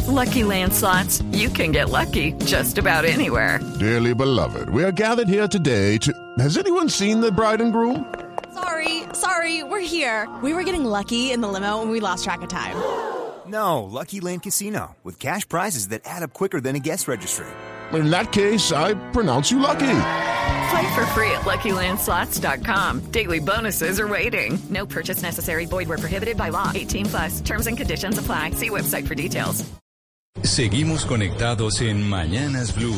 Lucky Land Slots, you can get lucky just about anywhere. Dearly beloved, we are gathered here today to... Has anyone seen the bride and groom? Sorry, we're here. We were getting lucky in the limo and we lost track of time. No, Lucky Land Casino, with cash prizes that add up quicker than a guest registry. In that case, I pronounce you lucky. Play for free at LuckyLandSlots.com. Daily bonuses are waiting. No purchase necessary. Void where prohibited by law. 18+. Terms and conditions apply. See website for details. Seguimos conectados en Mañanas Blue.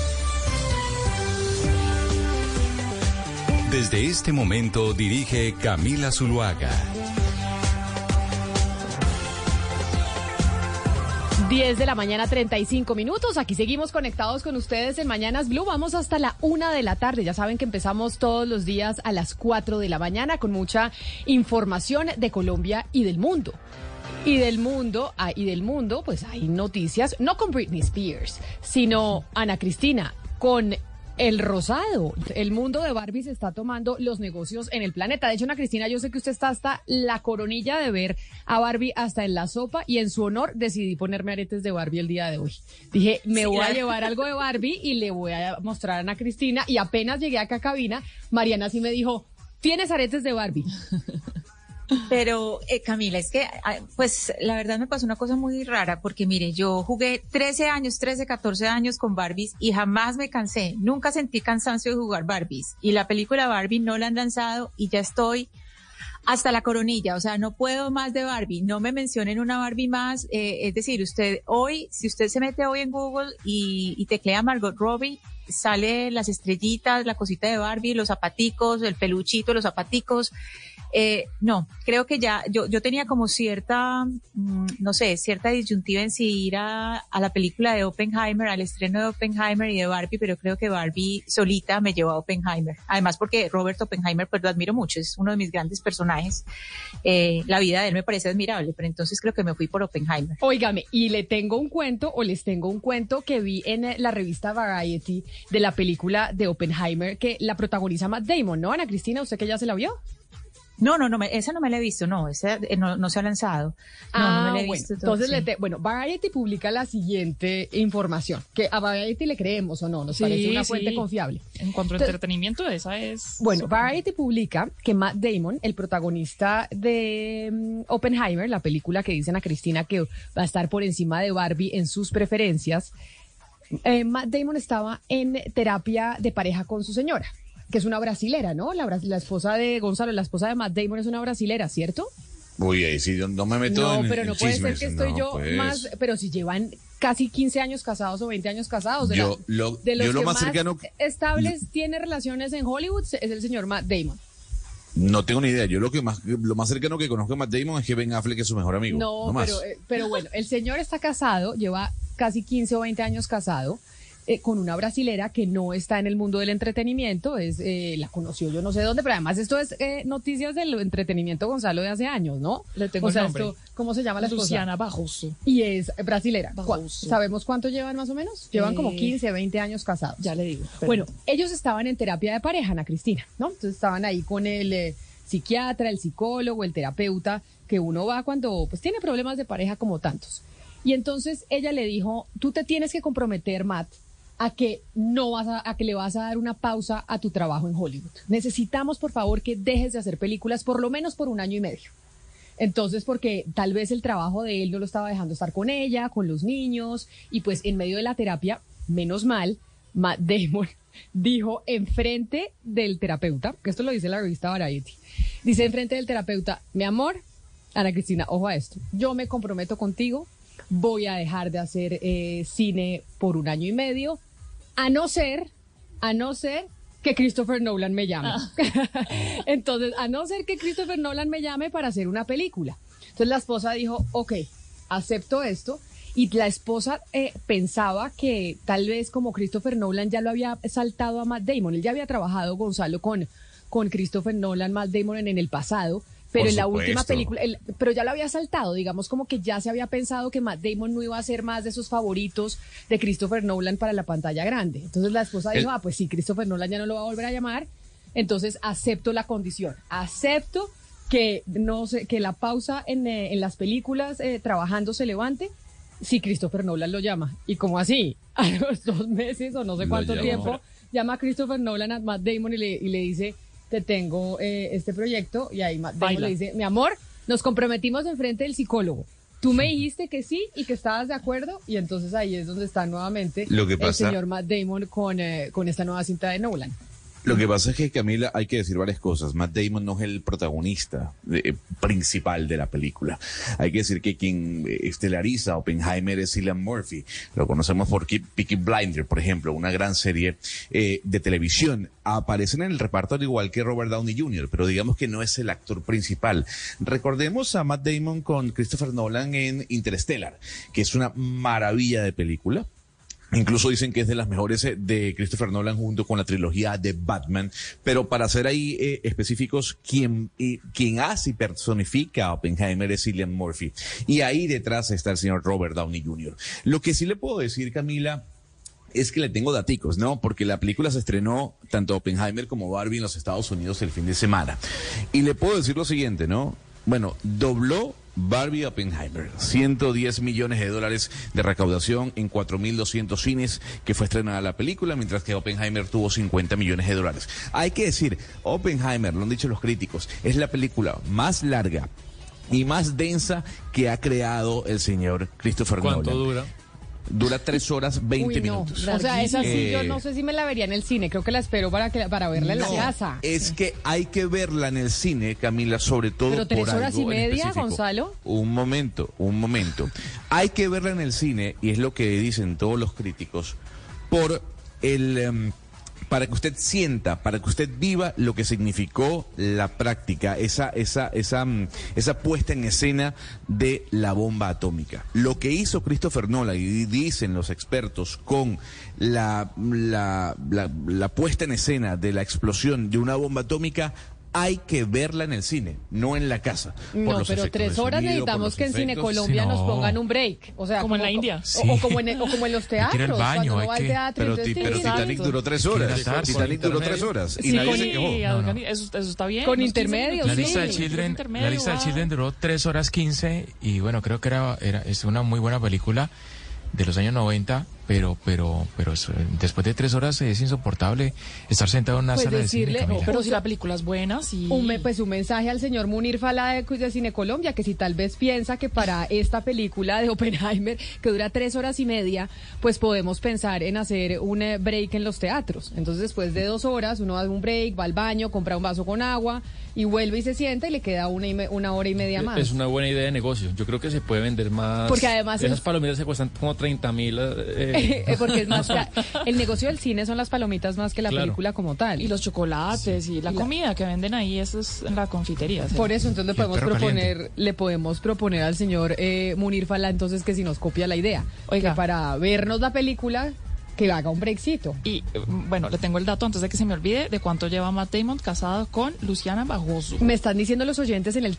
Desde este momento dirige Camila Zuluaga. 10 de la mañana, 35 minutos. Aquí seguimos conectados con ustedes en Mañanas Blue. Vamos hasta la 1 de la tarde. Ya saben que empezamos todos los días a las 4 de la mañana con mucha información de Colombia y del mundo. Y del mundo, pues hay noticias, no con Britney Spears, sino, Ana Cristina, con el rosado. El mundo de Barbie se está tomando los negocios en el planeta. De hecho, Ana Cristina, yo sé que usted está hasta la coronilla de ver a Barbie hasta en la sopa, y en su honor decidí ponerme aretes de Barbie el día de hoy. Dije, me voy a llevar algo de Barbie y le voy a mostrar a Ana Cristina, y apenas llegué acá a cabina, Mariana sí me dijo, ¿tienes aretes de Barbie? Pero Camila, es que pues la verdad me pasó una cosa muy rara, porque mire, yo jugué 13, 14 años con Barbies y jamás me cansé, nunca sentí cansancio de jugar Barbies, y la película Barbie no la han lanzado y ya estoy hasta la coronilla, o sea, no puedo más de Barbie, no me mencionen una Barbie más, es decir, si usted se mete hoy en Google y teclea Margot Robbie, sale las estrellitas, la cosita de Barbie, los zapaticos, el peluchito, los zapaticos. No, creo que ya, yo tenía como cierta, no sé, cierta disyuntiva en si ir a la película de Oppenheimer, al estreno de Oppenheimer y de Barbie, pero creo que Barbie solita me llevó a Oppenheimer. Además porque Robert Oppenheimer, pues lo admiro mucho, es uno de mis grandes personajes. La vida de él me parece admirable, pero entonces creo que me fui por Oppenheimer. Óigame, y les tengo un cuento que vi en la revista Variety de la película de Oppenheimer, que la protagoniza Matt Damon, ¿no, Ana Cristina? ¿Usted que ya se la vio? No, esa no me la he visto, esa no se ha lanzado. No me la he visto. Entonces, Variety publica la siguiente información, que a Variety le creemos o no, nos parece una fuente confiable. En cuanto a entretenimiento, esa es... Bueno, Variety publica que Matt Damon, el protagonista de Oppenheimer, la película que dicen a Cristina que va a estar por encima de Barbie en sus preferencias, Matt Damon estaba en terapia de pareja con su señora, que es una brasilera, ¿no? La esposa de Gonzalo, la esposa de Matt Damon es una brasilera, ¿cierro? Uy, ahí sí, no me meto en pero no puede ser que estoy pues. más, pero si llevan casi 15 años casados o 20 años casados. Yo lo más cercano estables tiene relaciones en Hollywood es el señor Matt Damon. No tengo ni idea. Yo lo más cercano que conozco a Matt Damon es que Ben Affleck es su mejor amigo. No pero bueno, el señor está casado, lleva casi 15 o 20 años casado, con una brasilera que no está en el mundo del entretenimiento, la conoció yo no sé dónde, pero además esto es noticias del entretenimiento, Gonzalo, de hace años, ¿no? Le tengo el nombre. ¿Cómo se llama la esposa? Luciana Barroso. Y es brasilera. Barroso. ¿Sabemos cuánto llevan más o menos? Llevan como 15, 20 años casados. Ya le digo. Bueno, ellos estaban en terapia de pareja, Ana Cristina, ¿no? Entonces estaban ahí con el psiquiatra, el psicólogo, el terapeuta, que uno va cuando pues tiene problemas de pareja como tantos. Y entonces ella le dijo, tú te tienes que comprometer, Matt, a que le vas a dar una pausa a tu trabajo en Hollywood. Necesitamos, por favor, que dejes de hacer películas por lo menos por 1 año y medio. Entonces, porque tal vez el trabajo de él no lo estaba dejando estar con ella, con los niños, y pues en medio de la terapia, menos mal, Matt Damon dijo enfrente del terapeuta, que esto lo dice la revista Variety, dice enfrente del terapeuta, mi amor, Ana Cristina, ojo a esto, yo me comprometo contigo, voy a dejar de hacer cine por 1 año y medio, a no ser que Christopher Nolan me llame. Entonces, a no ser que Christopher Nolan me llame para hacer una película. Entonces la esposa dijo, ok, acepto esto. Y la esposa pensaba que tal vez como Christopher Nolan ya lo había saltado a Matt Damon. Él ya había trabajado, Gonzalo, con Christopher Nolan, Matt Damon en el pasado. Pero en la última película, pero ya lo había saltado, digamos como que ya se había pensado que Matt Damon no iba a ser más de esos favoritos de Christopher Nolan para la pantalla grande. Entonces la esposa dijo, pues sí, Christopher Nolan ya no lo va a volver a llamar, entonces acepto la condición, acepto que que la pausa en las películas trabajando se levante, si Christopher Nolan lo llama. ¿Y cómo así? A los 2 meses o no sé Lo cuánto llamó. tiempo, llama a Christopher Nolan a Matt Damon y le dice, te tengo este proyecto. Y ahí Matt Damon Baila. le dice, mi amor, nos comprometimos enfrente del psicólogo. Tú me dijiste que sí y que estabas de acuerdo. Y entonces ahí es donde está nuevamente Lo que el pasa- señor Matt Damon con esta nueva cinta de Nolan. Lo que pasa es que, Camila, hay que decir varias cosas. Matt Damon no es el protagonista principal de la película. Hay que decir que quien estelariza a Oppenheimer es Cillian Murphy. Lo conocemos por Peaky Blinders, por ejemplo, una gran serie de televisión. Aparecen en el reparto al igual que Robert Downey Jr., pero digamos que no es el actor principal. Recordemos a Matt Damon con Christopher Nolan en Interstellar, que es una maravilla de película. Incluso dicen que es de las mejores de Christopher Nolan junto con la trilogía de Batman. Pero para ser ahí específicos, quien hace y personifica a Oppenheimer es Cillian Murphy. Y ahí detrás está el señor Robert Downey Jr. Lo que sí le puedo decir, Camila, es que le tengo daticos, ¿no? Porque la película se estrenó tanto Oppenheimer como Barbie en los Estados Unidos el fin de semana. Y le puedo decir lo siguiente, ¿no? Bueno, dobló Barbie Oppenheimer, $110 millones de recaudación en 4.200 cines que fue estrenada la película, mientras que Oppenheimer tuvo $50 millones. Hay que decir, Oppenheimer, lo han dicho los críticos, es la película más larga y más densa que ha creado el señor Christopher Nolan. ¿Cuánto dura? Dura 3 horas 20 minutos. O sea, esa sí yo no sé si me la vería en el cine, creo que la espero para verla en la casa. Es que hay que verla en el cine, Camila, sobre todo ¿Pero 3 por horas algo y media, en específico. Gonzalo? Un momento. Hay que verla en el cine, y es lo que dicen todos los críticos, por para que usted sienta, para que usted viva lo que significó la práctica, esa puesta en escena de la bomba atómica. Lo que hizo Christopher Nolan, y dicen los expertos, con la puesta en escena de la explosión de una bomba atómica, hay que verla en el cine, no en la casa. No, pero 3 horas necesitamos que en Cine Colombia nos pongan un break. O sea, como en la India. O como en los teatros. ir al baño, cuando uno hay va al que- teatro. Pero entonces Titanic exacto. duró 3 horas. Quiero Titanic duró 3 intermedio. horas. Y Sí, nadie se quejó. eso está bien. Con Los 15 intermedios, minutos. La sí. lista del Children, la lista del Children duró 3 horas 15 y bueno, creo que es una muy buena película de los años 90, pero después de 3 horas es insoportable estar sentado en una Pues sala de cine, decirle, Camila. Pero si la película es buena, sí. Un mensaje al señor Munir Fala de Cine Colombia, que si tal vez piensa que para esta película de Oppenheimer, que dura 3 horas y media, pues podemos pensar en hacer un break en los teatros. Entonces, después de 2 horas, uno hace un break, va al baño, compra un vaso con agua y vuelve y se sienta y le queda una hora y media más. Es una buena idea de negocio. Yo creo que se puede vender más. Porque además esas palomitas se cuestan como 30.000. Porque es más el negocio del cine son las palomitas más que la Claro. película como tal. Y los chocolates y la comida que venden ahí, eso es en la confitería. ¿sí? Por eso, entonces Y el perro le podemos proponer al señor Munir Fala entonces que si nos copia la idea, Oiga. que para vernos la película que haga un breakcito. Y bueno, le tengo el dato antes de que se me olvide de cuánto lleva Matt Damon casado con Luciana Bajoso. Me están diciendo los oyentes en el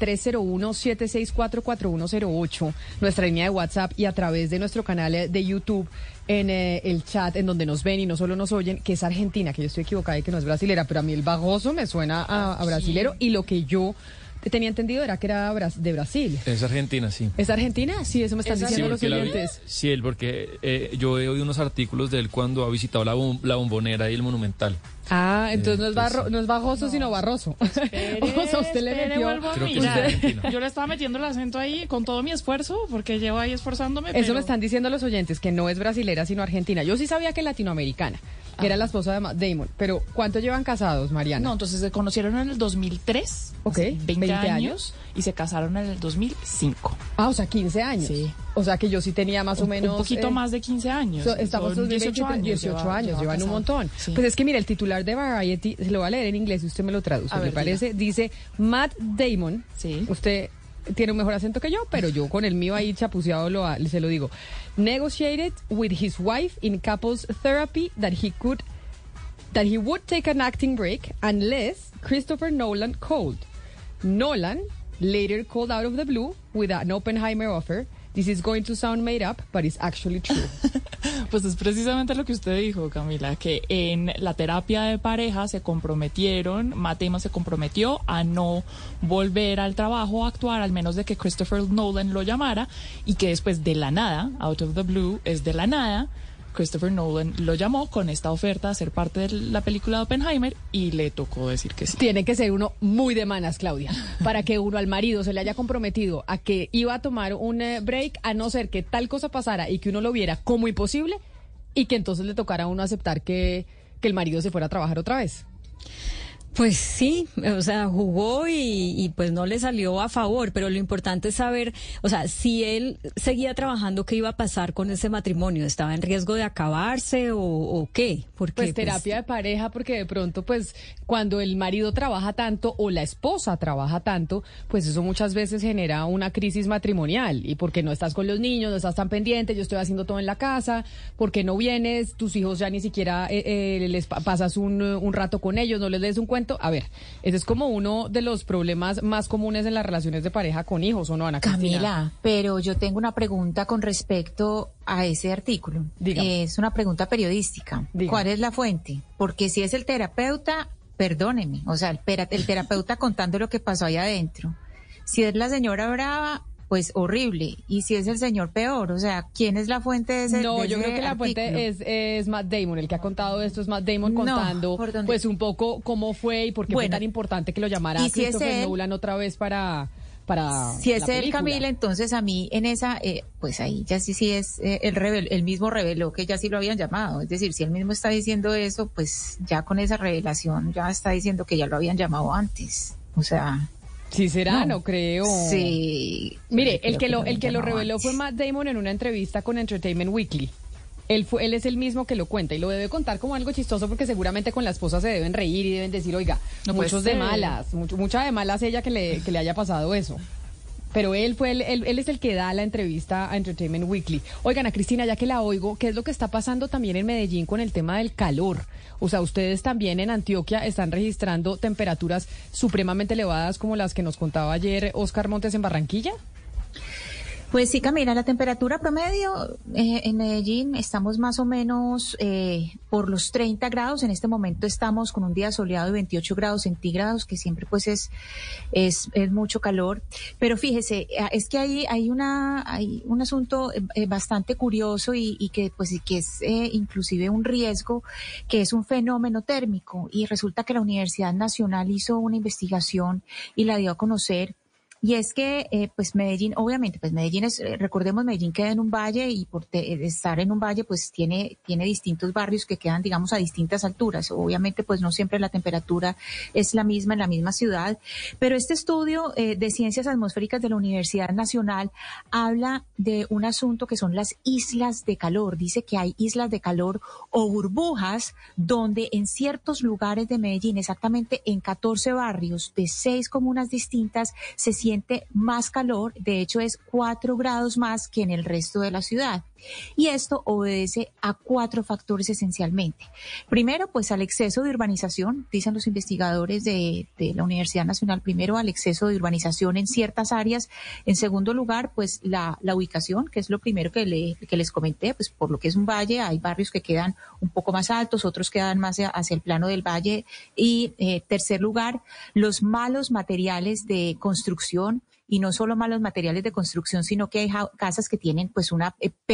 301-764-4108, nuestra línea de WhatsApp y a través de nuestro canal de YouTube en el chat en donde nos ven y no solo nos oyen, que es argentina, que yo estoy equivocada y que no es brasilera, pero a mí el Bajoso me suena a brasilero y lo que yo tenía entendido era que era de Brasil. Es Argentina, sí. ¿Es Argentina? Sí, eso me están diciendo los porque oyentes. sí, él, porque yo he oído unos artículos de él cuando ha visitado la Bombonera y el Monumental. Ah, entonces no es Bajoso, sino Barroso. O sea, usted le metió... vuelvo a Creo que mirar. es Argentina. Yo le estaba metiendo el acento ahí con todo mi esfuerzo, porque llevo ahí esforzándome. Eso pero... me están diciendo los oyentes, que no es brasilera, sino argentina. Yo sí sabía que latinoamericana, que era la esposa de Matt Damon. Pero, ¿cuánto llevan casados, Mariana? No, entonces se conocieron en el 2003, Ok, hace 20 años, y se casaron en el 2005. Ah, o sea, 15 años. Sí. O sea, que yo sí tenía más o menos... Un poquito más de 15 años. Estamos Son 18 años. 18 años, llevan un casados. montón. Sí. Pues es que mira, el titular de Variety, se lo va a leer en inglés y usted me lo traduce, A ¿me ver, parece? Dice, Matt Damon, Sí. usted tiene un mejor acento que yo, pero yo con el mío ahí chapuceado se lo digo, negotiated with his wife in couples therapy that he would take an acting break unless Christopher Nolan called. Nolan later called out of the blue with an Oppenheimer offer This is going to sound made up, but it's actually true. Pues es precisamente lo que usted dijo, Camila, que en la terapia de pareja Matt Damon se comprometió a no volver al trabajo a actuar, al menos de que Christopher Nolan lo llamara, y que después de la nada, out of the blue, Christopher Nolan lo llamó con esta oferta de ser parte de la película de Oppenheimer y le tocó decir que sí. Tiene que ser uno muy de manas, Claudia, para que uno al marido se le haya comprometido a que iba a tomar un break, a no ser que tal cosa pasara y que uno lo viera como imposible y que entonces le tocara a uno aceptar que el marido se fuera a trabajar otra vez. Pues sí, o sea, jugó y pues no le salió a favor, pero lo importante es saber, o sea, si él seguía trabajando, ¿qué iba a pasar con ese matrimonio? ¿Estaba en riesgo de acabarse o qué? Porque, pues terapia de pareja, porque de pronto, pues, cuando el marido trabaja tanto o la esposa trabaja tanto, pues eso muchas veces genera una crisis matrimonial, y porque no estás con los niños, no estás tan pendiente, yo estoy haciendo todo en la casa, porque no vienes, tus hijos ya ni siquiera les pasas un rato con ellos, no les des un cuento. A ver, ese es como uno de los problemas más comunes en las relaciones de pareja con hijos, ¿o no, Ana Cristina? Camila, pero yo tengo una pregunta con respecto a ese artículo. Dígame. Es una pregunta periodística. Dígame. ¿Cuál es la fuente? Porque si es el terapeuta, perdóneme, o sea, el terapeuta contando lo que pasó ahí adentro. Si es la señora brava, pues horrible. Y si es el señor, peor. O sea, ¿quién es la fuente de ese No, de yo ese creo que la artículo? fuente es Matt Damon. El que ha contado esto es Matt Damon contando, ¿por dónde? pues, un poco cómo fue y por qué fue tan importante que lo llamara y si es Christopher él, Nolan otra vez para si es la él, película. Camila, entonces a mí en esa, pues ahí ya sí es, él mismo reveló que ya sí lo habían llamado. Es decir, si él mismo está diciendo eso, pues ya con esa revelación ya está diciendo que ya lo habían llamado antes. O sea... Sí será, no creo. Sí. Mire, el que lo reveló fue Matt Damon en una entrevista con Entertainment Weekly. Él es el mismo que lo cuenta y lo debe contar como algo chistoso, porque seguramente con la esposa se deben reír y deben decir, oiga, No muchos puede de ser. malas, mucha de malas ella que le haya pasado eso. Pero él es el que da la entrevista a Entertainment Weekly. Oigan, a Cristina, ya que la oigo, ¿qué es lo que está pasando también en Medellín con el tema del calor? O sea, ustedes también en Antioquia están registrando temperaturas supremamente elevadas como las que nos contaba ayer Oscar Montes en Barranquilla. Pues sí, Camila, la temperatura promedio en Medellín estamos más o menos por los 30 grados. En este momento estamos con un día soleado de 28 grados centígrados, que siempre pues es mucho calor. Pero fíjese, es que hay un asunto bastante curioso y que pues que es inclusive un riesgo, que es un fenómeno térmico. Y resulta que la Universidad Nacional hizo una investigación y la dio a conocer. Y es que, pues Medellín, obviamente, pues Medellín recordemos, Medellín queda en un valle y por estar en un valle, pues tiene distintos barrios que quedan, digamos, a distintas alturas. Obviamente, pues no siempre la temperatura es la misma en la misma ciudad. Pero este estudio de ciencias atmosféricas de la Universidad Nacional habla de un asunto que son las islas de calor. Dice que hay islas de calor o burbujas donde en ciertos lugares de Medellín, exactamente en 14 barrios de 6 comunas distintas, se siente más calor, de hecho es 4 grados más que en el resto de la ciudad. Y esto obedece a 4 factores esencialmente. Primero, pues al exceso de urbanización, dicen los investigadores de la Universidad Nacional, primero al exceso de urbanización en ciertas áreas. En segundo lugar, pues la ubicación, que es lo primero que les comenté, pues por lo que es un valle, hay barrios que quedan un poco más altos, otros quedan más hacia el plano del valle. Y tercer lugar, los malos materiales de construcción. Y no solo malos materiales de construcción, sino que hay casas que tienen pues un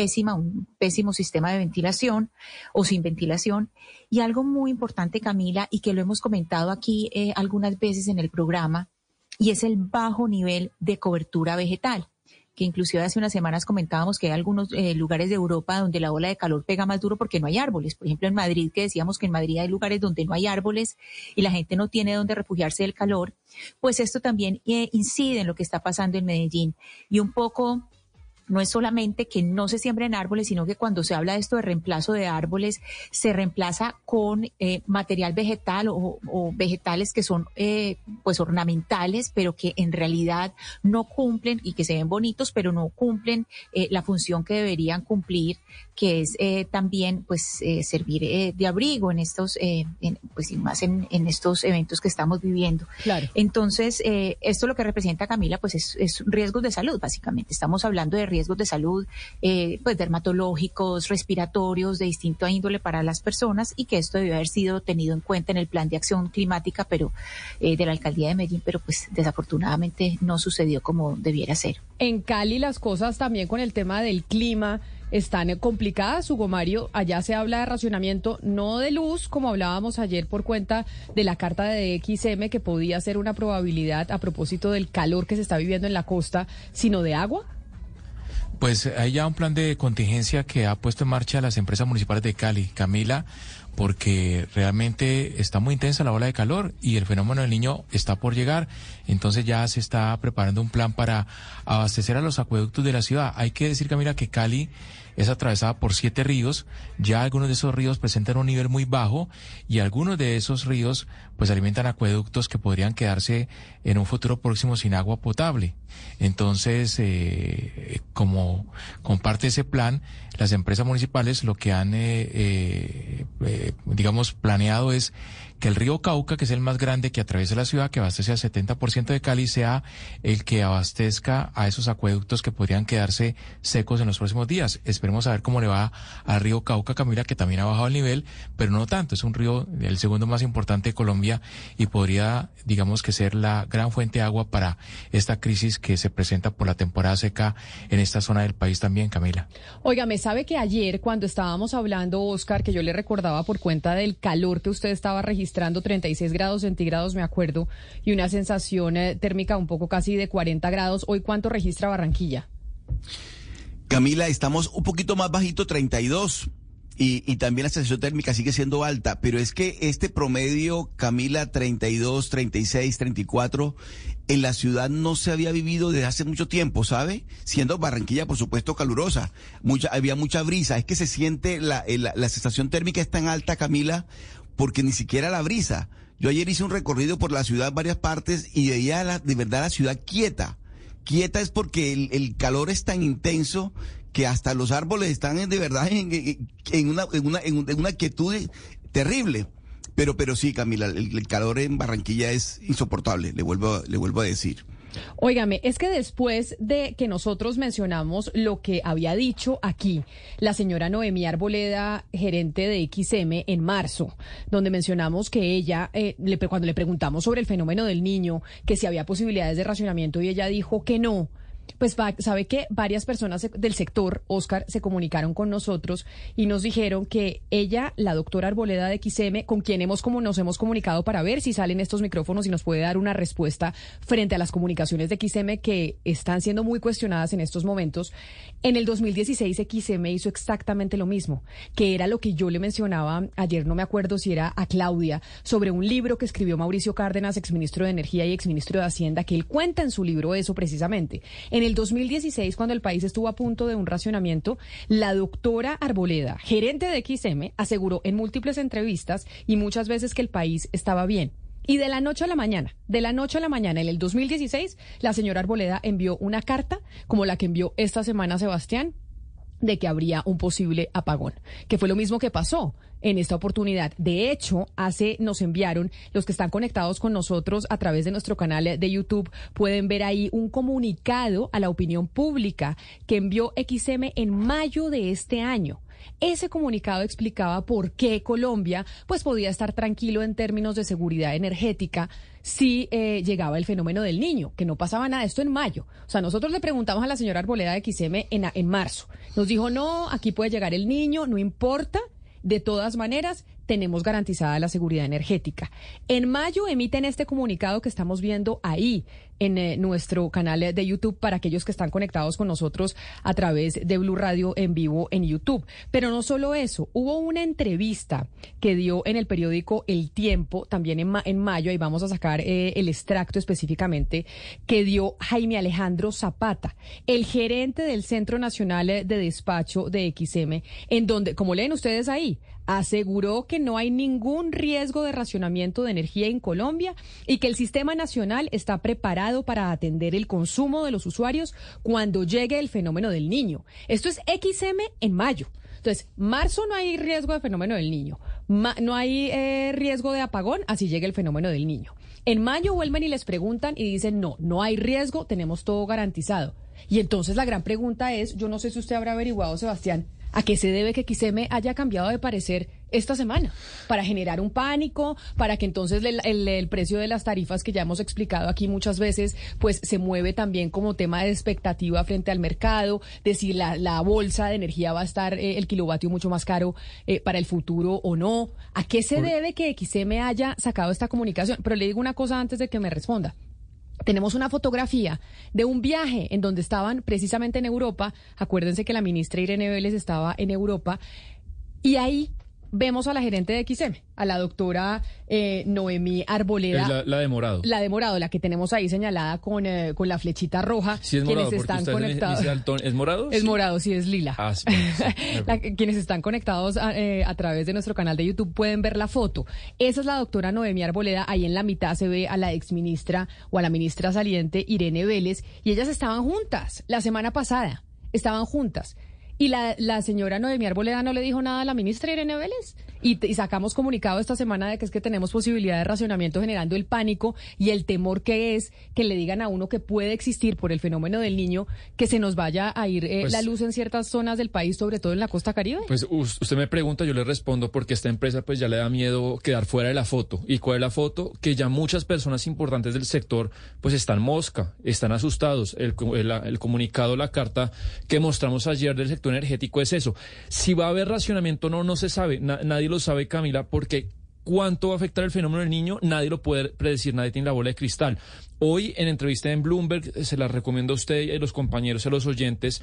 pésimo sistema de ventilación o sin ventilación. Y algo muy importante, Camila, y que lo hemos comentado aquí algunas veces en el programa, y es el bajo nivel de cobertura vegetal, que inclusive hace unas semanas comentábamos que hay algunos lugares de Europa donde la ola de calor pega más duro porque no hay árboles. Por ejemplo, en Madrid, que decíamos que en Madrid hay lugares donde no hay árboles y la gente no tiene dónde refugiarse del calor. Pues esto también incide en lo que está pasando en Medellín. Y un poco... no es solamente que no se siembren árboles, sino que cuando se habla de esto de reemplazo de árboles, se reemplaza con material vegetal o vegetales que son pues ornamentales, pero que en realidad no cumplen y que se ven bonitos, pero no cumplen la función que deberían cumplir, que es también pues servir de abrigo en estos, pues y más en estos eventos que estamos viviendo. Claro. Entonces, esto lo que representa, Camila, pues es riesgos de salud, básicamente. Estamos hablando de riesgos de salud, pues dermatológicos, respiratorios, de distinta índole para las personas, y que esto debió haber sido tenido en cuenta en el plan de acción climática, pero de la alcaldía de Medellín, pero pues desafortunadamente no sucedió como debiera ser. En Cali las cosas también con el tema del clima están complicadas, Hugo Mario. Allá se habla de racionamiento, no de luz, como hablábamos ayer por cuenta de la carta de XM, que podía ser una probabilidad a propósito del calor que se está viviendo en la costa, sino de agua. Pues hay ya un plan de contingencia que ha puesto en marcha las empresas municipales de Cali, Camila, porque realmente está muy intensa la ola de calor y el fenómeno del Niño está por llegar. Entonces ya se está preparando un plan para abastecer a los acueductos de la ciudad. Hay que decir, Camila, que Cali es atravesada por 7 ríos. Ya algunos de esos ríos presentan un nivel muy bajo y algunos de esos ríos pues alimentan acueductos que podrían quedarse en un futuro próximo sin agua potable. Entonces, como comparte ese plan, las empresas municipales lo que han, digamos, planeado es que el río Cauca, que es el más grande que atraviesa la ciudad, que abastece al 70% de Cali, sea el que abastezca a esos acueductos que podrían quedarse secos en los próximos días. Esperemos a ver cómo le va al río Cauca, Camila, que también ha bajado el nivel, pero no tanto. Es un río, el segundo más importante de Colombia, y podría, digamos, que ser la gran fuente de agua para esta crisis que se presenta por la temporada seca en esta zona del país también, Camila. Oiga, me sabe que ayer cuando estábamos hablando, Oscar, que yo le recordaba por cuenta del calor que usted estaba registrando, 36 grados centígrados, me acuerdo, y una sensación térmica un poco casi de 40 grados. ¿Hoy cuánto registra Barranquilla? Camila, estamos un poquito más bajito, 32. Y también la sensación térmica sigue siendo alta, pero es que este promedio, Camila, 32, 36, 34, en la ciudad no se había vivido desde hace mucho tiempo, ¿sabe? Siendo Barranquilla, por supuesto, calurosa. Había mucha brisa. Es que se siente, la sensación térmica es tan alta, Camila, porque ni siquiera la brisa. Yo ayer hice un recorrido por la ciudad en varias partes y veía de verdad la ciudad quieta. Quieta es porque el calor es tan intenso que hasta los árboles están de verdad en una quietud terrible. Pero sí, Camila, el calor en Barranquilla es insoportable, le vuelvo a decir. Óigame, es que después de que nosotros mencionamos lo que había dicho aquí la señora Noemí Arboleda, gerente de XM, en marzo, donde mencionamos que ella, cuando le preguntamos sobre el fenómeno del Niño, que si había posibilidades de racionamiento, y ella dijo que no. Pues sabe que varias personas del sector, Oscar, se comunicaron con nosotros y nos dijeron que ella, la doctora Arboleda de XM, con quien nos hemos comunicado para ver si salen estos micrófonos y nos puede dar una respuesta frente a las comunicaciones de XM que están siendo muy cuestionadas en estos momentos. En el 2016 XM hizo exactamente lo mismo, que era lo que yo le mencionaba ayer, no me acuerdo si era a Claudia, sobre un libro que escribió Mauricio Cárdenas, exministro de Energía y exministro de Hacienda, que él cuenta en su libro eso precisamente. En el 2016, cuando el país estuvo a punto de un racionamiento, la doctora Arboleda, gerente de XM, aseguró en múltiples entrevistas y muchas veces que el país estaba bien. Y de la noche a la mañana, en el 2016, la señora Arboleda envió una carta, como la que envió esta semana Sebastián, de que habría un posible apagón, que fue lo mismo que pasó en esta oportunidad. De hecho, nos enviaron, los que están conectados con nosotros a través de nuestro canal de YouTube, pueden ver ahí un comunicado a la opinión pública que envió XM en mayo de este año. Ese comunicado explicaba por qué Colombia pues podía estar tranquilo en términos de seguridad energética si llegaba el fenómeno del Niño, que no pasaba nada. Esto en mayo. O sea, nosotros le preguntamos a la señora Arboleda de XM en marzo. Nos dijo, no, aquí puede llegar el Niño, no importa. De todas maneras, tenemos garantizada la seguridad energética. En mayo emiten este comunicado que estamos viendo ahí en nuestro canal de YouTube para aquellos que están conectados con nosotros a través de Blue Radio en vivo en YouTube. Pero no solo eso, hubo una entrevista que dio en el periódico El Tiempo, también en mayo, ahí vamos a sacar el extracto específicamente, que dio Jaime Alejandro Zapata, el gerente del Centro Nacional de Despacho de XM, en donde, como leen ustedes ahí, aseguró que no hay ningún riesgo de racionamiento de energía en Colombia y que el sistema nacional está preparado para atender el consumo de los usuarios cuando llegue el fenómeno del Niño. Esto es XM en mayo. Entonces, marzo no hay riesgo de fenómeno del Niño. No hay riesgo de apagón, así llega el fenómeno del Niño. En mayo vuelven y les preguntan y dicen, no hay riesgo, tenemos todo garantizado. Y entonces la gran pregunta es, yo no sé si usted habrá averiguado, Sebastián, ¿a qué se debe que XM haya cambiado de parecer esta semana? ¿Para generar un pánico? ¿Para que entonces el precio de las tarifas, que ya hemos explicado aquí muchas veces, pues se mueve también como tema de expectativa frente al mercado, de si la bolsa de energía va a estar el kilovatio mucho más caro para el futuro o no? ¿A qué se debe que XM haya sacado esta comunicación? Pero le digo una cosa antes de que me responda. Tenemos una fotografía de un viaje en donde estaban precisamente en Europa. Acuérdense que la ministra Irene Vélez estaba en Europa y ahí vemos a la gerente de XM, a la doctora Noemí Arboleda. Es la de morado. La de morado, la que tenemos ahí señalada con la flechita roja. Sí, es morado, quienes están conectados. ¿Es morado? Es sí. morado, sí, es lila. Ah, sí, Quienes están conectados a través de nuestro canal de YouTube pueden ver la foto. Esa es la doctora Noemí Arboleda. Ahí en la mitad se ve a la exministra o a la ministra saliente Irene Vélez, y ellas estaban juntas la semana pasada. Estaban juntas. Y la señora Noemí Arboleda no le dijo nada a la ministra Irene Vélez. Y sacamos comunicado esta semana de que es que tenemos posibilidad de racionamiento, generando el pánico y el temor que es que le digan a uno que puede existir por el fenómeno del Niño, que se nos vaya a ir la luz en ciertas zonas del país, sobre todo en la costa Caribe. Pues usted me pregunta, yo le respondo, porque esta empresa pues ya le da miedo quedar fuera de la foto. ¿Y cuál es la foto? Que ya muchas personas importantes del sector pues están mosca, están asustados. El comunicado, la carta que mostramos ayer del sector energético es eso. Si va a haber racionamiento o no se sabe. Nadie lo sabe, Camila, porque cuánto va a afectar el fenómeno del Niño, nadie lo puede predecir, nadie tiene la bola de cristal. Hoy, en entrevista en Bloomberg, se la recomiendo a usted y a los compañeros, a los oyentes,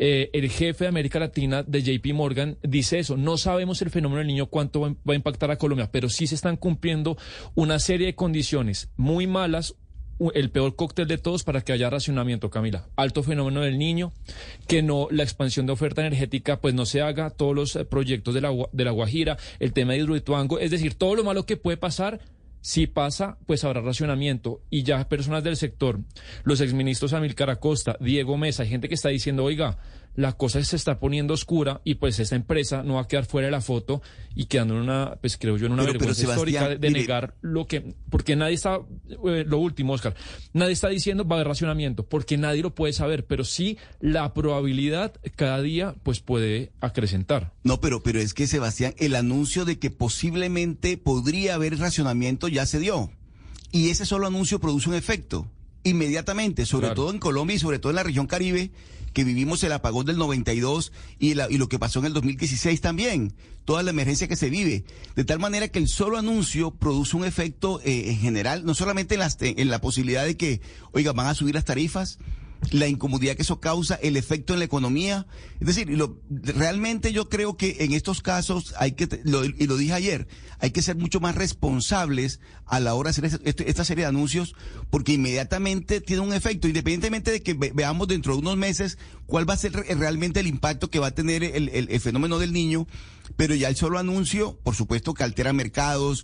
el jefe de América Latina de JP Morgan dice eso: no sabemos el fenómeno del Niño cuánto va a impactar a Colombia, pero sí se están cumpliendo una serie de condiciones muy malas, el peor cóctel de todos para que haya racionamiento, Camila. Alto fenómeno del Niño, que no la expansión de oferta energética pues no se haga, todos los proyectos de la Guajira, el tema de Hidroituango, es decir, todo lo malo que puede pasar. Si pasa, pues habrá racionamiento. Y ya personas del sector, los exministros Amílcar Acosta, Diego Mesa, hay gente que está diciendo, oiga, la cosa se está poniendo oscura y pues esta empresa no va a quedar fuera de la foto y quedando en una, pues creo yo, en una vergüenza histórica de negar lo que, porque nadie está, lo último, Oscar, nadie está diciendo va a haber racionamiento, porque nadie lo puede saber, pero sí la probabilidad cada día pues puede acrecentar. No, pero es que, Sebastián, el anuncio de que posiblemente podría haber racionamiento ya se dio. Y ese solo anuncio produce un efecto inmediatamente, sobre todo en Colombia y sobre todo en la región Caribe, que vivimos el apagón del 92 y lo que pasó en el 2016 también, toda la emergencia que se vive, de tal manera que el solo anuncio produce un efecto en general, no solamente en la posibilidad de que, oiga, van a subir las tarifas, la incomodidad que eso causa, el efecto en la economía. Es decir, realmente yo creo que en estos casos hay que, y lo dije ayer, hay que ser mucho más responsables a la hora de hacer esta serie de anuncios, porque inmediatamente tiene un efecto, independientemente de que veamos dentro de unos meses cuál va a ser realmente el impacto que va a tener el fenómeno del Niño. Pero ya el solo anuncio, por supuesto que altera mercados,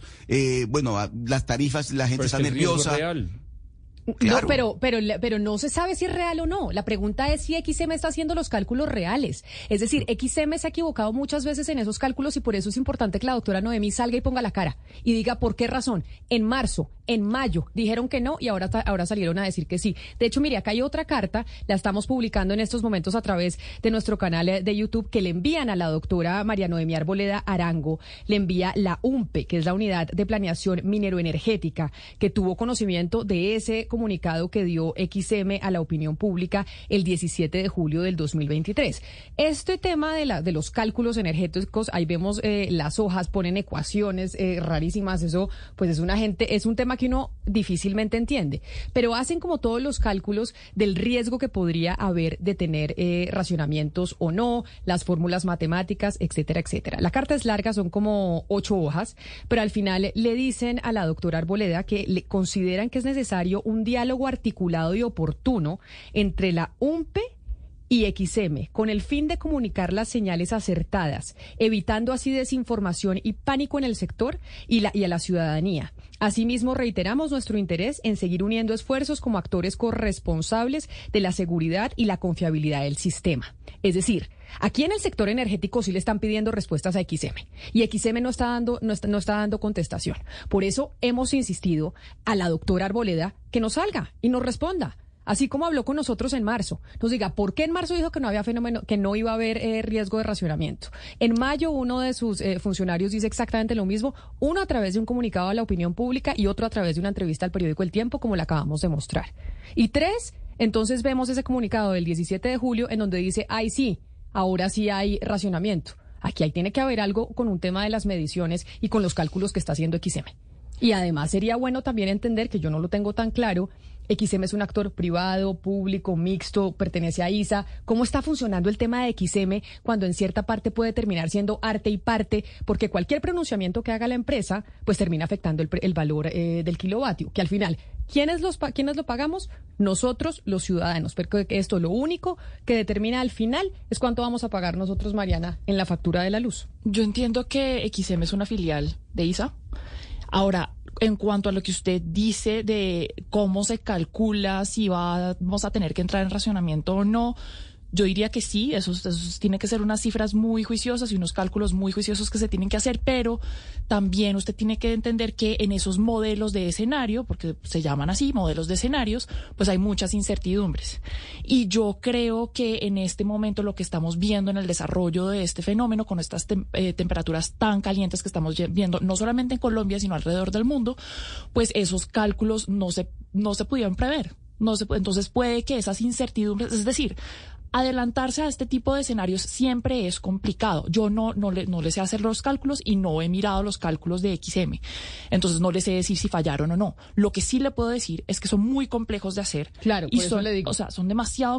las tarifas, la gente está nerviosa. Claro. No, pero no se sabe si es real o no. La pregunta es si XM está haciendo los cálculos reales. Es decir, XM se ha equivocado muchas veces en esos cálculos y por eso es importante que la doctora Noemí salga y ponga la cara y diga por qué razón. En marzo, en mayo, dijeron que no y ahora salieron a decir que sí. De hecho, mire, acá hay otra carta, la estamos publicando en estos momentos a través de nuestro canal de YouTube, que le envían a la doctora María Noemí Arboleda Arango, le envía la UMPE, que es la Unidad de Planeación Minero-Energética, que tuvo conocimiento de ese comunicado que dio XM a la opinión pública el 17 de julio del 2023. Este tema de los cálculos energéticos, ahí vemos las hojas, ponen ecuaciones rarísimas, eso pues es un tema que uno difícilmente entiende, pero hacen como todos los cálculos del riesgo que podría haber de tener racionamientos o no, las fórmulas matemáticas, etcétera, etcétera. La carta es larga, son como 8 hojas, pero al final le dicen a la doctora Arboleda que le consideran que es necesario un diálogo articulado y oportuno entre la UMPE y XM, con el fin de comunicar las señales acertadas, evitando así desinformación y pánico en el sector y a la ciudadanía. Asimismo, reiteramos nuestro interés en seguir uniendo esfuerzos como actores corresponsables de la seguridad y la confiabilidad del sistema. Es decir, aquí en el sector energético sí le están pidiendo respuestas a XM y XM no está dando contestación. Por eso hemos insistido a la doctora Arboleda que nos salga y nos responda. así como habló con nosotros en marzo, nos diga por qué en marzo dijo que no había fenómeno, que no iba a haber riesgo de racionamiento. En mayo uno de sus funcionarios dice exactamente lo mismo, uno a través de un comunicado a la opinión pública y otro a través de una entrevista al periódico El Tiempo, como la acabamos de mostrar. Y 3, entonces vemos ese comunicado del 17 de julio en donde dice, ay sí, ahora sí hay racionamiento. Aquí tiene que haber algo con un tema de las mediciones y con los cálculos que está haciendo XM. Y además sería bueno también entender, que yo no lo tengo tan claro, XM es un actor privado, público, mixto, pertenece a ISA. ¿Cómo está funcionando el tema de XM cuando en cierta parte puede terminar siendo arte y parte? Porque cualquier pronunciamiento que haga la empresa, pues termina afectando el valor del kilovatio, que al final, ¿quiénes lo pagamos? Nosotros, los ciudadanos. Porque esto lo único que determina al final es cuánto vamos a pagar nosotros, Mariana, en la factura de la luz. Yo entiendo que XM es una filial de ISA. Ahora, en cuanto a lo que usted dice de cómo se calcula si vamos a tener que entrar en racionamiento o no, yo diría que sí, eso tiene que ser unas cifras muy juiciosas y unos cálculos muy juiciosos que se tienen que hacer, pero también usted tiene que entender que en esos modelos de escenario, porque se llaman así, modelos de escenarios, pues hay muchas incertidumbres. Y yo creo que en este momento lo que estamos viendo en el desarrollo de este fenómeno, con estas temperaturas tan calientes que estamos viendo, no solamente en Colombia, sino alrededor del mundo, pues esos cálculos no se pudieron prever. Entonces puede que esas incertidumbres, es decir, adelantarse a este tipo de escenarios siempre es complicado. Yo no le sé hacer los cálculos y no he mirado los cálculos de XM. Entonces no le sé decir si fallaron o no. Lo que sí le puedo decir es que son muy complejos de hacer. Claro, por eso le digo. O sea, son demasiado,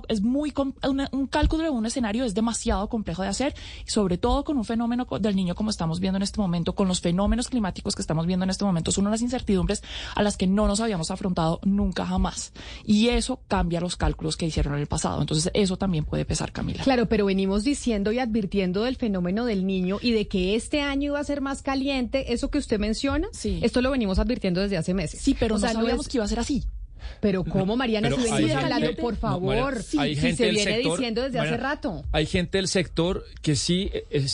un cálculo de un escenario es demasiado complejo de hacer, sobre todo con un fenómeno del Niño como estamos viendo en este momento, con los fenómenos climáticos que estamos viendo en este momento. Son unas incertidumbres a las que no nos habíamos afrontado nunca jamás. Y eso cambia los cálculos que hicieron en el pasado. Entonces eso también puede pesar, Camila. Claro, pero venimos diciendo y advirtiendo del fenómeno del Niño y de que este año iba a ser más caliente, eso que usted menciona, sí. Esto lo venimos advirtiendo desde hace meses. Sí, pero no sabíamos que iba a ser así. Pero ¿cómo, Mariana? Pero si venimos hablando, por favor, hay si gente se del viene sector, diciendo desde Mariana, hace rato. Hay gente del sector que sí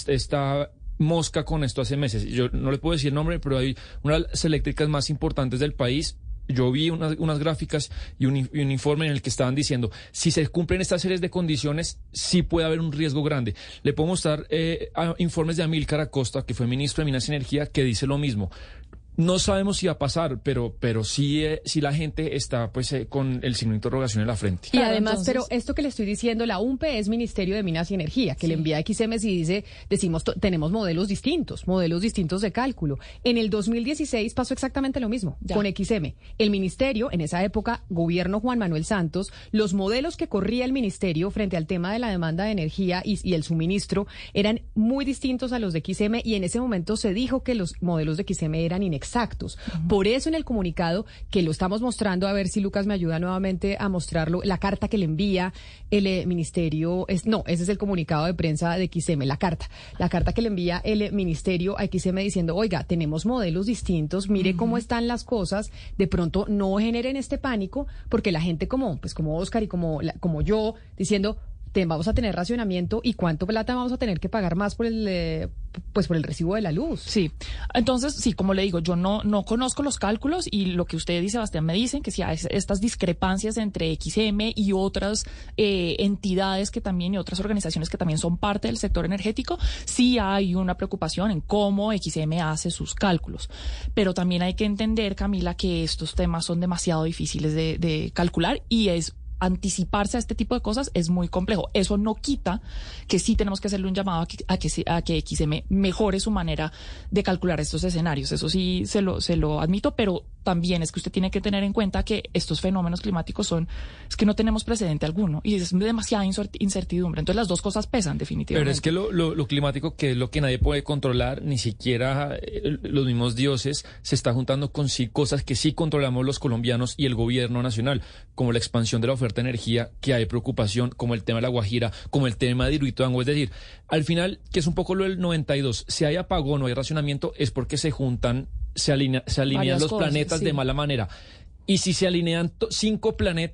está mosca con esto hace meses. Yo no le puedo decir el nombre, pero hay una de las eléctricas más importantes del país. Yo vi unas gráficas y un informe en el que estaban diciendo, si se cumplen estas series de condiciones, sí puede haber un riesgo grande. Le puedo mostrar informes de Amílcar Acosta, que fue ministro de Minas y Energía, que dice lo mismo. No sabemos si va a pasar, pero sí la gente está pues con el signo de interrogación en la frente. Y además, entonces, pero esto que le estoy diciendo, la UMPE es Ministerio de Minas y Energía, que le envía a XM y decimos, tenemos modelos distintos de cálculo. En el 2016 pasó exactamente lo mismo con XM. El ministerio, en esa época, gobierno Juan Manuel Santos, los modelos que corría el ministerio frente al tema de la demanda de energía y el suministro eran muy distintos a los de XM, y en ese momento se dijo que los modelos de XM eran inexactos. Por eso en el comunicado, que lo estamos mostrando, a ver si Lucas me ayuda nuevamente a mostrarlo, la carta que le envía el ministerio, ese es el comunicado de prensa de XM, la carta que le envía el ministerio a XM diciendo, oiga, tenemos modelos distintos, mire cómo están las cosas, de pronto no generen este pánico, porque la gente como Oscar y como yo, diciendo, vamos a tener racionamiento y cuánto plata vamos a tener que pagar más por el recibo de la luz. Sí, entonces sí, como le digo, yo no conozco los cálculos, y lo que usted y Sebastián me dicen, que si hay estas discrepancias entre XM y otras entidades que también, y otras organizaciones que también son parte del sector energético, sí hay una preocupación en cómo XM hace sus cálculos. Pero también hay que entender, Camila, que estos temas son demasiado difíciles de calcular, y anticiparse a este tipo de cosas es muy complejo. Eso no quita que sí tenemos que hacerle un llamado a que XM mejore su manera de calcular estos escenarios. Eso sí se lo admito, pero también es que usted tiene que tener en cuenta que estos fenómenos climáticos es que no tenemos precedente alguno y es demasiada incertidumbre. Entonces las dos cosas pesan definitivamente. Pero es que lo climático, que es lo que nadie puede controlar, ni siquiera los mismos dioses, se está juntando con cosas que sí controlamos los colombianos y el gobierno nacional, como la expansión de la oferta de energía, que hay preocupación, como el tema de La Guajira, como el tema de Hidroituango. Es decir, al final, que es un poco lo del 92, si hay apagón o hay racionamiento, es porque se alinean los planetas de mala manera. Y si se alinean 5 planetas,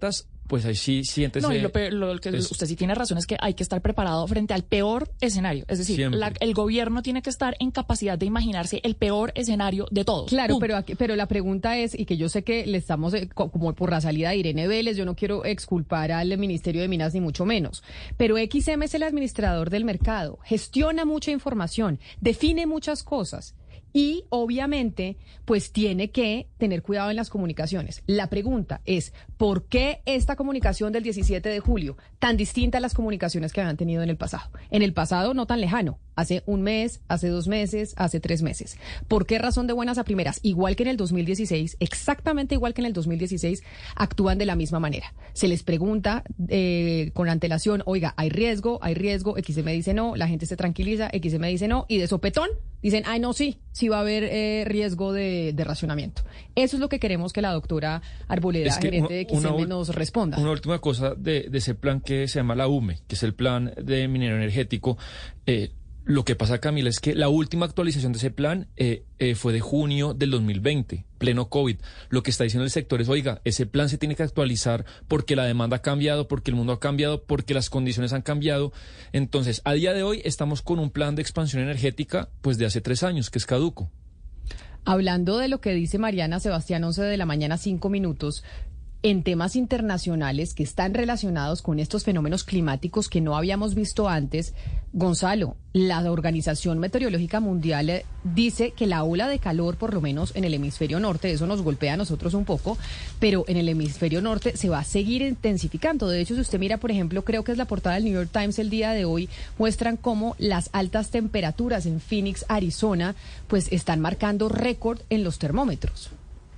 pues ahí sí siéntese. No, y lo que usted sí tiene razón es que hay que estar preparado frente al peor escenario. Es decir, el gobierno tiene que estar en capacidad de imaginarse el peor escenario de todos. Claro, pero la pregunta es, y que yo sé que le estamos, como por la salida de Irene Vélez, yo no quiero exculpar al Ministerio de Minas ni mucho menos, pero XM es el administrador del mercado, gestiona mucha información, define muchas cosas. Y obviamente, pues tiene que tener cuidado en las comunicaciones. La pregunta es, ¿por qué esta comunicación del 17 de julio tan distinta a las comunicaciones que habían tenido en el pasado? En el pasado no tan lejano, hace un mes, hace 2 meses, hace 3 meses. ¿Por qué razón de buenas a primeras? Igual que en el 2016, exactamente igual que en el 2016, actúan de la misma manera. Se les pregunta con antelación, oiga, hay riesgo, XM dice no, la gente se tranquiliza, XM dice no, y de sopetón dicen, ay no, sí va a haber riesgo de racionamiento. Eso es lo que queremos que la doctora Arboleda, gerente de XM, nos responda. Una última cosa de ese plan que se llama la UME, que es el plan de minero energético. Lo que pasa, Camila, es que la última actualización de ese plan fue de junio del 2020, pleno COVID. Lo que está diciendo el sector es, oiga, ese plan se tiene que actualizar porque la demanda ha cambiado, porque el mundo ha cambiado, porque las condiciones han cambiado. Entonces, a día de hoy estamos con un plan de expansión energética pues de hace 3 años, que es caduco. Hablando de lo que dice Mariana Sebastián, 11 de la mañana, 5 minutos, en temas internacionales que están relacionados con estos fenómenos climáticos que no habíamos visto antes, Gonzalo, la Organización Meteorológica Mundial dice que la ola de calor, por lo menos en el hemisferio norte, eso nos golpea a nosotros un poco, pero en el hemisferio norte se va a seguir intensificando. De hecho, si usted mira, por ejemplo, creo que es la portada del New York Times el día de hoy, muestran cómo las altas temperaturas en Phoenix, Arizona, pues están marcando récord en los termómetros.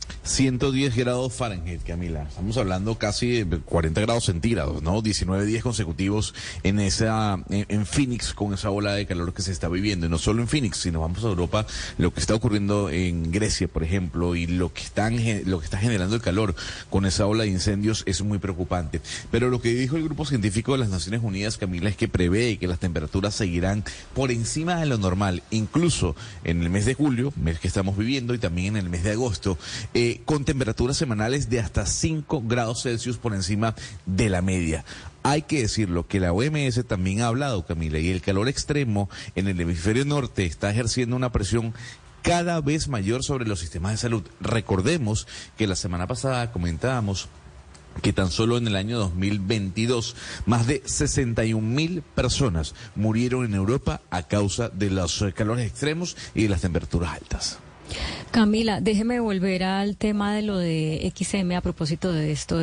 110 grados Fahrenheit, Camila. Estamos hablando casi de 40 grados centígrados, ¿no? 19 días consecutivos en Phoenix con esa ola de calor que se está viviendo. Y no solo en Phoenix, sino vamos a Europa, lo que está ocurriendo en Grecia, por ejemplo, y lo que está generando el calor con esa ola de incendios es muy preocupante. Pero lo que dijo el Grupo Científico de las Naciones Unidas, Camila, es que prevé que las temperaturas seguirán por encima de lo normal, incluso en el mes de julio, mes que estamos viviendo, y también en el mes de agosto, con temperaturas semanales de hasta 5 grados Celsius por encima de la media. Hay que decirlo que la OMS también ha hablado, Camila, y el calor extremo en el hemisferio norte está ejerciendo una presión cada vez mayor sobre los sistemas de salud. Recordemos que la semana pasada comentábamos que tan solo en el año 2022 más de 61.000 personas murieron en Europa a causa de los calores extremos y de las temperaturas altas. Camila, déjeme volver al tema de lo de XM a propósito de esto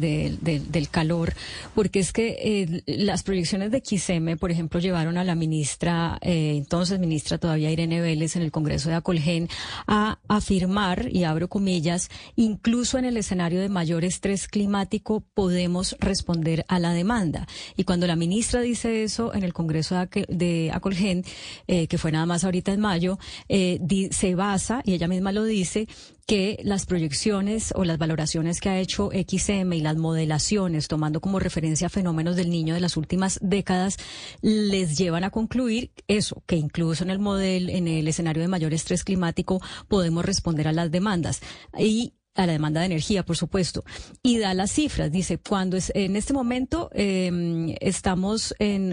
del calor, porque es que las proyecciones de XM, por ejemplo, llevaron a la ministra, entonces ministra todavía Irene Vélez en el Congreso de Acolgen, a afirmar, y abro comillas, incluso en el escenario de mayor estrés climático podemos responder a la demanda. Y cuando la ministra dice eso en el Congreso de Acolgen, que fue nada más ahorita en mayo, se basa, y ella misma lo dice, que las proyecciones o las valoraciones que ha hecho XM y las modelaciones, tomando como referencia fenómenos del Niño de las últimas décadas, les llevan a concluir eso, que incluso en el escenario de mayor estrés climático podemos responder a las demandas. Y a la demanda de energía, por supuesto, y da las cifras. Dice, en este momento estamos en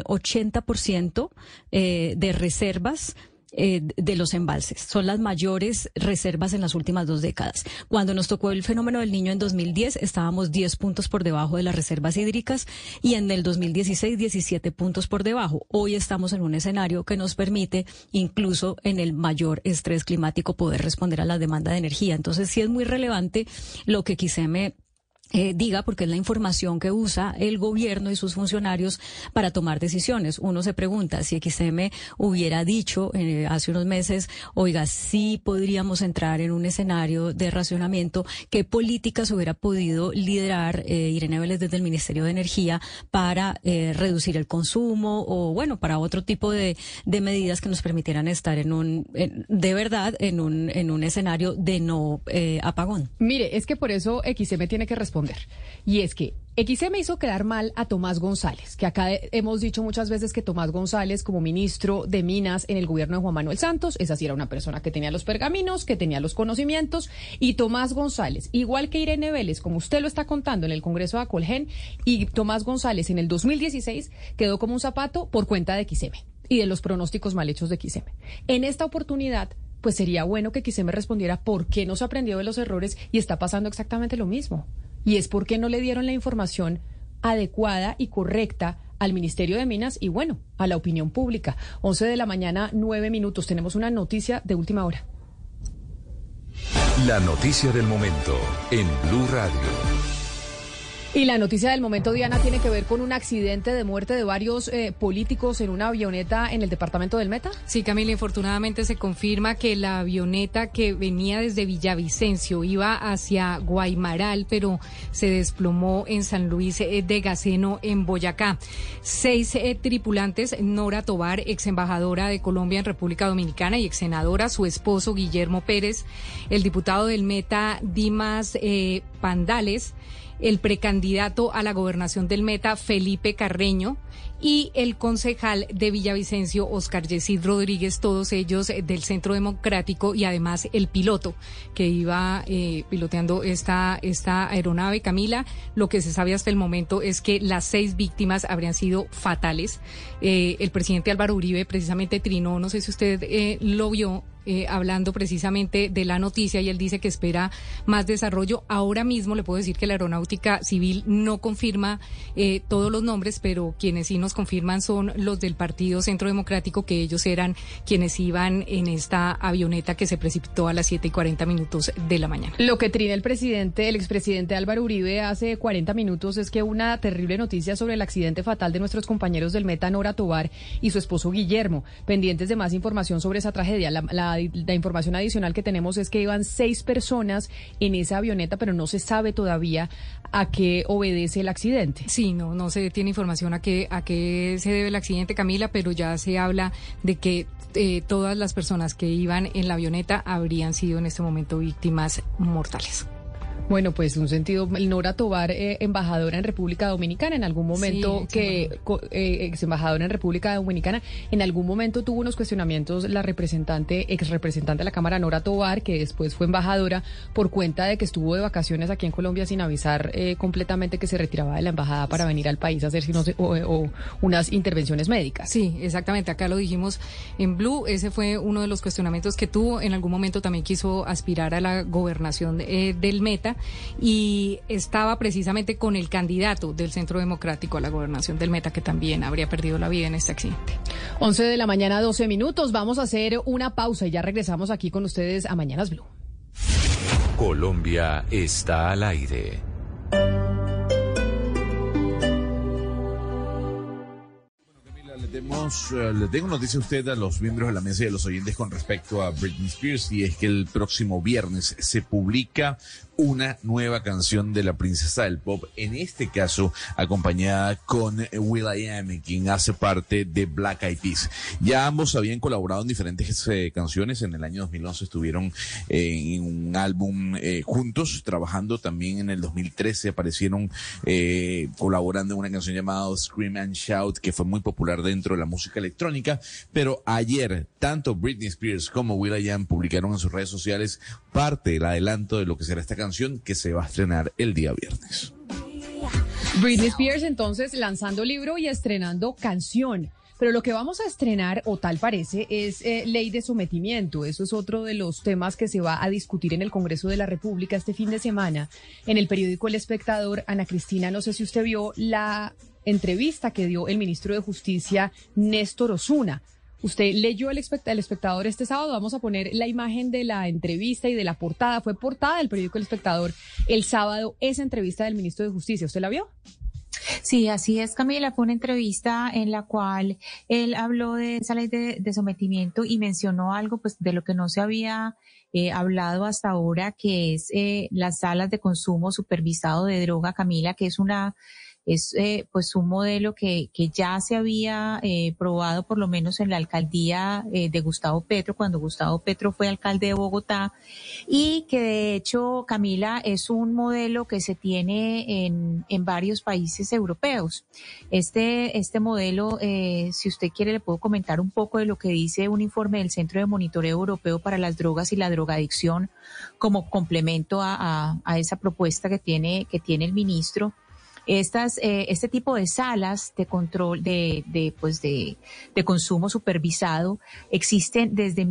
80% de reservas de los embalses. Son las mayores reservas en las últimas 2 décadas. Cuando nos tocó el fenómeno del Niño en 2010, estábamos 10 puntos por debajo de las reservas hídricas, y en el 2016, 17 puntos por debajo. Hoy estamos en un escenario que nos permite, incluso en el mayor estrés climático, poder responder a la demanda de energía. Entonces, sí es muy relevante lo que XM diga, porque es la información que usa el gobierno y sus funcionarios para tomar decisiones. Uno se pregunta si XM hubiera dicho hace unos meses, oiga, sí podríamos entrar en un escenario de racionamiento, ¿qué políticas hubiera podido liderar Irene Vélez desde el Ministerio de Energía para reducir el consumo o, bueno, para otro tipo de medidas que nos permitieran estar en un escenario de no apagón? Mire, es que por eso XM tiene que responder responder. Y es que XM hizo quedar mal a Tomás González, que acá hemos dicho muchas veces que Tomás González, como ministro de Minas en el gobierno de Juan Manuel Santos, esa sí era una persona que tenía los pergaminos, que tenía los conocimientos, y Tomás González, igual que Irene Vélez, como usted lo está contando en el Congreso de Acolgen, y Tomás González en el 2016 quedó como un zapato por cuenta de XM y de los pronósticos mal hechos de XM. En esta oportunidad, pues sería bueno que XM respondiera por qué no se aprendió de los errores y está pasando exactamente lo mismo. Y es porque no le dieron la información adecuada y correcta al Ministerio de Minas y, bueno, a la opinión pública. 11 de la mañana, 9 minutos. Tenemos una noticia de última hora. La noticia del momento en Blue Radio. Y la noticia del momento, Diana, tiene que ver con un accidente de muerte de varios políticos en una avioneta en el departamento del Meta. Sí, Camila, infortunadamente se confirma que la avioneta que venía desde Villavicencio iba hacia Guaymaral, pero se desplomó en San Luis de Gaceno, en Boyacá. 6 tripulantes: Nora Tobar, ex embajadora de Colombia en República Dominicana y ex senadora, su esposo Guillermo Pérez, el diputado del Meta Dimas Pandales, el precandidato a la gobernación del Meta, Felipe Carreño, y el concejal de Villavicencio, Oscar Yesid Rodríguez, todos ellos del Centro Democrático, y además el piloto que iba piloteando esta aeronave. Camila, lo que se sabe hasta el momento es que las 6 víctimas habrían sido fatales. El presidente Álvaro Uribe precisamente trinó, no sé si usted lo vio, hablando precisamente de la noticia, y él dice que espera más desarrollo. Ahora mismo le puedo decir que la Aeronáutica Civil no confirma todos los nombres, pero quienes sí nos confirman son los del Partido Centro Democrático, que ellos eran quienes iban en esta avioneta que se precipitó a las 7:40 de la mañana. Lo que trina el expresidente Álvaro Uribe hace 40 minutos es que una terrible noticia sobre el accidente fatal de nuestros compañeros del Meta, Nora Tobar y su esposo Guillermo. Pendientes de más información sobre esa tragedia. La información adicional que tenemos es que iban 6 personas en esa avioneta, pero no se sabe todavía a qué obedece el accidente. Sí, no se tiene información a qué se debe el accidente, Camila, pero ya se habla de que todas las personas que iban en la avioneta habrían sido en este momento víctimas mortales. Bueno, pues un sentido, Nora Tobar, embajadora en República Dominicana, en algún momento ex embajadora en República Dominicana, en algún momento tuvo unos cuestionamientos la ex representante de la Cámara, Nora Tobar, que después fue embajadora, por cuenta de que estuvo de vacaciones aquí en Colombia sin avisar completamente que se retiraba de la embajada para venir al país a hacer unas intervenciones médicas. Sí, exactamente, acá lo dijimos en Blue, ese fue uno de los cuestionamientos que tuvo. En algún momento también quiso aspirar a la gobernación del Meta, y estaba precisamente con el candidato del Centro Democrático a la gobernación del Meta, que también habría perdido la vida en este accidente. 11 de la mañana, 12 minutos. Vamos a hacer una pausa y ya regresamos aquí con ustedes a Mañanas Blue. Colombia está al aire. Le tengo noticia a usted, a los miembros de la mesa y a los oyentes, con respecto a Britney Spears, y es que el próximo viernes se publica una nueva canción de la princesa del pop, en este caso acompañada con will.i.am, quien hace parte de Black Eyed Peas. Ya ambos habían colaborado en diferentes canciones. En el año 2011 estuvieron en un álbum juntos, trabajando. También en el 2013 aparecieron colaborando en una canción llamada Scream and Shout, que fue muy popular dentro de la música electrónica. Pero ayer, tanto Britney Spears como will.i.am publicaron en sus redes sociales parte del adelanto de lo que será esta canción, que se va a estrenar el día viernes. Britney Spears entonces lanzando libro y estrenando canción. Pero lo que vamos a estrenar, o tal parece, es ley de sometimiento. Eso es otro de los temas que se va a discutir en el Congreso de la República este fin de semana. En el periódico El Espectador, Ana Cristina, no sé si usted vio la entrevista que dio el ministro de Justicia, Néstor Osuna. Usted leyó el Espectador este sábado. Vamos a poner la imagen de la entrevista y de la portada. Fue portada del periódico El Espectador el sábado, esa entrevista del ministro de Justicia. ¿Usted la vio? Sí, así es, Camila. Fue una entrevista en la cual él habló de esa ley de sometimiento y mencionó algo pues de lo que no se había hablado hasta ahora, que es las salas de consumo supervisado de droga, Camila, que es una Es pues un modelo que ya se había probado por lo menos en la alcaldía de Gustavo Petro, cuando Gustavo Petro fue alcalde de Bogotá, y que de hecho, Camila, es un modelo que se tiene en varios países europeos. Este modelo, si usted quiere, le puedo comentar un poco de lo que dice un informe del Centro de Monitoreo Europeo para las Drogas y la Drogadicción como complemento a esa propuesta que tiene el ministro. Este tipo de salas de control de consumo supervisado existen desde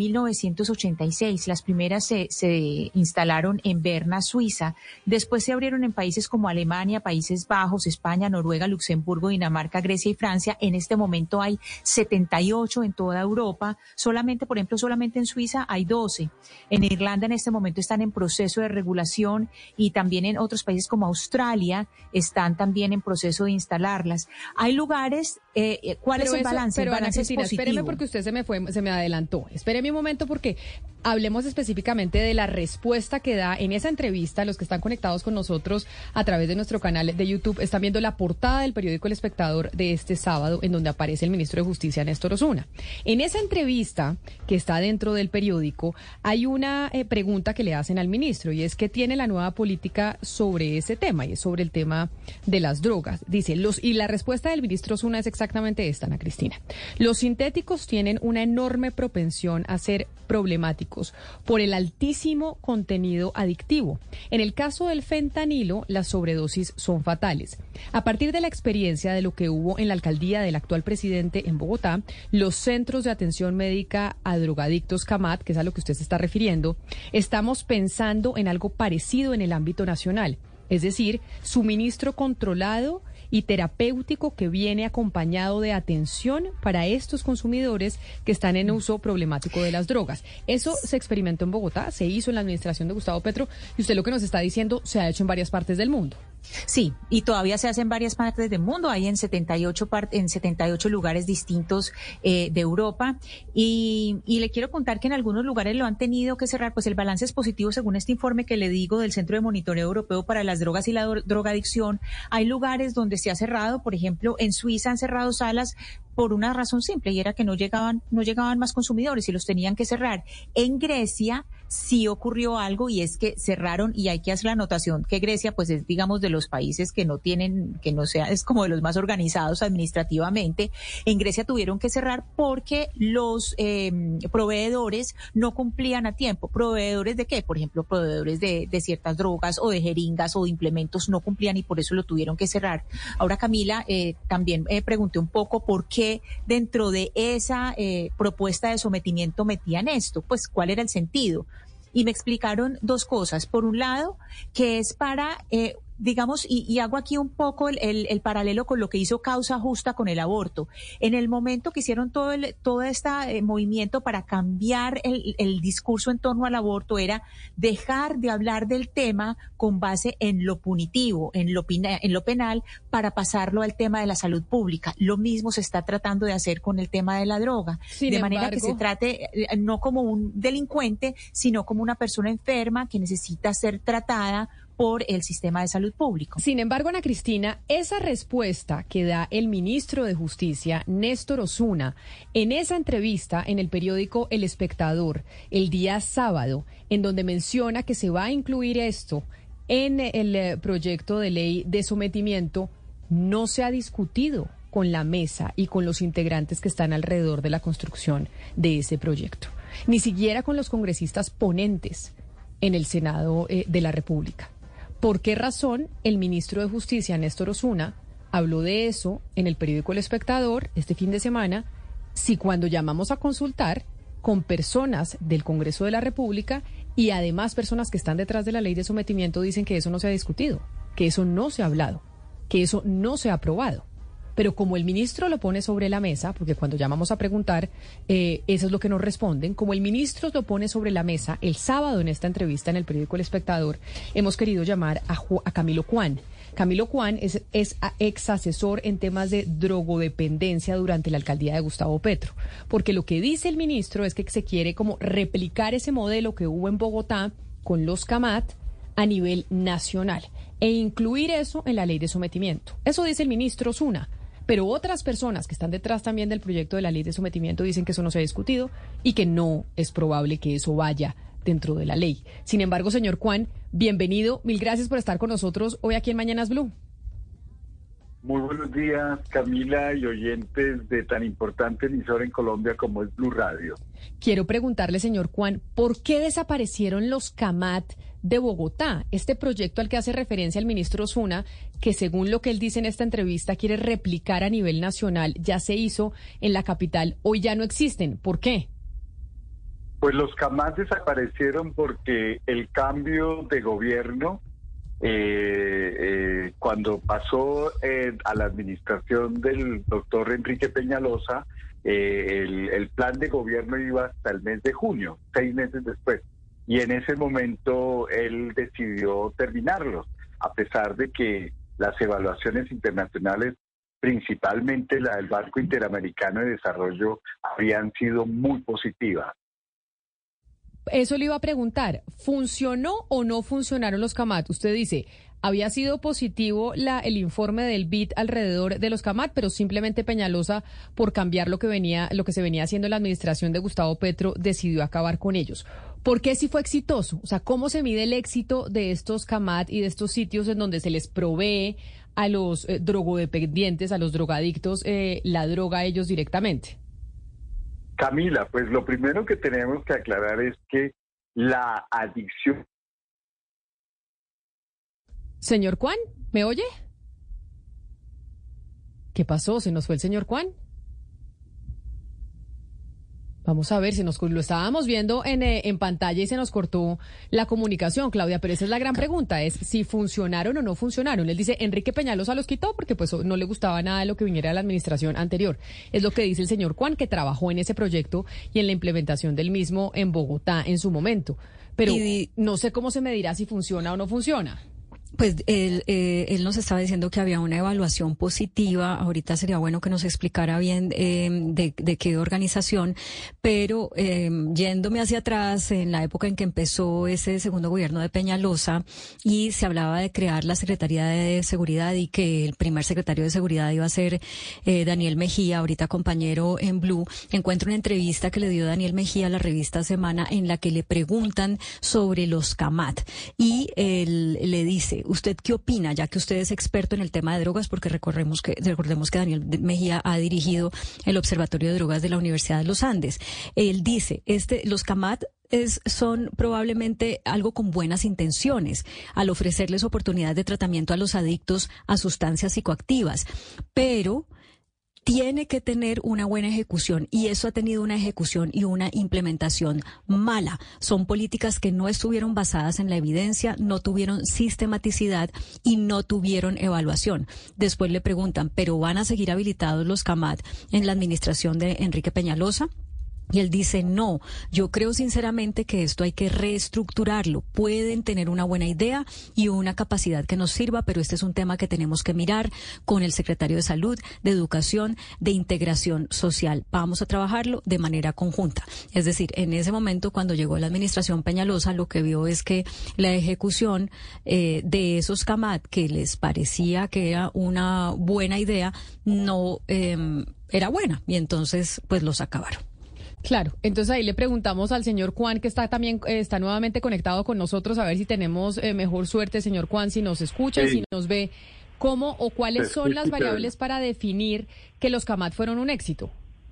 1986. Las primeras se instalaron en Berna, Suiza. Después se abrieron en países como Alemania, Países Bajos, España, Noruega, Luxemburgo, Dinamarca, Grecia y Francia. En este momento hay 78 en toda Europa. Solamente en Suiza hay 12. En Irlanda en este momento están en proceso de regulación, y también en otros países como Australia están también en proceso de instalarlas. Hay lugares, ¿cuál es el balance? Pero el balance Ana es Cristina, positivo. espéreme porque usted se me adelantó. Espéreme un momento porque hablemos específicamente de la respuesta que da en esa entrevista. Los que están conectados con nosotros a través de nuestro canal de YouTube están viendo la portada del periódico El Espectador de este sábado, en donde aparece el ministro de Justicia, Néstor Osuna. En esa entrevista que está dentro del periódico, hay una pregunta que le hacen al ministro, y es que tiene la nueva política sobre ese tema, y es sobre el tema de las drogas. Dice, y la respuesta del ministro Osuna es exactamente esta, Ana Cristina. Los sintéticos tienen una enorme propensión a ser problemáticos por el altísimo contenido adictivo. En el caso del fentanilo, las sobredosis son fatales. A partir de la experiencia de lo que hubo en la alcaldía del actual presidente en Bogotá, los centros de atención médica a drogadictos CAMAT, que es a lo que usted se está refiriendo, estamos pensando en algo parecido en el ámbito nacional. Es decir, suministro controlado y terapéutico que viene acompañado de atención para estos consumidores que están en uso problemático de las drogas. Eso se experimentó en Bogotá, se hizo en la administración de Gustavo Petro, y usted lo que nos está diciendo se ha hecho en varias partes del mundo. Sí, y todavía se hace en varias partes del mundo, hay en 78 lugares distintos de Europa, y le quiero contar que en algunos lugares lo han tenido que cerrar. Pues el balance es positivo según este informe que le digo del Centro de Monitoreo Europeo para las Drogas y la Drogadicción. Hay lugares donde se ha cerrado, por ejemplo, en Suiza han cerrado salas por una razón simple, y era que no llegaban más consumidores y los tenían que cerrar. En Grecia sí ocurrió algo, y es que cerraron, y hay que hacer la anotación que Grecia pues es, digamos, de los países que no sea, es como de los más organizados administrativamente. En Grecia tuvieron que cerrar porque los proveedores no cumplían a tiempo. ¿Proveedores de qué? Por ejemplo, proveedores de ciertas drogas o de jeringas o de implementos no cumplían, y por eso lo tuvieron que cerrar. Ahora, Camila, también pregunté un poco por qué dentro de esa propuesta de sometimiento metían esto, pues cuál era el sentido. Y me explicaron dos cosas. Por un lado, que es para, digamos, y hago aquí un poco el paralelo con lo que hizo Causa Justa con el aborto. En el momento que hicieron todo este movimiento para cambiar el discurso en torno al aborto, era dejar de hablar del tema con base en lo punitivo, en lo penal, para pasarlo al tema de la salud pública. Lo mismo se está tratando de hacer con el tema de la droga. De manera que se trate no como un delincuente, sino como una persona enferma que necesita ser tratada por el sistema de salud público. Sin embargo, Ana Cristina, esa respuesta que da el ministro de Justicia, Néstor Osuna, en esa entrevista en el periódico El Espectador, el día sábado, en donde menciona que se va a incluir esto en el proyecto de ley de sometimiento, no se ha discutido con la mesa y con los integrantes que están alrededor de la construcción de ese proyecto, ni siquiera con los congresistas ponentes en el Senado de la República. ¿Por qué razón el ministro de Justicia, Néstor Osuna, habló de eso en el periódico El Espectador este fin de semana, si cuando llamamos a consultar con personas del Congreso de la República y además personas que están detrás de la ley de sometimiento dicen que eso no se ha discutido, que eso no se ha hablado, que eso no se ha aprobado? Pero como el ministro lo pone sobre la mesa, porque cuando llamamos a preguntar, eso es lo que nos responden, como el ministro lo pone sobre la mesa, el sábado en esta entrevista en el periódico El Espectador, hemos querido llamar a Camilo Cuán. Camilo Cuán es ex asesor en temas de drogodependencia durante la alcaldía de Gustavo Petro, porque lo que dice el ministro es que se quiere como replicar ese modelo que hubo en Bogotá con los CAMAT a nivel nacional. e incluir eso en la ley de sometimiento. Eso dice el ministro Osuna. Pero otras personas que están detrás también del proyecto de la ley de sometimiento dicen que eso no se ha discutido y que no es probable que eso vaya dentro de la ley. Sin embargo, señor Kwan, bienvenido. Mil gracias por estar con nosotros hoy aquí en Mañanas Blue. Muy buenos días, Camila, y oyentes de tan importante emisora en Colombia como es Blue Radio. Quiero preguntarle, señor Kwan, ¿por qué desaparecieron los CAMAT de Bogotá? Este proyecto al que hace referencia el ministro Osuna, que según lo que él dice en esta entrevista quiere replicar a nivel nacional, ya se hizo en la capital, hoy ya no existen. ¿Por qué? Pues los CAMAT desaparecieron porque el cambio de gobierno, cuando pasó a la administración del doctor Enrique Peñalosa, el plan de gobierno iba hasta el mes de junio, 6 meses después. Y en ese momento él decidió terminarlos, a pesar de que las evaluaciones internacionales, principalmente la del Banco Interamericano de Desarrollo, habían sido muy positivas. Eso le iba a preguntar, ¿funcionó o no funcionaron los CAMAT? Usted dice, había sido positivo el informe del BID alrededor de los CAMAT, pero simplemente Peñalosa, por cambiar lo que se venía haciendo en la administración de Gustavo Petro, decidió acabar con ellos. ¿Por qué sí fue exitoso? O sea, ¿cómo se mide el éxito de estos CAMAT y de estos sitios en donde se les provee a los drogodependientes, a los drogadictos, la droga a ellos directamente? Camila, pues lo primero que tenemos que aclarar es que la adicción... Señor Kwan, ¿me oye? ¿Qué pasó? ¿Se nos fue el señor Kwan? Vamos a ver, lo estábamos viendo en pantalla y se nos cortó la comunicación, Claudia, pero esa es la gran pregunta, es si funcionaron o no funcionaron. Él dice, Enrique Peñalosa los quitó porque pues no le gustaba nada de lo que viniera de la administración anterior. Es lo que dice el señor Kwan, que trabajó en ese proyecto y en la implementación del mismo en Bogotá en su momento. Pero no sé cómo se medirá si funciona o no funciona. Pues él nos estaba diciendo que había una evaluación positiva. Ahorita sería bueno que nos explicara bien de qué organización, pero yéndome hacia atrás, en la época en que empezó ese segundo gobierno de Peñalosa y se hablaba de crear la Secretaría de Seguridad y que el primer secretario de Seguridad iba a ser Daniel Mejía, ahorita compañero en Blue, encuentro una entrevista que le dio Daniel Mejía a la revista Semana en la que le preguntan sobre los CAMAT y él le dice, ¿usted qué opina, ya que usted es experto en el tema de drogas? Porque recordemos que Daniel Mejía ha dirigido el Observatorio de Drogas de la Universidad de los Andes. Él dice, los CAMAT son probablemente algo con buenas intenciones al ofrecerles oportunidades de tratamiento a los adictos a sustancias psicoactivas, pero tiene que tener una buena ejecución y eso ha tenido una ejecución y una implementación mala. Son políticas que no estuvieron basadas en la evidencia, no tuvieron sistematicidad y no tuvieron evaluación. Después le preguntan, ¿pero van a seguir habilitados los CAMAT en la administración de Enrique Peñalosa? Y él dice, no, yo creo sinceramente que esto hay que reestructurarlo. Pueden tener una buena idea y una capacidad que nos sirva, pero este es un tema que tenemos que mirar con el secretario de Salud, de Educación, de Integración Social. Vamos a trabajarlo de manera conjunta. Es decir, en ese momento, cuando llegó la administración Peñalosa, lo que vio es que la ejecución de esos CAMAT, que les parecía que era una buena idea, no era buena. Y entonces, pues los acabaron. Claro, entonces ahí le preguntamos al señor Kwan, que está nuevamente conectado con nosotros, a ver si tenemos mejor suerte, señor Kwan, si nos escucha, si nos ve, cómo o cuáles son las variables para definir que los CAMAT fueron un éxito.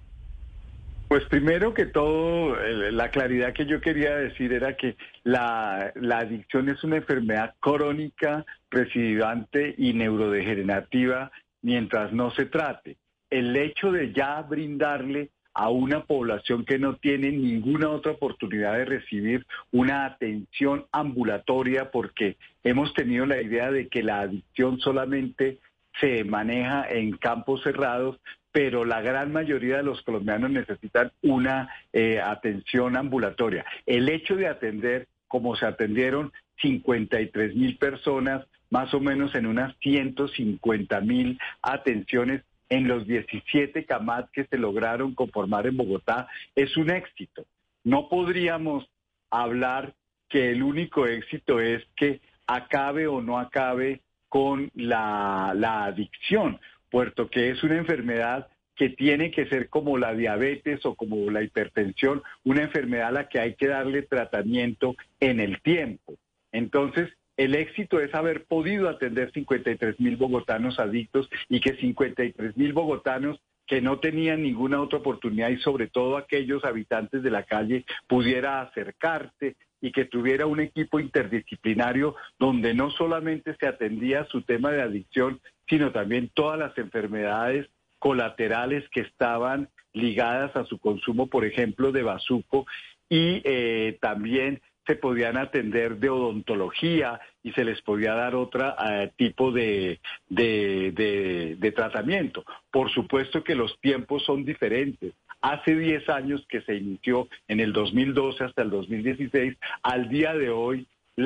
Pues primero que todo, la claridad que yo quería decir era que la adicción es una enfermedad crónica, recidivante y neurodegenerativa mientras no se trate. El hecho de ya brindarle a una población que no tiene ninguna otra oportunidad de recibir una atención ambulatoria, porque hemos tenido la idea de que la adicción solamente se maneja en campos cerrados, pero la gran mayoría de los colombianos necesitan una atención ambulatoria. El hecho de atender, como se atendieron 53,000 personas, más o menos en unas 150,000 atenciones, en los 17 CAMAT que se lograron conformar en Bogotá, es un éxito. No podríamos hablar que el único éxito es que acabe o no acabe con la adicción, puesto que es una enfermedad que tiene que ser como la diabetes o como la hipertensión, una enfermedad a la que hay que darle tratamiento en el tiempo. Entonces, el éxito es haber podido atender 53,000 bogotanos adictos y que 53,000 bogotanos que no tenían ninguna otra oportunidad y sobre todo aquellos habitantes de la calle pudiera acercarse y que tuviera un equipo interdisciplinario donde no solamente se atendía su tema de adicción, sino también todas las enfermedades colaterales que estaban ligadas a su consumo, por ejemplo, de bazuco, y también se podían atender de odontología y se les podía dar otro tipo de tratamiento. Por supuesto que los tiempos son diferentes. Hace 10 años que se inició, en el 2012 hasta el 2016, al día de hoy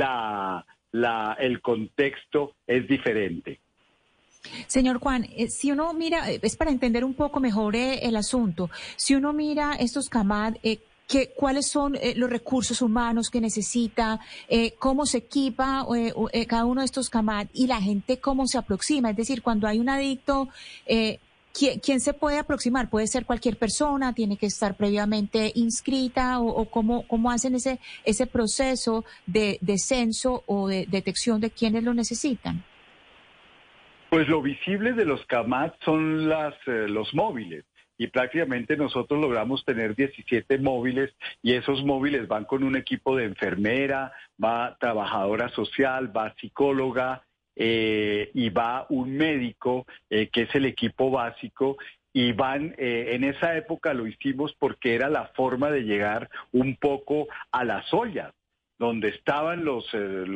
el contexto es diferente. Señor Juan, si uno mira, es para entender un poco mejor el asunto, si uno mira estos CAMAD, ¿cuáles son los recursos humanos que necesita? ¿Cómo se equipa cada uno de estos CAMAD? Y la gente, ¿cómo se aproxima? Es decir, cuando hay un adicto, ¿quién se puede aproximar? ¿Puede ser cualquier persona? ¿Tiene que estar previamente inscrita? ¿O cómo hacen ese proceso de censo o de detección de quienes lo necesitan? Pues lo visible de los CAMAD son los móviles, y prácticamente nosotros logramos tener 17 móviles, y esos móviles van con un equipo de enfermera, va trabajadora social, va psicóloga y va un médico, que es el equipo básico, y van, en esa época lo hicimos porque era la forma de llegar un poco a las ollas, donde estaban los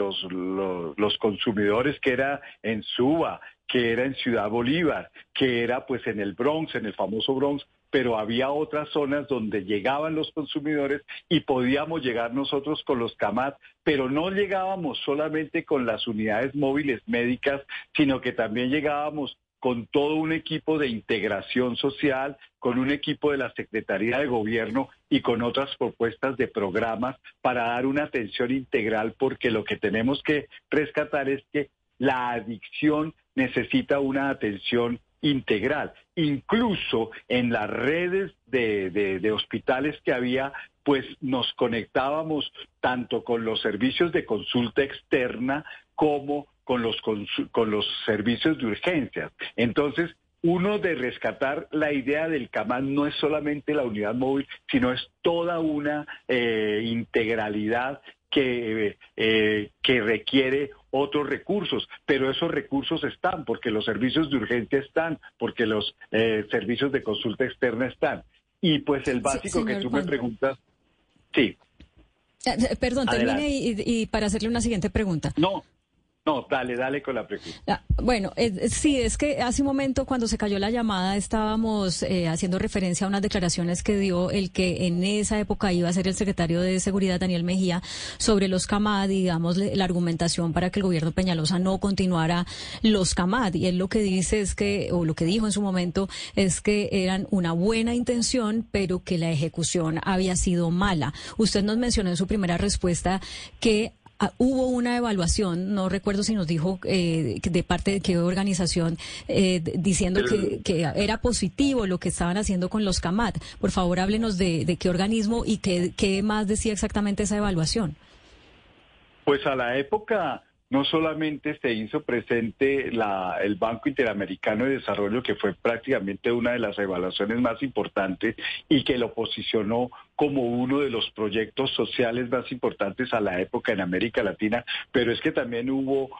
consumidores, que era en Suba, que era en Ciudad Bolívar, que era pues en el Bronx, en el famoso Bronx, pero había otras zonas donde llegaban los consumidores y podíamos llegar nosotros con los CAMAD, pero no llegábamos solamente con las unidades móviles médicas, sino que también llegábamos con todo un equipo de integración social, con un equipo de la Secretaría de Gobierno y con otras propuestas de programas para dar una atención integral, porque lo que tenemos que rescatar es que la adicción necesita una atención integral. Incluso en las redes de hospitales que había, pues nos conectábamos tanto con los servicios de consulta externa como con los servicios de urgencias. Entonces, uno de rescatar la idea del CAMAD no es solamente la unidad móvil, sino es toda una integralidad que requiere otros recursos, pero esos recursos están, porque los servicios de urgencia están, porque los servicios de consulta externa están. Y pues el básico que tú me preguntas, sí. Perdón, termine y para hacerle una siguiente pregunta. No, dale con la pregunta. Bueno, sí, es que hace un momento cuando se cayó la llamada estábamos haciendo referencia a unas declaraciones que dio el que en esa época iba a ser el secretario de Seguridad, Daniel Mejía, sobre los CAMAD, digamos, la argumentación para que el gobierno Peñalosa no continuara los CAMAD. Y él lo que dice es que, o lo que dijo en su momento, es que eran una buena intención, pero que la ejecución había sido mala. Usted nos mencionó en su primera respuesta que hubo una evaluación, no recuerdo si nos dijo de parte de qué organización, diciendo que era positivo lo que estaban haciendo con los CAMAD. Por favor, háblenos de qué organismo y qué más decía exactamente esa evaluación. Pues a la época no solamente se hizo presente el Banco Interamericano de Desarrollo, que fue prácticamente una de las evaluaciones más importantes y que lo posicionó como uno de los proyectos sociales más importantes a la época en América Latina, pero es que también hubo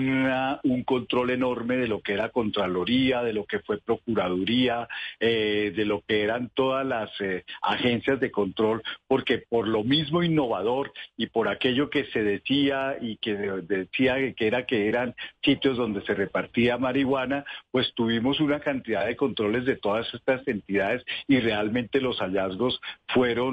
un control enorme de lo que era Contraloría, de lo que fue Procuraduría, de lo que eran todas las agencias de control, porque por lo mismo innovador y por aquello que se decía y que decía que eran sitios donde se repartía marihuana, pues tuvimos una cantidad de controles de todas estas entidades y realmente los hallazgos fueron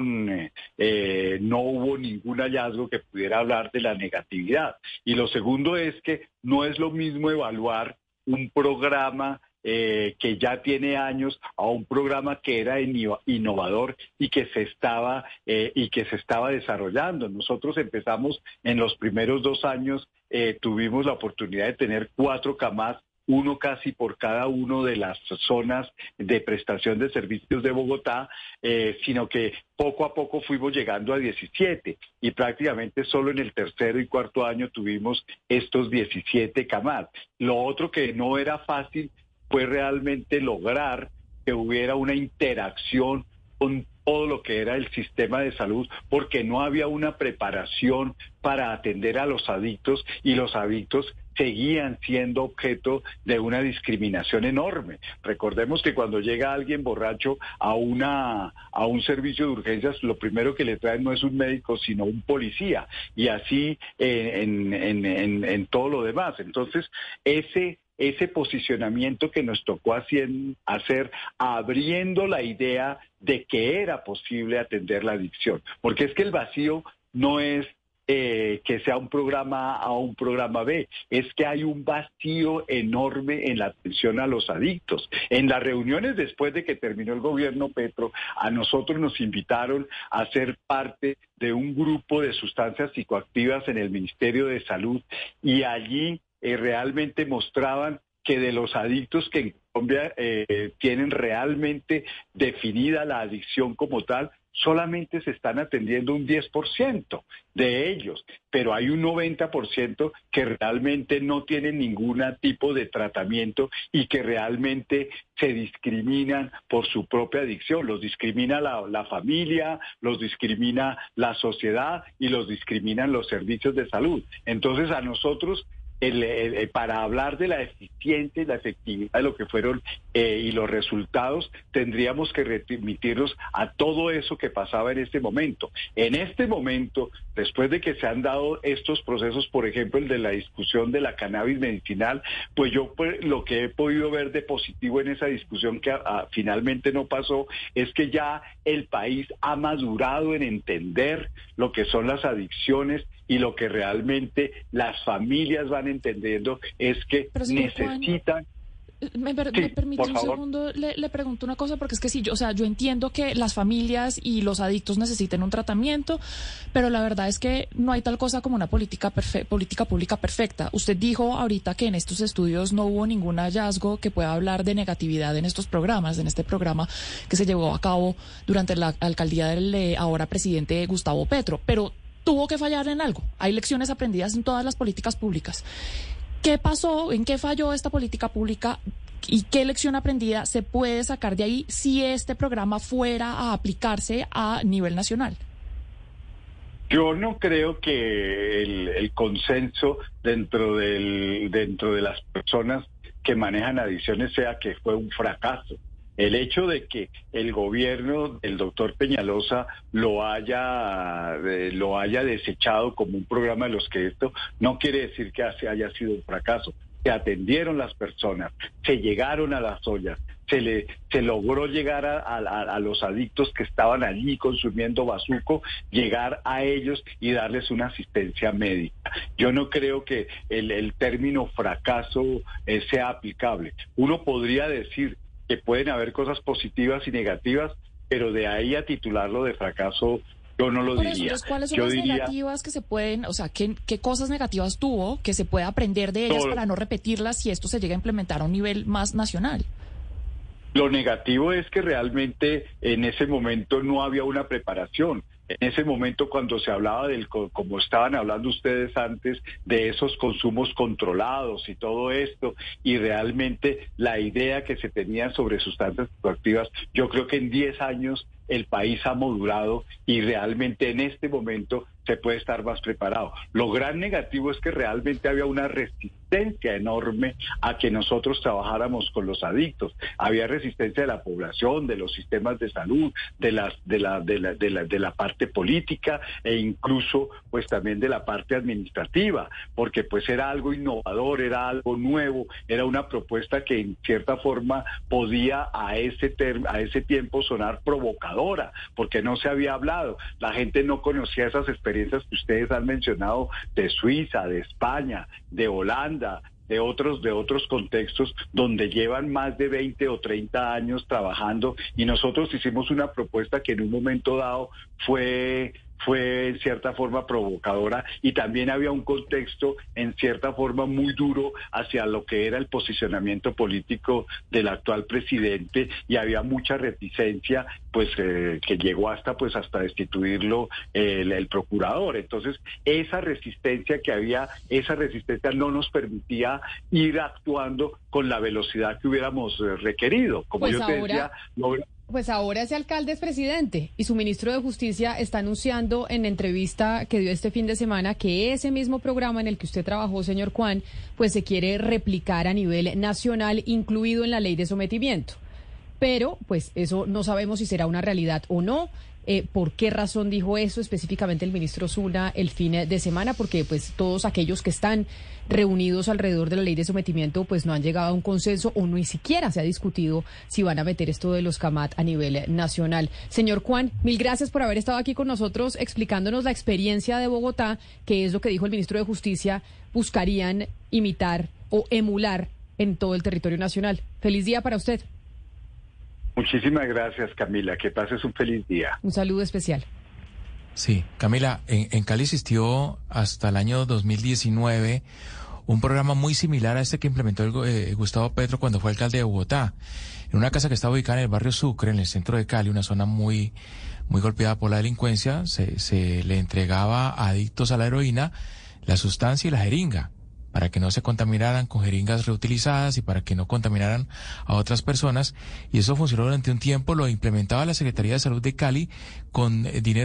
no hubo ningún hallazgo que pudiera hablar de la negatividad. Y lo segundo es que no es lo mismo evaluar un programa que ya tiene años, a un programa que era innovador y que se estaba desarrollando. Nosotros empezamos en los primeros 2 años, tuvimos la oportunidad de tener 4 camas, uno casi por cada uno de las zonas de prestación de servicios de Bogotá, sino que poco a poco fuimos llegando a 17 y prácticamente solo en el tercero y cuarto año tuvimos estos 17 camas. Lo otro que no era fácil fue realmente lograr que hubiera una interacción con todo lo que era el sistema de salud, porque no había una preparación para atender a los adictos y los adictos seguían siendo objeto de una discriminación enorme. Recordemos que cuando llega alguien borracho a un servicio de urgencias, lo primero que le traen no es un médico, sino un policía, y así en todo lo demás. Entonces, ese posicionamiento que nos tocó hacer, abriendo la idea de que era posible atender la adicción, porque es que el vacío no es que sea un progrma A o un programa B, es que hay un vacío enorme en la atención a los adictos. En las reuniones después de que terminó el gobierno Petro, a nosotros nos invitaron a ser parte de un grupo de sustancias psicoactivas en el Ministerio de Salud, y allí realmente mostraban que de los adictos que en Colombia tienen realmente definida la adicción como tal, solamente se están atendiendo un 10% de ellos, pero hay un 90% que realmente no tienen ningún tipo de tratamiento y que realmente se discriminan por su propia adicción. Los discrimina la familia, los discrimina la sociedad y los discriminan los servicios de salud. Entonces, a nosotros, para hablar de la eficiencia y la efectividad de lo que fueron y los resultados, tendríamos que remitirnos a todo eso que pasaba en este momento. En este momento, después de que se han dado estos procesos, por ejemplo, el de la discusión de la cannabis medicinal, pues yo lo que he podido ver de positivo en esa discusión que finalmente no pasó, es que ya el país ha madurado en entender lo que son las adicciones, y lo que realmente las familias van entendiendo es que necesitan... Me permite un segundo, le pregunto una cosa, porque es que sí, yo entiendo que las familias y los adictos necesiten un tratamiento, pero la verdad es que no hay tal cosa como una política pública perfecta. Usted dijo ahorita que en estos estudios no hubo ningún hallazgo que pueda hablar de negatividad en estos programas, en este programa que se llevó a cabo durante la alcaldía del ahora presidente Gustavo Petro, pero tuvo que fallar en algo. Hay lecciones aprendidas en todas las políticas públicas. ¿Qué pasó? ¿En qué falló esta política pública? ¿Y qué lección aprendida se puede sacar de ahí si este programa fuera a aplicarse a nivel nacional? Yo no creo que el consenso dentro de las personas que manejan adicciones sea que fue un fracaso. El hecho de que el gobierno del doctor Peñalosa lo haya desechado como un programa de los que esto, no quiere decir que haya sido un fracaso. Se atendieron las personas, se llegaron a las ollas, se logró llegar a los adictos que estaban allí consumiendo bazuco, llegar a ellos y darles una asistencia médica. Yo no creo que el término fracaso sea aplicable. Uno podría decir que pueden haber cosas positivas y negativas, pero de ahí a titularlo de fracaso, yo no lo diría. Entonces, ¿cuáles son las negativas que se pueden, qué cosas negativas tuvo que se pueda aprender de ellas para no repetirlas si esto se llega a implementar a un nivel más nacional? Lo negativo es que realmente en ese momento no había una preparación. En ese momento, cuando se hablaba como estaban hablando ustedes antes, de esos consumos controlados y todo esto, y realmente la idea que se tenía sobre sustancias psicoactivas, yo creo que en 10 años el país ha madurado y realmente en este momento se puede estar más preparado. Lo gran negativo es que realmente había una resistencia enorme a que nosotros trabajáramos con los adictos. Había resistencia de la población, de los sistemas de salud, de la parte política e incluso pues también de la parte administrativa, porque pues era algo innovador, era algo nuevo, era una propuesta que en cierta forma podía a ese tiempo sonar provocadora, porque no se había hablado, la gente no conocía esas experiencias que ustedes han mencionado de Suiza, de España, de Holanda, de otros contextos donde llevan más de 20 o 30 años trabajando, y nosotros hicimos una propuesta que en un momento dado fue en cierta forma provocadora, y también había un contexto en cierta forma muy duro hacia lo que era el posicionamiento político del actual presidente, y había mucha reticencia, pues que llegó hasta destituirlo el procurador. Entonces, esa resistencia no nos permitía ir actuando con la velocidad que hubiéramos requerido. Como pues yo te decía, Pues ahora ese alcalde es presidente y su ministro de Justicia está anunciando en entrevista que dio este fin de semana que ese mismo programa en el que usted trabajó, señor Kwan, pues se quiere replicar a nivel nacional, incluido en la ley de sometimiento. Pero, pues eso no sabemos si será una realidad o no. ¿Por qué razón dijo eso específicamente el ministro Zuna el fin de semana? Porque pues todos aquellos que están reunidos alrededor de la ley de sometimiento pues no han llegado a un consenso, o ni siquiera se ha discutido si van a meter esto de los CAMAT a nivel nacional. Señor Kwan, mil gracias por haber estado aquí con nosotros explicándonos la experiencia de Bogotá, que es lo que dijo el ministro de Justicia, buscarían imitar o emular en todo el territorio nacional. Feliz día para usted. Muchísimas gracias, Camila. Que pases un feliz día. Un saludo especial. Sí, Camila, en Cali existió hasta el año 2019 un programa muy similar a este que implementó Gustavo Petro cuando fue alcalde de Bogotá. En una casa que estaba ubicada en el barrio Sucre, en el centro de Cali, una zona muy golpeada por la delincuencia, se le entregaba a adictos a la heroína la sustancia y la jeringa, para que no se contaminaran con jeringas reutilizadas y para que no contaminaran a otras personas. Y eso funcionó durante un tiempo, lo implementaba la Secretaría de Salud de Cali con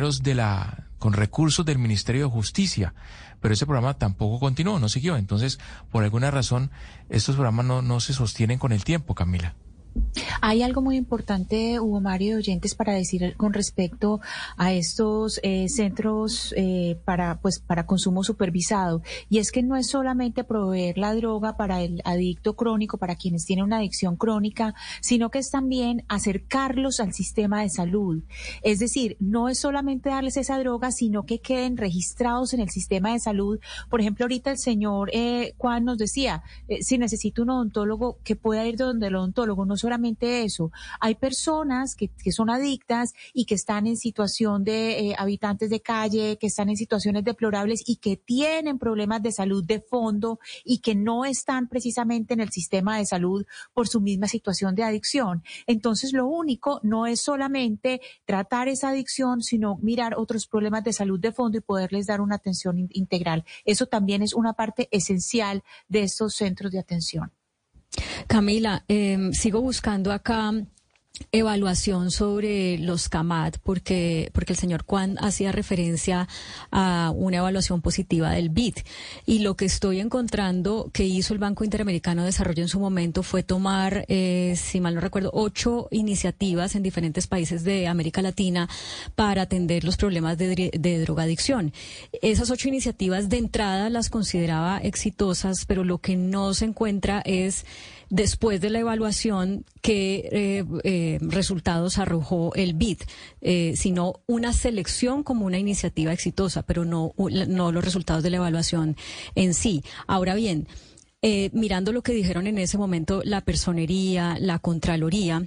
con recursos del Ministerio de Justicia. Pero ese programa tampoco continuó, no siguió. Entonces, por alguna razón, estos programas no se sostienen con el tiempo, Camila. Hay algo muy importante, Hugo Mario, de oyentes, para decir con respecto a estos centros para consumo supervisado, y es que no es solamente proveer la droga para el adicto crónico, para quienes tienen una adicción crónica, sino que es también acercarlos al sistema de salud. Es decir, no es solamente darles esa droga, sino que queden registrados en el sistema de salud. Por ejemplo, ahorita el señor Juan nos decía, si necesita un odontólogo, que pueda ir donde el odontólogo. No solamente eso, hay personas que son adictas y que están en situación de habitantes de calle, que están en situaciones deplorables y que tienen problemas de salud de fondo y que no están precisamente en el sistema de salud por su misma situación de adicción. Entonces, lo único no es solamente tratar esa adicción, sino mirar otros problemas de salud de fondo y poderles dar una atención integral. Eso también es una parte esencial de estos centros de atención. Camila, sigo buscando acá evaluación sobre los CAMAT porque el señor Kwan hacía referencia a una evaluación positiva del BID, y lo que estoy encontrando que hizo el Banco Interamericano de Desarrollo en su momento fue tomar, si mal no recuerdo, 8 iniciativas en diferentes países de América Latina para atender los problemas de drogadicción. Esas 8 iniciativas de entrada las consideraba exitosas, pero lo que no se encuentra es, después de la evaluación, qué resultados arrojó el BID, sino una selección como una iniciativa exitosa, pero no los resultados de la evaluación en sí. Ahora bien, mirando lo que dijeron en ese momento la Personería, la Contraloría,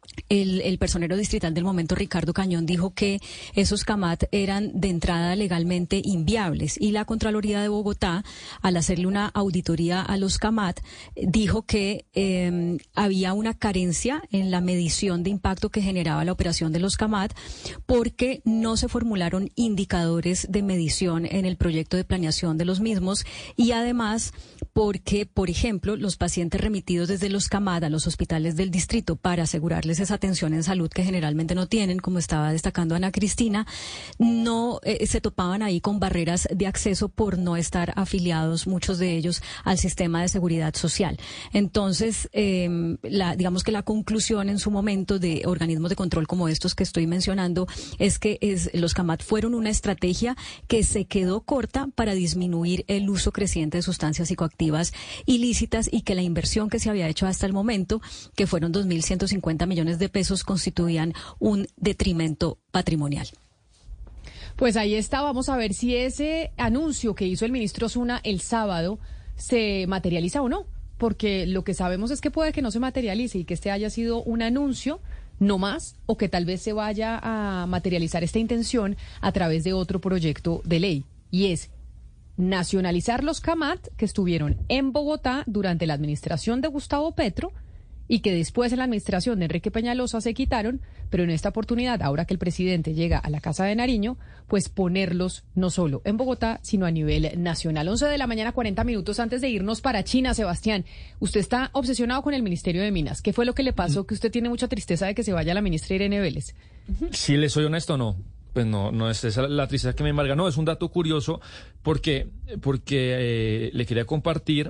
el personero distrital del momento, Ricardo Cañón, dijo que esos CAMAT eran de entrada legalmente inviables, y la Contraloría de Bogotá, al hacerle una auditoría a los CAMAT, dijo que había una carencia en la medición de impacto que generaba la operación de los CAMAT, porque no se formularon indicadores de medición en el proyecto de planeación de los mismos, y además porque, por ejemplo, los pacientes remitidos desde los CAMAT a los hospitales del distrito para asegurarles esa atención en salud que generalmente no tienen, como estaba destacando Ana Cristina, no se topaban ahí con barreras de acceso por no estar afiliados, muchos de ellos, al sistema de seguridad social. Entonces, digamos que la conclusión en su momento de organismos de control como estos que estoy mencionando es que los CAMAT fueron una estrategia que se quedó corta para disminuir el uso creciente de sustancias psicoactivas ilícitas, y que la inversión que se había hecho hasta el momento, que fueron 2.150 millones de pesos, constituían un detrimento patrimonial. Pues ahí está, vamos a ver si ese anuncio que hizo el ministro Zuna el sábado se materializa o no, porque lo que sabemos es que puede que no se materialice y que este haya sido un anuncio, no más, o que tal vez se vaya a materializar esta intención a través de otro proyecto de ley, y es nacionalizar los CAMAT que estuvieron en Bogotá durante la administración de Gustavo Petro y que después en la administración de Enrique Peñalosa se quitaron, pero en esta oportunidad, ahora que el presidente llega a la Casa de Nariño, pues ponerlos no solo en Bogotá, sino a nivel nacional. 11 de la mañana, 40 minutos antes de irnos para China. Sebastián, usted está obsesionado con el Ministerio de Minas. ¿Qué fue lo que le pasó? Que usted tiene mucha tristeza de que se vaya la ministra Irene Vélez. Si le soy honesto, no. Pues no es esa la tristeza que me embarga. No, es un dato curioso porque le quería compartir.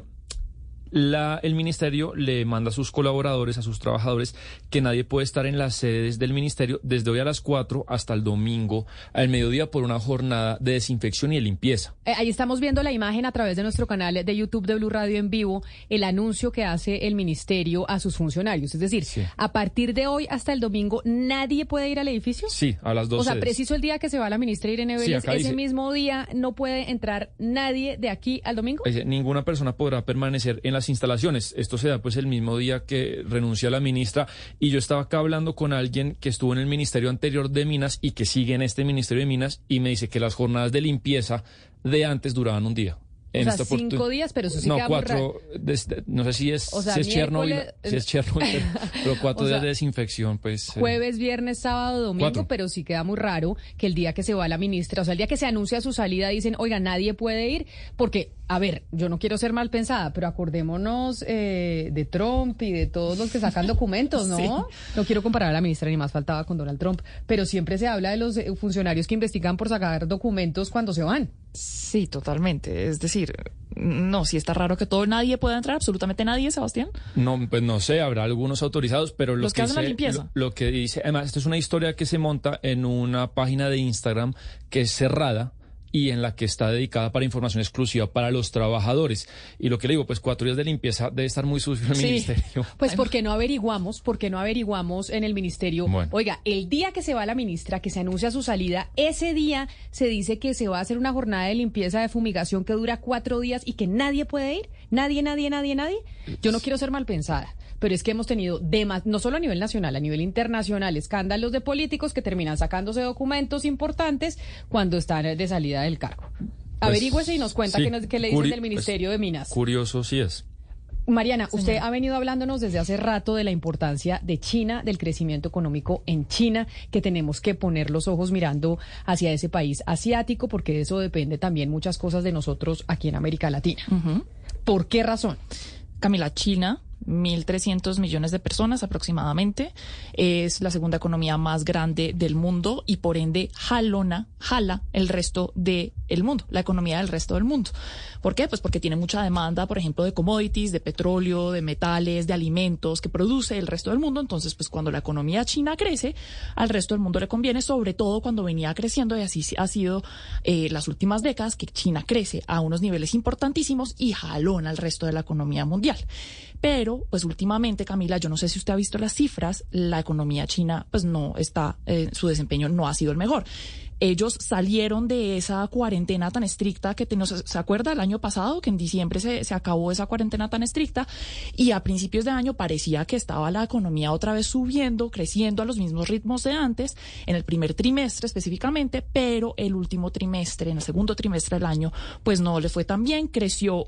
El ministerio le manda a sus colaboradores, a sus trabajadores, que nadie puede estar en las sedes del ministerio desde hoy a las 4 hasta el domingo al mediodía por una jornada de desinfección y de limpieza. Ahí estamos viendo la imagen a través de nuestro canal de YouTube de Blue Radio en vivo, el anuncio que hace el ministerio a sus funcionarios. Es decir, sí, a partir de hoy hasta el domingo, ¿nadie puede ir al edificio? Sí, a las 2 O sea, sedes. Preciso el día que se va la ministra Irene Vélez, sí, ese dice, mismo día no puede entrar nadie de aquí al domingo. Dice, ninguna persona podrá permanecer en las instalaciones. Esto se da pues el mismo día que renuncia la ministra, y yo estaba acá hablando con alguien que estuvo en el ministerio anterior de Minas y que sigue en este ministerio de Minas, y me dice que las jornadas de limpieza de antes duraban un día. O sea, 5 días, pero eso sí queda muy raro. No sé si es, o sea, si es Chernobyl, pero 4 días de desinfección, pues. Jueves, viernes, sábado, domingo, 4. Pero sí queda muy raro que el día que se va la ministra, o sea, el día que se anuncia su salida, dicen, oiga, nadie puede ir, porque, a ver, yo no quiero ser mal pensada, pero acordémonos de Trump y de todos los que sacan documentos, ¿no? Sí. No quiero comparar a la ministra, ni más faltaba, con Donald Trump, pero siempre se habla de los funcionarios que investigan por sacar documentos cuando se van. Sí, totalmente. Es decir, no, sí está raro que nadie pueda entrar, absolutamente nadie, Sebastián. No, pues no sé, habrá algunos autorizados, pero los que hacen la limpieza. Lo que dice, además, esto es una historia que se monta en una página de Instagram que es cerrada y en la que está dedicada para información exclusiva para los trabajadores. Y lo que le digo, pues 4 días de limpieza debe estar muy sucio el ministerio. Pues ¿por qué no averiguamos en el ministerio? Bueno. Oiga, el día que se va la ministra, que se anuncia su salida, ese día se dice que se va a hacer una jornada de limpieza de fumigación que dura 4 días y que nadie puede ir. Nadie. Yo no quiero ser mal pensada, pero es que hemos tenido no solo a nivel nacional, a nivel internacional, escándalos de políticos que terminan sacándose documentos importantes cuando están de salida del cargo. Averígüese y nos cuenta qué le dicen del Ministerio de Minas. Curioso sí es. Mariana, usted ha venido hablándonos desde hace rato de la importancia de China, del crecimiento económico en China, que tenemos que poner los ojos mirando hacia ese país asiático, porque de eso depende también muchas cosas de nosotros aquí en América Latina. ¿Por qué razón? Camila, China, 1.300 millones de personas aproximadamente, es la segunda economía más grande del mundo y por ende jala el resto del mundo, la economía del resto del mundo. ¿Por qué? Pues porque tiene mucha demanda, por ejemplo, de commodities, de petróleo, de metales, de alimentos que produce el resto del mundo. Entonces, pues cuando la economía china crece, al resto del mundo le conviene, sobre todo cuando venía creciendo, y así ha sido las últimas décadas, que China crece a unos niveles importantísimos y jalona al resto de la economía mundial. Pero, pues últimamente, Camila, yo no sé si usted ha visto las cifras, la economía china, pues no está, su desempeño no ha sido el mejor. Ellos salieron de esa cuarentena tan estricta que ¿se acuerda el año pasado? Que en diciembre se acabó esa cuarentena tan estricta y a principios de año parecía que estaba la economía otra vez subiendo, creciendo a los mismos ritmos de antes, en el primer trimestre específicamente, pero el último trimestre, en el segundo trimestre del año, pues no le fue tan bien, creció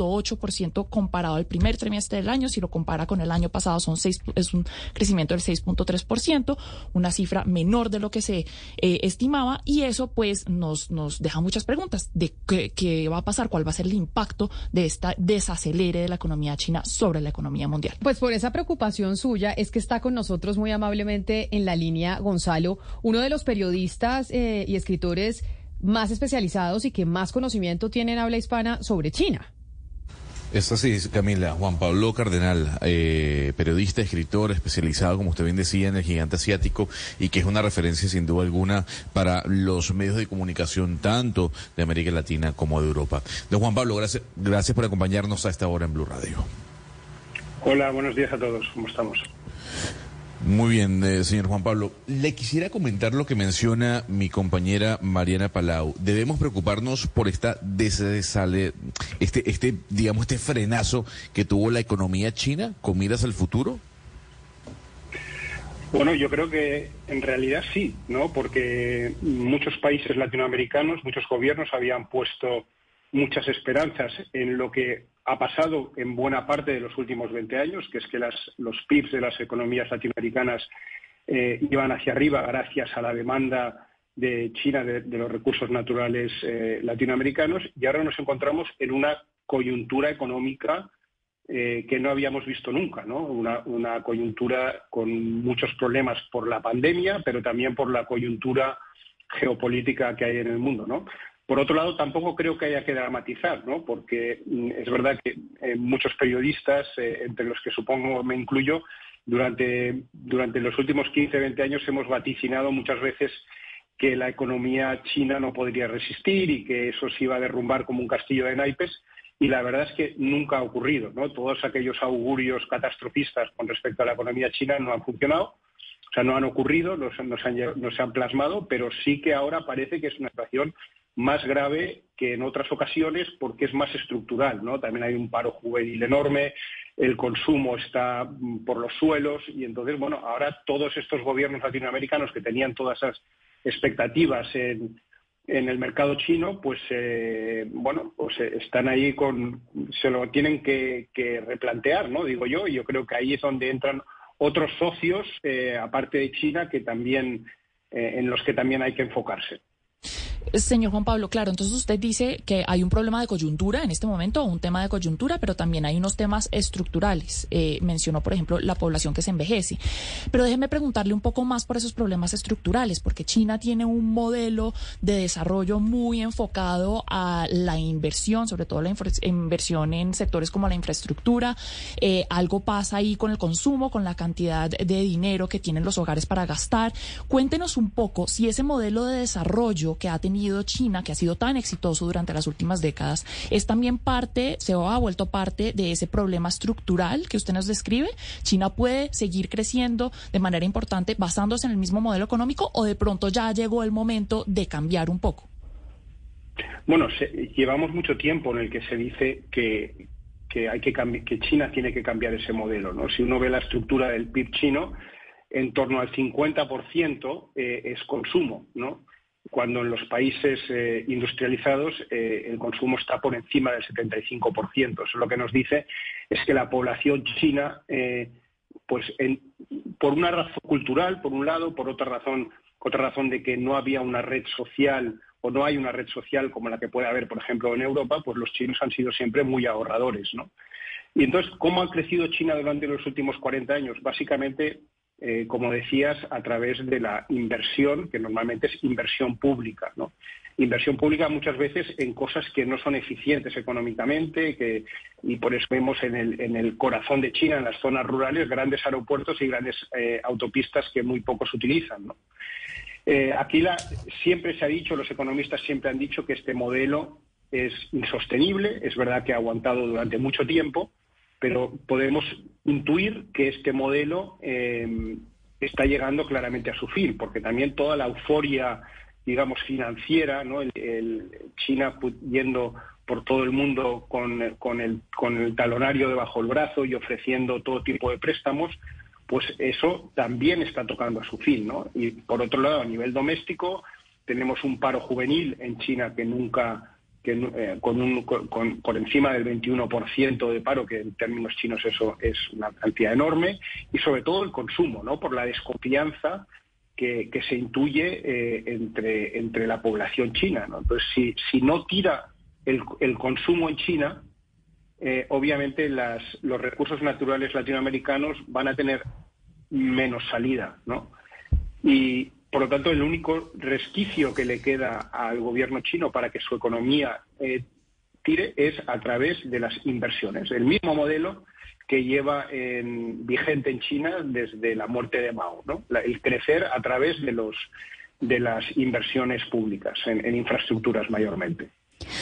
1.8% comparado al primer trimestre del año. Si lo compara con el año pasado es un crecimiento del 6.3%, una cifra menor de lo que se estimaba. Y eso pues nos deja muchas preguntas de qué va a pasar, cuál va a ser el impacto de esta desacelere de la economía china sobre la economía mundial. Pues por esa preocupación suya es que está con nosotros muy amablemente en la línea Gonzalo, uno de los periodistas y escritores más especializados y que más conocimiento tiene en habla hispana sobre China. Esta sí, Camila, Juan Pablo Cardenal, periodista, escritor, especializado, como usted bien decía, en el gigante asiático y que es una referencia sin duda alguna para los medios de comunicación tanto de América Latina como de Europa. Don Juan Pablo, gracias por acompañarnos a esta hora en Blue Radio. Hola, buenos días a todos, ¿cómo estamos? Muy bien, señor Juan Pablo. Le quisiera comentar lo que menciona mi compañera Mariana Palau. Debemos preocuparnos por este frenazo que tuvo la economía china con miras al futuro. Bueno, yo creo que en realidad sí, ¿no? Porque muchos países latinoamericanos, muchos gobiernos habían puesto muchas esperanzas en lo que ha pasado en buena parte de los últimos 20 años, que es que los PIBs de las economías latinoamericanas iban hacia arriba gracias a la demanda de China de los recursos naturales latinoamericanos, y ahora nos encontramos en una coyuntura económica que no habíamos visto nunca, ¿no? Una coyuntura con muchos problemas por la pandemia, pero también por la coyuntura geopolítica que hay en el mundo, ¿no? Por otro lado, tampoco creo que haya que dramatizar, ¿no? Porque es verdad que muchos periodistas, entre los que supongo me incluyo, durante los últimos 15, 20 años hemos vaticinado muchas veces que la economía china no podría resistir y que eso se iba a derrumbar como un castillo de naipes. Y la verdad es que nunca ha ocurrido, ¿no? Todos aquellos augurios catastrofistas con respecto a la economía china no han funcionado, o sea, no han ocurrido, no se han plasmado, pero sí que ahora parece que es una situación más grave que en otras ocasiones porque es más estructural, ¿no? También hay un paro juvenil enorme, el consumo está por los suelos y entonces, bueno, ahora todos estos gobiernos latinoamericanos que tenían todas esas expectativas en el mercado chino, pues están ahí se lo tienen que replantear, ¿no? Digo yo, y yo creo que ahí es donde entran otros socios, aparte de China, que también en los que también hay que enfocarse. Señor Juan Pablo, claro, entonces usted dice que hay un problema de coyuntura en este momento, un tema de coyuntura, pero también hay unos temas estructurales. Mencionó, por ejemplo, la población que se envejece. Pero déjeme preguntarle un poco más por esos problemas estructurales, porque China tiene un modelo de desarrollo muy enfocado a la inversión, sobre todo la inversión en sectores como la infraestructura. Algo pasa ahí con el consumo, con la cantidad de dinero que tienen los hogares para gastar. Cuéntenos un poco si ese modelo de desarrollo que ha tenido China, que ha sido tan exitoso durante las últimas décadas, es también se ha vuelto parte de ese problema estructural que usted nos describe. ¿China puede seguir creciendo de manera importante basándose en el mismo modelo económico o de pronto ya llegó el momento de cambiar un poco? Bueno, llevamos mucho tiempo en el que se dice que China tiene que cambiar ese modelo, ¿no? Si uno ve la estructura del PIB chino, en torno al 50% es consumo, ¿no? Cuando en los países industrializados el consumo está por encima del 75%. Eso lo que nos dice es que la población china, por una razón cultural, por un lado, por otra razón de que no había una red social o no hay una red social como la que puede haber, por ejemplo, en Europa, pues los chinos han sido siempre muy ahorradores, ¿no? Y entonces, ¿cómo ha crecido China durante los últimos 40 años? Básicamente, como decías, a través de la inversión, que normalmente es inversión pública, ¿no? Inversión pública muchas veces en cosas que no son eficientes económicamente, y por eso vemos en el corazón de China, en las zonas rurales, grandes aeropuertos y grandes autopistas que muy pocos utilizan, ¿no? Aquí siempre se ha dicho, los economistas siempre han dicho que este modelo es insostenible. Es verdad que ha aguantado durante mucho tiempo, pero podemos intuir que este modelo está llegando claramente a su fin, porque también toda la euforia, digamos, financiera, ¿no? China yendo por todo el mundo con el talonario debajo del brazo y ofreciendo todo tipo de préstamos, pues eso también está tocando a su fin, ¿no? Y por otro lado, a nivel doméstico, tenemos un paro juvenil en China que nunca... por encima del 21% de paro, que en términos chinos eso es una cantidad enorme, y sobre todo el consumo, ¿no? Por la desconfianza que se intuye entre la población china, ¿no? Entonces, si no tira el consumo en China, obviamente los recursos naturales latinoamericanos van a tener menos salida, ¿no? Y por lo tanto, el único resquicio que le queda al gobierno chino para que su economía tire es a través de las inversiones. El mismo modelo que lleva vigente en China desde la muerte de Mao, ¿no? El crecer a través de las inversiones públicas en infraestructuras mayormente.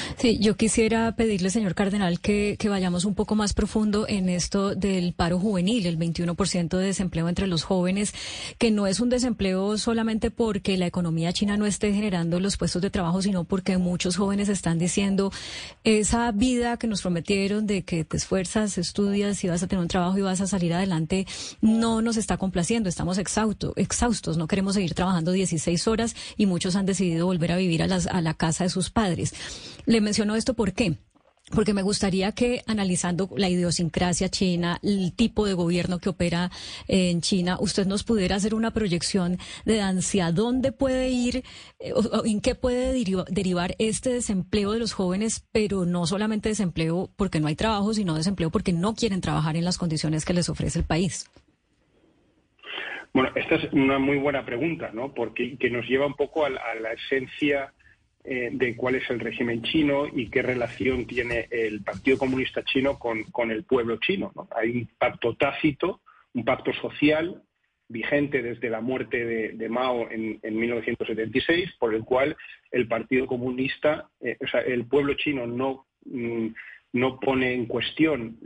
Sí, yo quisiera pedirle, señor Cardenal, que vayamos un poco más profundo en esto del paro juvenil, el 21% de desempleo entre los jóvenes, que no es un desempleo solamente porque la economía china no esté generando los puestos de trabajo, sino porque muchos jóvenes están diciendo esa vida que nos prometieron de que te esfuerzas, estudias y vas a tener un trabajo y vas a salir adelante, no nos está complaciendo, estamos exhaustos, no queremos seguir trabajando 16 horas y muchos han decidido volver a vivir a la casa de sus padres. Le menciono esto ¿por qué? Porque me gustaría que, analizando la idiosincrasia china, el tipo de gobierno que opera en China, usted nos pudiera hacer una proyección de hacia dónde puede ir, o en qué puede derivar este desempleo de los jóvenes, pero no solamente desempleo porque no hay trabajo, sino desempleo porque no quieren trabajar en las condiciones que les ofrece el país. Bueno, esta es una muy buena pregunta, ¿no? Porque que nos lleva un poco a la esencia de cuál es el régimen chino y qué relación tiene el Partido Comunista Chino con el pueblo chino, ¿no? Hay un pacto tácito, un pacto social vigente desde la muerte de Mao en 1976, por el cual el Partido Comunista, el pueblo chino no pone en cuestión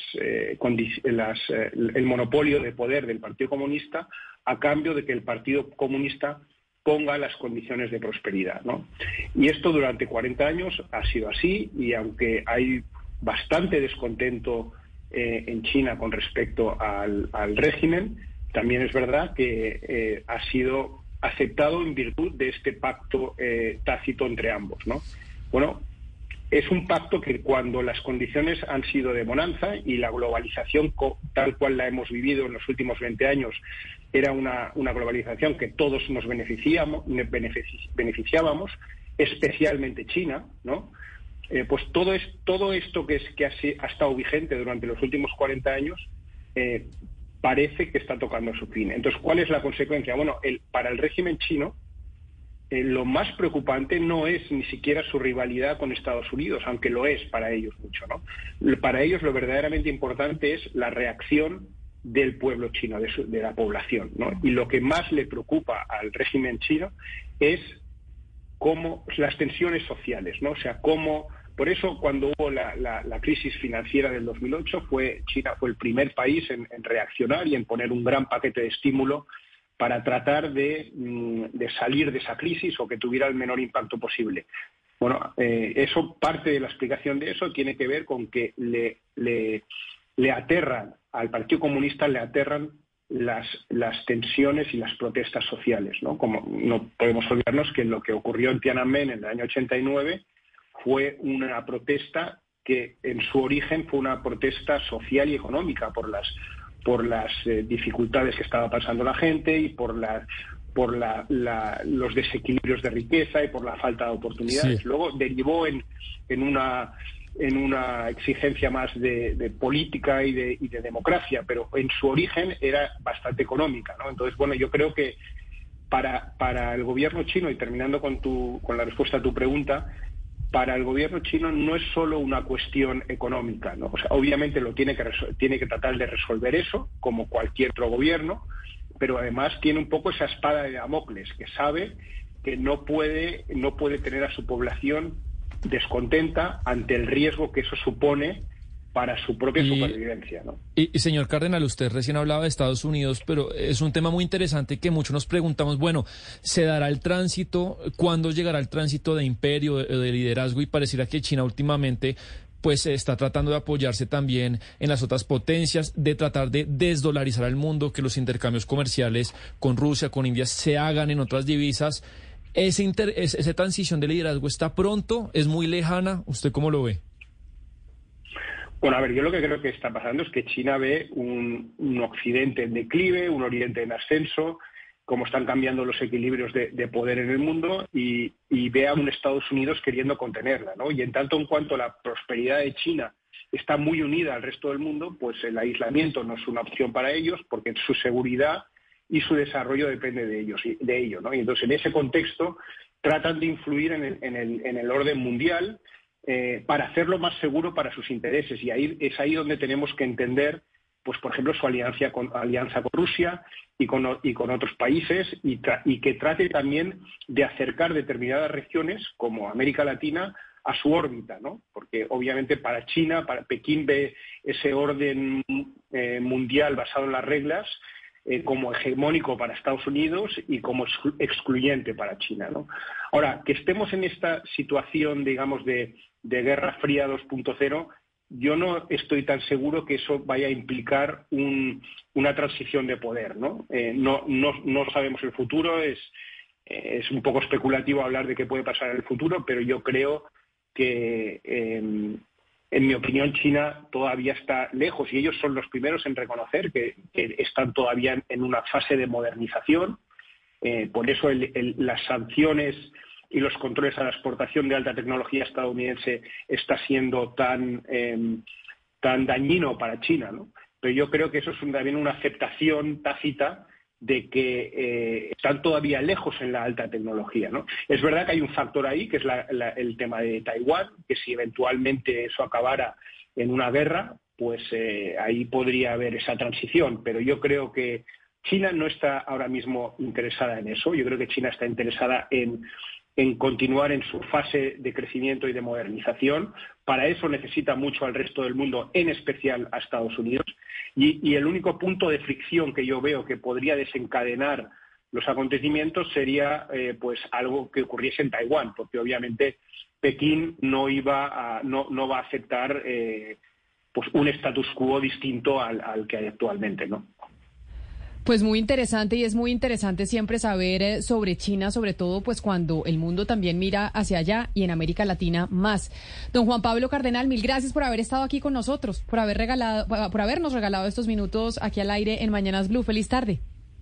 el monopolio de poder del Partido Comunista a cambio de que el Partido Comunista ponga las condiciones de prosperidad, ¿no? Y esto durante 40 años ha sido así, y aunque hay bastante descontento en China con respecto al régimen, también es verdad que ha sido aceptado en virtud de este pacto tácito entre ambos, ¿no? Bueno, es un pacto que cuando las condiciones han sido de bonanza y la globalización tal cual la hemos vivido en los últimos 20 años era una globalización que todos nos beneficiábamos, especialmente China, ¿no? Pues todo esto que ha estado vigente durante los últimos 40 años parece que está tocando su fin. Entonces, ¿cuál es la consecuencia? Bueno, para el régimen chino, lo más preocupante no es ni siquiera su rivalidad con Estados Unidos, aunque lo es para ellos mucho, ¿no? Para ellos lo verdaderamente importante es la reacción del pueblo chino, de la población, ¿no? Y lo que más le preocupa al régimen chino es cómo las tensiones sociales, ¿no? O sea, por eso cuando hubo la crisis financiera del 2008, China fue el primer país en reaccionar y en poner un gran paquete de estímulo para tratar de salir de esa crisis o que tuviera el menor impacto posible. Bueno, eso, parte de la explicación de eso tiene que ver con que le aterran, al Partido Comunista le aterran las tensiones y las protestas sociales, ¿no? Como no podemos olvidarnos que lo que ocurrió en Tiananmen en el año 89 fue una protesta que en su origen fue una protesta social y económica por las dificultades que estaba pasando la gente y por los desequilibrios de riqueza y por la falta de oportunidades. Sí. Luego derivó en una exigencia más de política y de democracia, pero en su origen era bastante económica, ¿no? Entonces, bueno, yo creo que para el gobierno chino, y terminando con la respuesta a tu pregunta, para el gobierno chino no es solo una cuestión económica, ¿no? O sea, obviamente tiene que tratar de resolver eso, como cualquier otro gobierno, pero además tiene un poco esa espada de Damocles, que sabe que no puede tener a su población descontenta ante el riesgo que eso supone para su propia supervivencia, ¿no? Y señor Cardenal, usted recién hablaba de Estados Unidos, pero es un tema muy interesante que muchos nos preguntamos, bueno, ¿se dará el tránsito? ¿Cuándo llegará el tránsito de imperio, de liderazgo? Y pareciera que China últimamente pues está tratando de apoyarse también en las otras potencias, de tratar de desdolarizar al mundo, que los intercambios comerciales con Rusia, con India, se hagan en otras divisas. ¿Esa transición de liderazgo está pronto? ¿Es muy lejana? ¿Usted cómo lo ve? Bueno, a ver, yo lo que creo que está pasando es que China ve un occidente en declive, un oriente en ascenso, cómo están cambiando los equilibrios de poder en el mundo y ve a un Estados Unidos queriendo contenerla, ¿no? Y en tanto en cuanto la prosperidad de China está muy unida al resto del mundo, pues el aislamiento no es una opción para ellos porque su seguridad y su desarrollo depende de ello, ¿no? Y entonces en ese contexto tratan de influir en el orden mundial para hacerlo más seguro para sus intereses, y es ahí donde tenemos que entender, pues por ejemplo, su alianza con Rusia y con otros países, y que trate también de acercar determinadas regiones como América Latina a su órbita, ¿no? Porque obviamente para China, para Pekín ve ese orden mundial basado en las reglas como hegemónico para Estados Unidos y como excluyente para China, ¿no? Ahora, que estemos en esta situación, digamos, de Guerra Fría 2.0, yo no estoy tan seguro que eso vaya a implicar una transición de poder, ¿no? No sabemos el futuro, es un poco especulativo hablar de qué puede pasar en el futuro, pero yo creo que, en mi opinión, China todavía está lejos y ellos son los primeros en reconocer que están todavía en una fase de modernización. Por eso las sanciones y los controles a la exportación de alta tecnología estadounidense está siendo tan dañino para China, ¿no? Pero yo creo que eso es también una aceptación tácita de que están todavía lejos en la alta tecnología, ¿no? Es verdad que hay un factor ahí, que es el tema de Taiwán, que si eventualmente eso acabara en una guerra, pues ahí podría haber esa transición. Pero yo creo que China no está ahora mismo interesada en eso. Yo creo que China está interesada en continuar en su fase de crecimiento y de modernización. Para eso necesita mucho al resto del mundo, en especial a Estados Unidos. Y el único punto de fricción que yo veo que podría desencadenar los acontecimientos sería pues algo que ocurriese en Taiwán, porque obviamente Pekín no va a aceptar pues un status quo distinto al que hay actualmente, ¿no? Pues muy interesante, y es muy interesante siempre saber sobre China, sobre todo pues cuando el mundo también mira hacia allá y en América Latina más. Don Juan Pablo Cardenal, mil gracias por haber estado aquí con nosotros, por habernos regalado estos minutos aquí al aire en Mañanas Blue. Feliz tarde.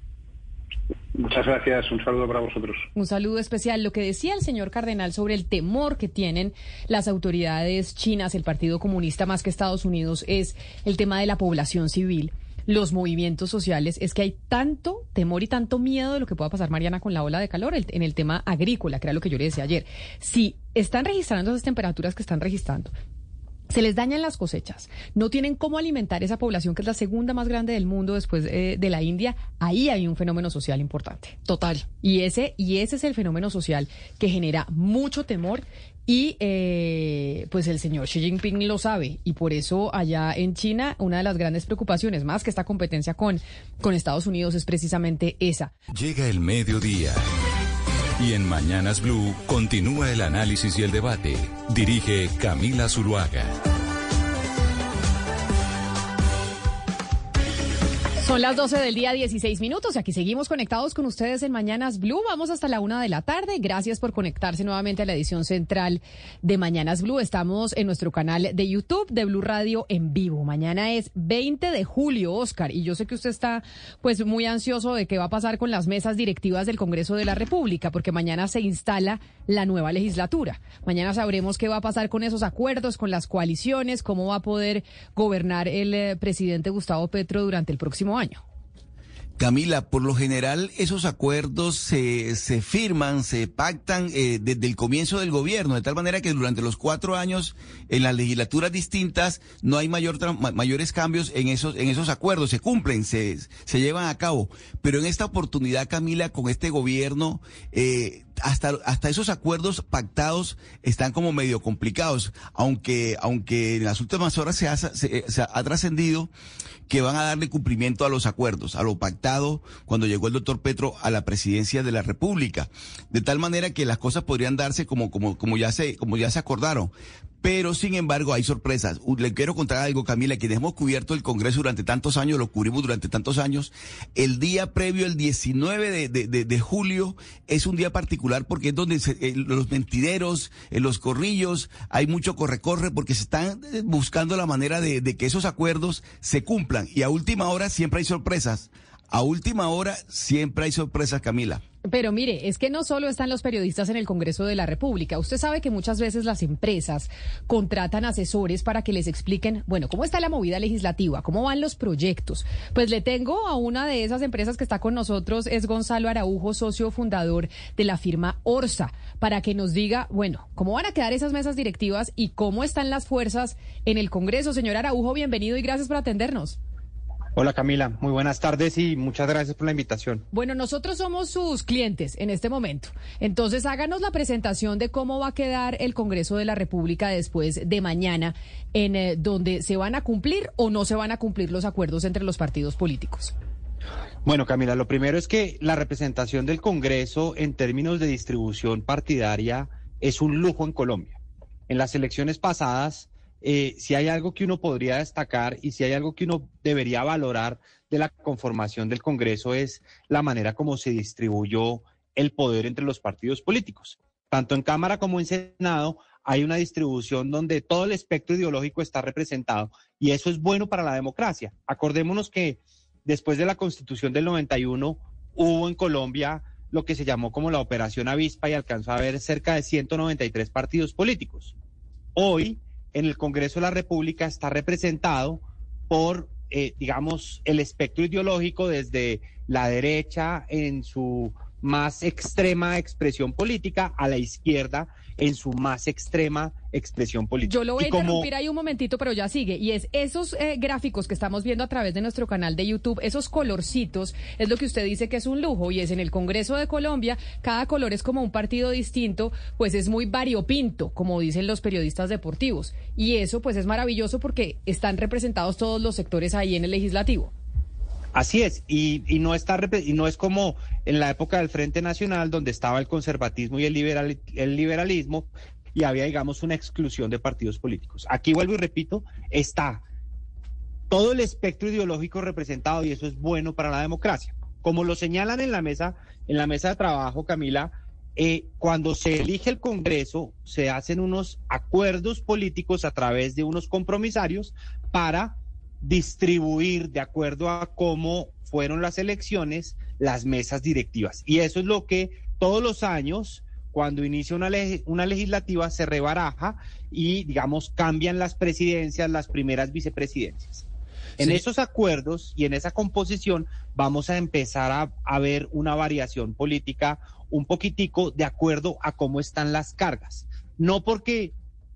Muchas gracias, un saludo para vosotros. Un saludo especial. Lo que decía el señor Cardenal sobre el temor que tienen las autoridades chinas, el Partido Comunista más que Estados Unidos, es el tema de la población civil, los movimientos sociales. Es que hay tanto temor y tanto miedo de lo que pueda pasar, Mariana, con la ola de calor en el tema agrícola, que era lo que yo le decía ayer. Si están registrando esas temperaturas que están registrando, se les dañan las cosechas, no tienen cómo alimentar esa población que es la segunda más grande del mundo después de la India, ahí hay un fenómeno social importante. Total. Y ese es el fenómeno social que genera mucho temor y pues el señor Xi Jinping lo sabe, y por eso allá en China una de las grandes preocupaciones, más que esta competencia con Estados Unidos, es precisamente esa. Llega el mediodía. Y en Mañanas Blue continúa el análisis y el debate. Dirige Camila Zuluaga. Son las 12 del día, 16 minutos, y aquí seguimos conectados con ustedes en Mañanas Blue. Vamos hasta la 1 de la tarde. Gracias por conectarse nuevamente a la edición central de Mañanas Blue. Estamos en nuestro canal de YouTube de Blue Radio en vivo. Mañana es 20 de julio, Oscar, y yo sé que usted está pues muy ansioso de qué va a pasar con las mesas directivas del Congreso de la República, porque mañana se instala la nueva legislatura. Mañana sabremos qué va a pasar con esos acuerdos, con las coaliciones, cómo va a poder gobernar el presidente Gustavo Petro durante el próximo año. Camila, por lo general esos acuerdos se firman, se pactan desde el comienzo del gobierno, de tal manera que durante los 4 años en las legislaturas distintas no hay mayores cambios en esos acuerdos, se cumplen, se llevan a cabo. Pero en esta oportunidad, Camila, con este gobierno, hasta esos acuerdos pactados están como medio complicados, aunque en las últimas horas se ha trascendido que van a darle cumplimiento a los acuerdos, a lo pactado cuando llegó el doctor Petro a la presidencia de la República, de tal manera que las cosas podrían darse como ya se acordaron. Pero, sin embargo, hay sorpresas. Le quiero contar algo, Camila, quienes hemos cubierto el Congreso durante tantos años, lo cubrimos durante tantos años. El día previo, el 19 de julio, es un día particular porque es donde los mentideros, los corrillos, hay mucho corre-corre porque se están buscando la manera de que esos acuerdos se cumplan. Y a última hora siempre hay sorpresas. Camila. Pero mire, es que no solo están los periodistas en el Congreso de la República. Usted sabe que muchas veces las empresas contratan asesores para que les expliquen, bueno, cómo está la movida legislativa, cómo van los proyectos. Pues le tengo a una de esas empresas que está con nosotros, es Gonzalo Araujo, socio fundador de la firma Orsa, para que nos diga, bueno, cómo van a quedar esas mesas directivas y cómo están las fuerzas en el Congreso. Señor Araujo, bienvenido y gracias por atendernos. Hola Camila, muy buenas tardes y muchas gracias por la invitación. Bueno, nosotros somos sus clientes en este momento. Entonces, háganos la presentación de cómo va a quedar el Congreso de la República después de mañana, en donde se van a cumplir o no se van a cumplir los acuerdos entre los partidos políticos. Bueno, Camila, lo primero es que la representación del Congreso en términos de distribución partidaria es un lujo en Colombia. En las elecciones pasadas, si hay algo que uno podría destacar y si hay algo que uno debería valorar de la conformación del Congreso es la manera como se distribuyó el poder entre los partidos políticos. Tanto en Cámara como en Senado hay una distribución donde todo el espectro ideológico está representado y eso es bueno para la democracia. Acordémonos que después de la Constitución del 91 hubo en Colombia lo que se llamó como la Operación Avispa y alcanzó a haber cerca de 193 partidos políticos. Hoy, en el Congreso de la República está representado por, digamos, el espectro ideológico desde la derecha en su más extrema expresión política a la izquierda en su más extrema expresión política. Yo lo voy a interrumpir ahí un momentito, pero ya sigue. Y es esos gráficos que estamos viendo a través de nuestro canal de YouTube, esos colorcitos, es lo que usted dice que es un lujo. Y es en el Congreso de Colombia, cada color es como un partido distinto, pues es muy variopinto, como dicen los periodistas deportivos. Y eso pues es maravilloso porque están representados todos los sectores ahí en el legislativo. Así es, y no es como en la época del Frente Nacional, donde estaba el conservatismo y el liberalismo, y había, digamos, una exclusión de partidos políticos. Aquí, vuelvo y repito, está todo el espectro ideológico representado, y eso es bueno para la democracia. Como lo señalan en la mesa de trabajo, Camila, cuando se elige el Congreso, se hacen unos acuerdos políticos a través de unos compromisarios para distribuir, de acuerdo a cómo fueron las elecciones, las mesas directivas. Y eso es lo que todos los años, cuando inicia una legislativa, se rebaraja y, digamos, cambian las presidencias, las primeras vicepresidencias. En esos acuerdos y en esa composición vamos a empezar a ver una variación política un poquitico de acuerdo a cómo están las cargas. No porque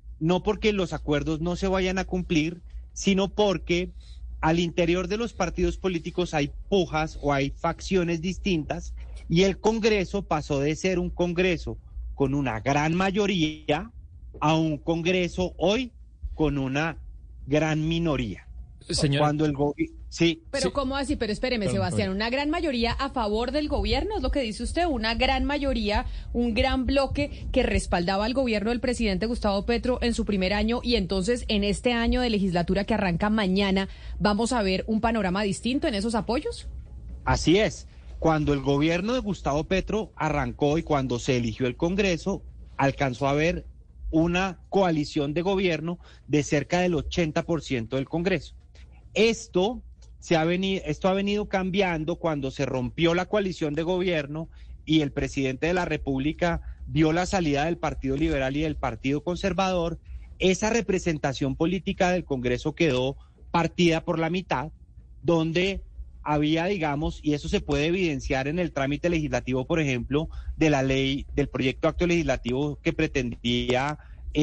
los acuerdos no se vayan a cumplir, sino porque al interior de los partidos políticos hay pujas o hay facciones distintas y el Congreso pasó de ser un Congreso con una gran mayoría a un Congreso hoy con una gran minoría. Señora. Cuando el sí. Pero sí. ¿cómo así? Pero espéreme, Sebastián, una gran mayoría a favor del gobierno, es lo que dice usted, una gran mayoría, un gran bloque que respaldaba al gobierno del presidente Gustavo Petro en su primer año y entonces en este año de legislatura que arranca mañana, ¿vamos a ver un panorama distinto en esos apoyos? Así es. Cuando el gobierno de Gustavo Petro arrancó y cuando se eligió el Congreso, alcanzó a haber una coalición de gobierno de cerca del 80% del Congreso. Esto ha venido cambiando cuando se rompió la coalición de gobierno y el presidente de la República vio la salida del Partido Liberal y del Partido Conservador. Esa representación política del Congreso quedó partida por la mitad, donde había, digamos, y eso se puede evidenciar en el trámite legislativo, por ejemplo, de la ley, del proyecto de acto legislativo que pretendía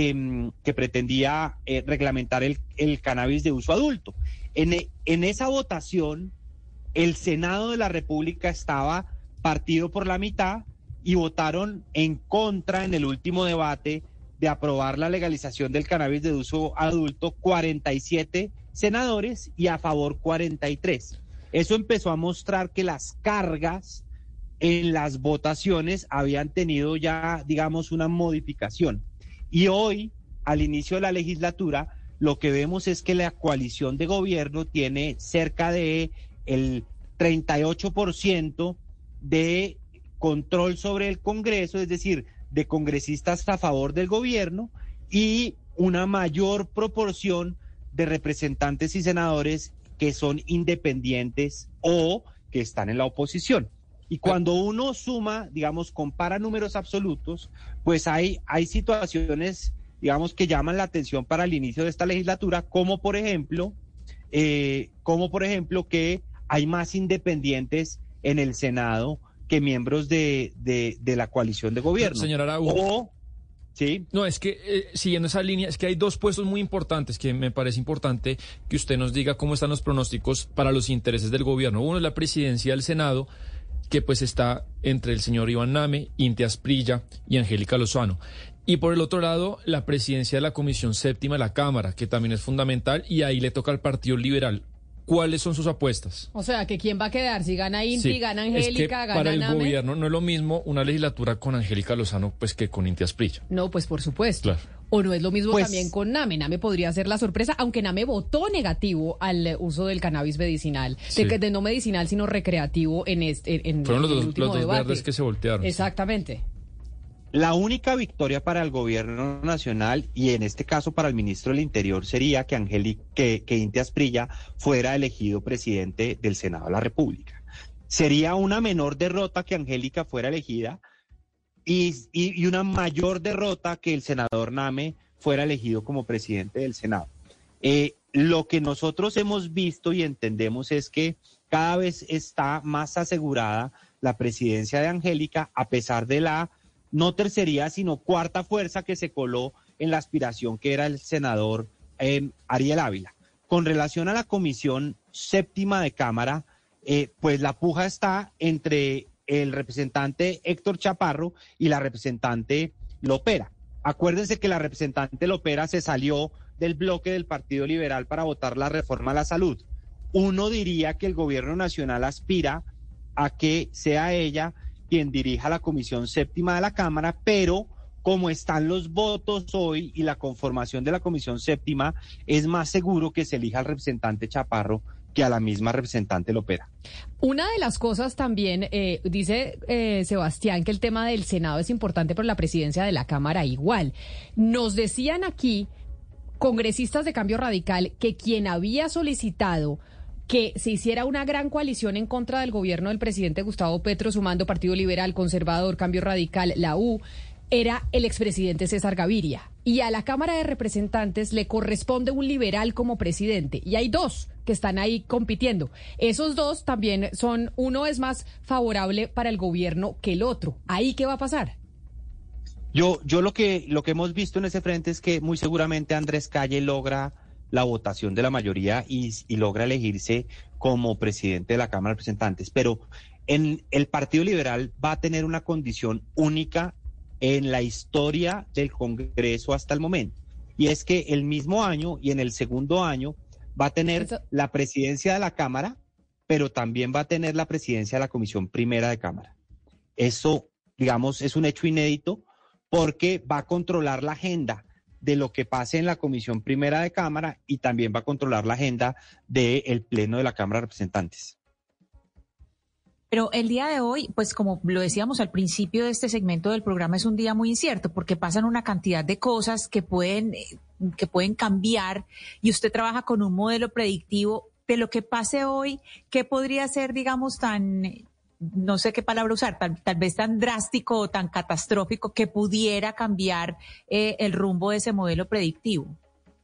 reglamentar el cannabis de uso adulto. En esa votación, el Senado de la República estaba partido por la mitad y votaron en contra en el último debate de aprobar la legalización del cannabis de uso adulto 47 senadores y a favor 43. Eso empezó a mostrar que las cargas en las votaciones habían tenido ya, digamos, una modificación. Y hoy, al inicio de la legislatura, lo que vemos es que la coalición de gobierno tiene cerca de el 38% de control sobre el Congreso, es decir, de congresistas a favor del gobierno y una mayor proporción de representantes y senadores que son independientes o que están en la oposición. Y cuando uno suma, digamos, compara números absolutos, pues hay situaciones, digamos, que llaman la atención para el inicio de esta legislatura, como por ejemplo que hay más independientes en el Senado que miembros de la coalición de gobierno. Señor Araújo. Sí. No, es que siguiendo esa línea, es que hay dos puestos muy importantes que me parece importante que usted nos diga cómo están los pronósticos para los intereses del gobierno. Uno es la presidencia del Senado, que pues está entre el señor Iván Name, Inti Asprilla y Angélica Lozano. Y por el otro lado, la presidencia de la Comisión Séptima de la Cámara, que también es fundamental, y ahí le toca al Partido Liberal. ¿Cuáles son sus apuestas? O sea, que quién va a quedar, si gana Inti, Sí, gana es que Angélica, gana para el Name. gobierno no es lo mismo una legislatura con Angélica Lozano pues que con Inti Asprilla. No, pues por supuesto. Claro. O no es lo mismo Pues- también con Name. Name podría ser la sorpresa, aunque Name votó negativo al uso del cannabis medicinal. Sí. De no medicinal, sino recreativo en Fueron en el los último dos debate. verdes que se voltearon. Exactamente. La única victoria para el gobierno nacional y en este caso para el ministro del Interior sería que que Inti Asprilla fuera elegido presidente del Senado de la República. Sería una menor derrota que Angélica fuera elegida y una mayor derrota que el senador Name fuera elegido como presidente del Senado. Lo que nosotros hemos visto y entendemos es que cada vez está más asegurada la presidencia de Angélica a pesar de la no tercería, sino cuarta fuerza que se coló en la aspiración que era el senador Ariel Ávila. Con relación a la Comisión Séptima de Cámara, pues la puja está entre el representante Héctor Chaparro y la representante Lopera. Acuérdense que la representante Lopera se salió del bloque del Partido Liberal para votar la reforma a la salud. Uno diría que el gobierno nacional aspira a que sea ella quien dirija la Comisión Séptima de la Cámara, pero como están los votos hoy y la conformación de la Comisión Séptima, es más seguro que se elija al representante Chaparro que a la misma representante Lopera. Una de las cosas también, dice Sebastián, que el tema del Senado es importante, pero la presidencia de la Cámara igual. Nos decían aquí, congresistas de Cambio Radical, que quien había solicitado que se hiciera una gran coalición en contra del gobierno del presidente Gustavo Petro, sumando Partido Liberal, Conservador, Cambio Radical, la U, era el expresidente César Gaviria. Y a la Cámara de Representantes le corresponde un liberal como presidente. Y hay dos que están ahí compitiendo. Esos dos también son, uno es más favorable para el gobierno que el otro. ¿Ahí qué va a pasar? Yo lo que hemos visto en ese frente es que muy seguramente Andrés Calle logra la votación de la mayoría y logra elegirse como presidente de la Cámara de Representantes. Pero en el Partido Liberal va a tener una condición única en la historia del Congreso hasta el momento. Y es que el mismo año y en el segundo año va a tener la presidencia de la Cámara, pero también va a tener la presidencia de la Comisión Primera de Cámara. Eso, digamos, es un hecho inédito porque va a controlar la agenda de lo que pase en la Comisión Primera de Cámara y también va a controlar la agenda del Pleno de la Cámara de Representantes. Pero el día de hoy, pues como lo decíamos al principio de este segmento del programa, es un día muy incierto porque pasan una cantidad de cosas que pueden cambiar y usted trabaja con un modelo predictivo de lo que pase hoy, ¿qué podría ser, digamos, tan, no sé qué palabra usar, tal vez tan drástico o tan catastrófico que pudiera cambiar el rumbo de ese modelo predictivo?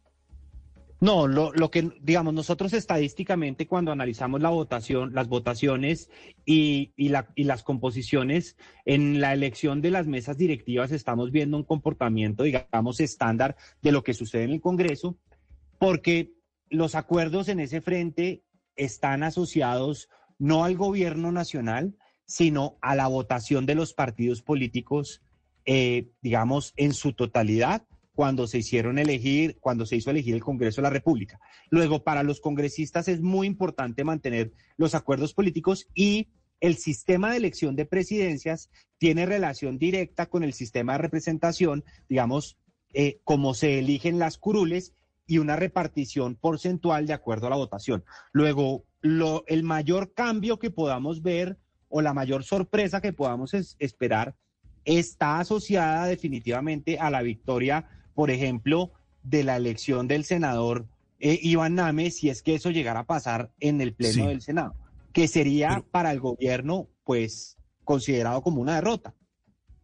No, lo que, digamos, nosotros estadísticamente cuando analizamos la votación, las votaciones y las composiciones en la elección de las mesas directivas estamos viendo un comportamiento, digamos, estándar de lo que sucede en el Congreso, porque los acuerdos en ese frente están asociados no al gobierno nacional, sino a la votación de los partidos políticos, digamos, en su totalidad, cuando se hizo elegir el Congreso de la República. Luego, para los congresistas es muy importante mantener los acuerdos políticos y el sistema de elección de presidencias tiene relación directa con el sistema de representación, digamos, como se eligen las curules y una repartición porcentual de acuerdo a la votación. Luego, el mayor cambio que podamos ver o la mayor sorpresa que podamos esperar está asociada definitivamente a la victoria, por ejemplo, de la elección del senador Iván Name, si es que eso llegara a pasar en el Pleno del Senado, que sería para el gobierno, pues, considerado como una derrota.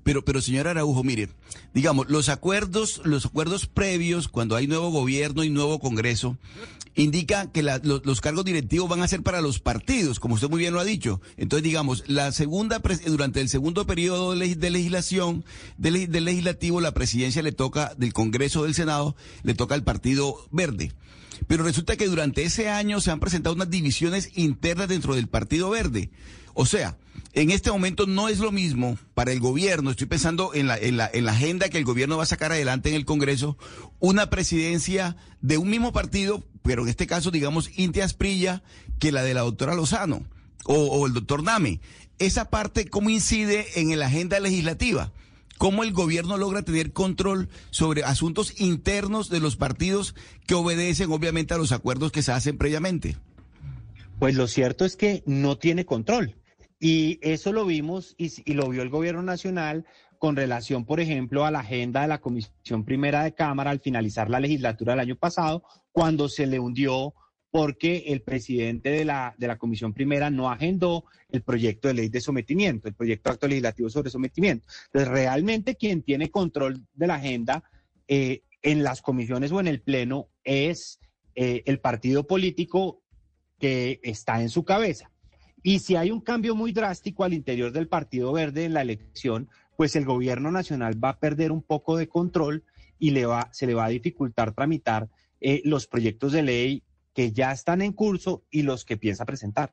Pero señor Araujo, mire, digamos, los acuerdos previos, cuando hay nuevo gobierno y nuevo Congreso, indica que los cargos directivos van a ser para los partidos, como usted muy bien lo ha dicho. Entonces, digamos, durante el segundo periodo de legislación, del legislativo, la presidencia le toca, del Congreso, del Senado, le toca al Partido Verde. Pero resulta que durante ese año se han presentado unas divisiones internas dentro del Partido Verde. O sea, en este momento no es lo mismo para el gobierno, estoy pensando en la agenda que el gobierno va a sacar adelante en el Congreso, una presidencia de un mismo partido, pero en este caso, digamos, Inti Asprilla, que la de la doctora Lozano o el doctor Name. Esa parte, ¿cómo incide en la agenda legislativa? ¿Cómo el gobierno logra tener control sobre asuntos internos de los partidos que obedecen obviamente a los acuerdos que se hacen previamente? Pues lo cierto es que no tiene control. Y eso lo vimos y lo vio el gobierno nacional con relación, por ejemplo, a la agenda de la Comisión Primera de Cámara al finalizar la legislatura del año pasado, cuando se le hundió porque el presidente de la Comisión Primera no agendó el proyecto de ley de sometimiento, el proyecto de acto legislativo sobre sometimiento. Entonces, realmente quien tiene control de la agenda en las comisiones o en el Pleno es el partido político que está en su cabeza. Y si hay un cambio muy drástico al interior del Partido Verde en la elección, pues el gobierno nacional va a perder un poco de control y se le va a dificultar tramitar los proyectos de ley que ya están en curso y los que piensa presentar.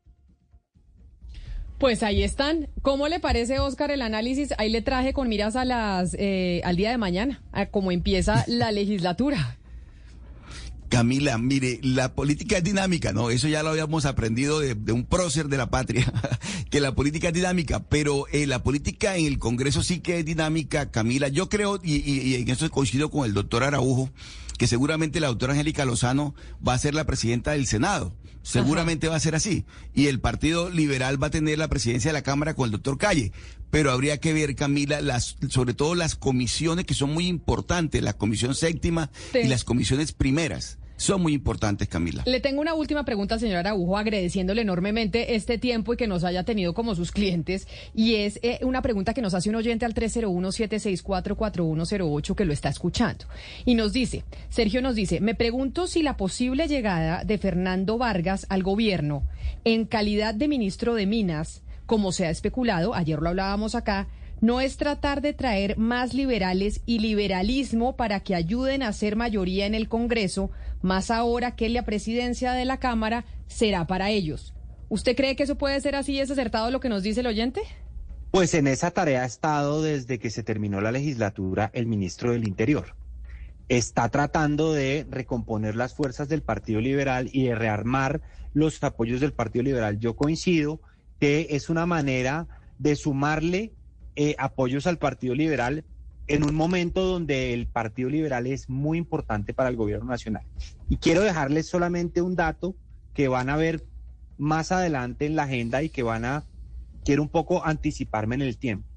Pues ahí están. ¿Cómo le parece, Oscar, el análisis? Ahí le traje con miras a al día de mañana, a cómo empieza la legislatura. Camila, mire, la política es dinámica, ¿no? Eso ya lo habíamos aprendido de un prócer de la patria, que la política es dinámica, pero la política en el Congreso sí que es dinámica, Camila. Yo creo, y en eso coincido con el doctor Araujo, que seguramente la doctora Angélica Lozano va a ser la presidenta del Senado. Seguramente va a ser así. Y el Partido Liberal va a tener la presidencia de la Cámara con el doctor Calle. Pero habría que ver, Camila, sobre todo las comisiones que son muy importantes, la comisión séptima y las comisiones primeras. Son muy importantes, Camila. Le tengo una última pregunta al señor Araujo, agradeciéndole enormemente este tiempo y que nos haya tenido como sus clientes. Y es una pregunta que nos hace un oyente al 301-764-4108 que lo está escuchando. Y nos dice, Sergio nos dice, me pregunto si la posible llegada de Fernando Vargas al gobierno en calidad de ministro de Minas, como se ha especulado, ayer lo hablábamos acá, no es tratar de traer más liberales y liberalismo para que ayuden a ser mayoría en el Congreso, más ahora que la presidencia de la Cámara será para ellos. ¿Usted cree que eso puede ser así? ¿Es acertado lo que nos dice el oyente? Pues en esa tarea ha estado desde que se terminó la legislatura el ministro del Interior. Está tratando de recomponer las fuerzas del Partido Liberal y de rearmar los apoyos del Partido Liberal. Yo coincido que es una manera de sumarle apoyos al Partido Liberal en un momento donde el Partido Liberal es muy importante para el gobierno nacional. Y quiero dejarles solamente un dato que van a ver más adelante en la agenda y que quiero un poco anticiparme en el tiempo.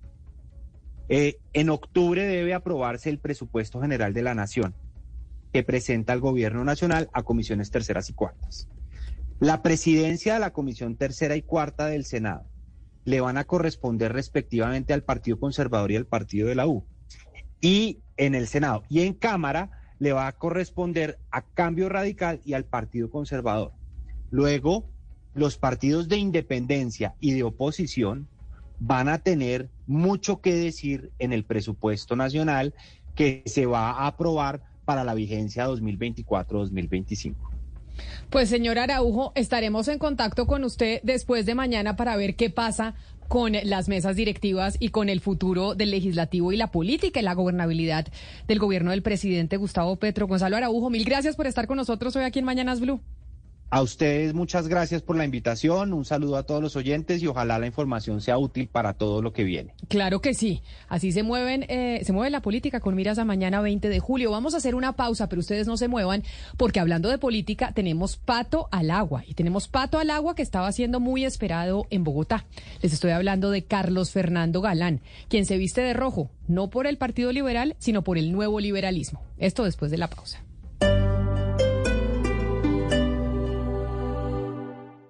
En octubre debe aprobarse el presupuesto general de la Nación, que presenta el gobierno nacional a comisiones terceras y cuartas. La presidencia de la comisión tercera y cuarta del Senado le van a corresponder respectivamente al Partido Conservador y al Partido de la U. Y en el Senado y en Cámara le va a corresponder a Cambio Radical y al Partido Conservador. Luego, los partidos de independencia y de oposición van a tener mucho que decir en el presupuesto nacional que se va a aprobar para la vigencia 2024-2025. Pues señor Araujo, estaremos en contacto con usted después de mañana para ver qué pasa con las mesas directivas y con el futuro del legislativo y la política y la gobernabilidad del gobierno del presidente Gustavo Petro. Gonzalo Araujo, mil gracias por estar con nosotros hoy aquí en Mañanas Blue. A ustedes muchas gracias por la invitación, un saludo a todos los oyentes y ojalá la información sea útil para todo lo que viene. Claro que sí, así se mueve la política con miras a mañana 20 de julio. Vamos a hacer una pausa, pero ustedes no se muevan porque hablando de política tenemos Pato al Agua y tenemos Pato al Agua que estaba siendo muy esperado en Bogotá. Les estoy hablando de Carlos Fernando Galán, quien se viste de rojo, no por el Partido Liberal, sino por el nuevo liberalismo. Esto después de la pausa.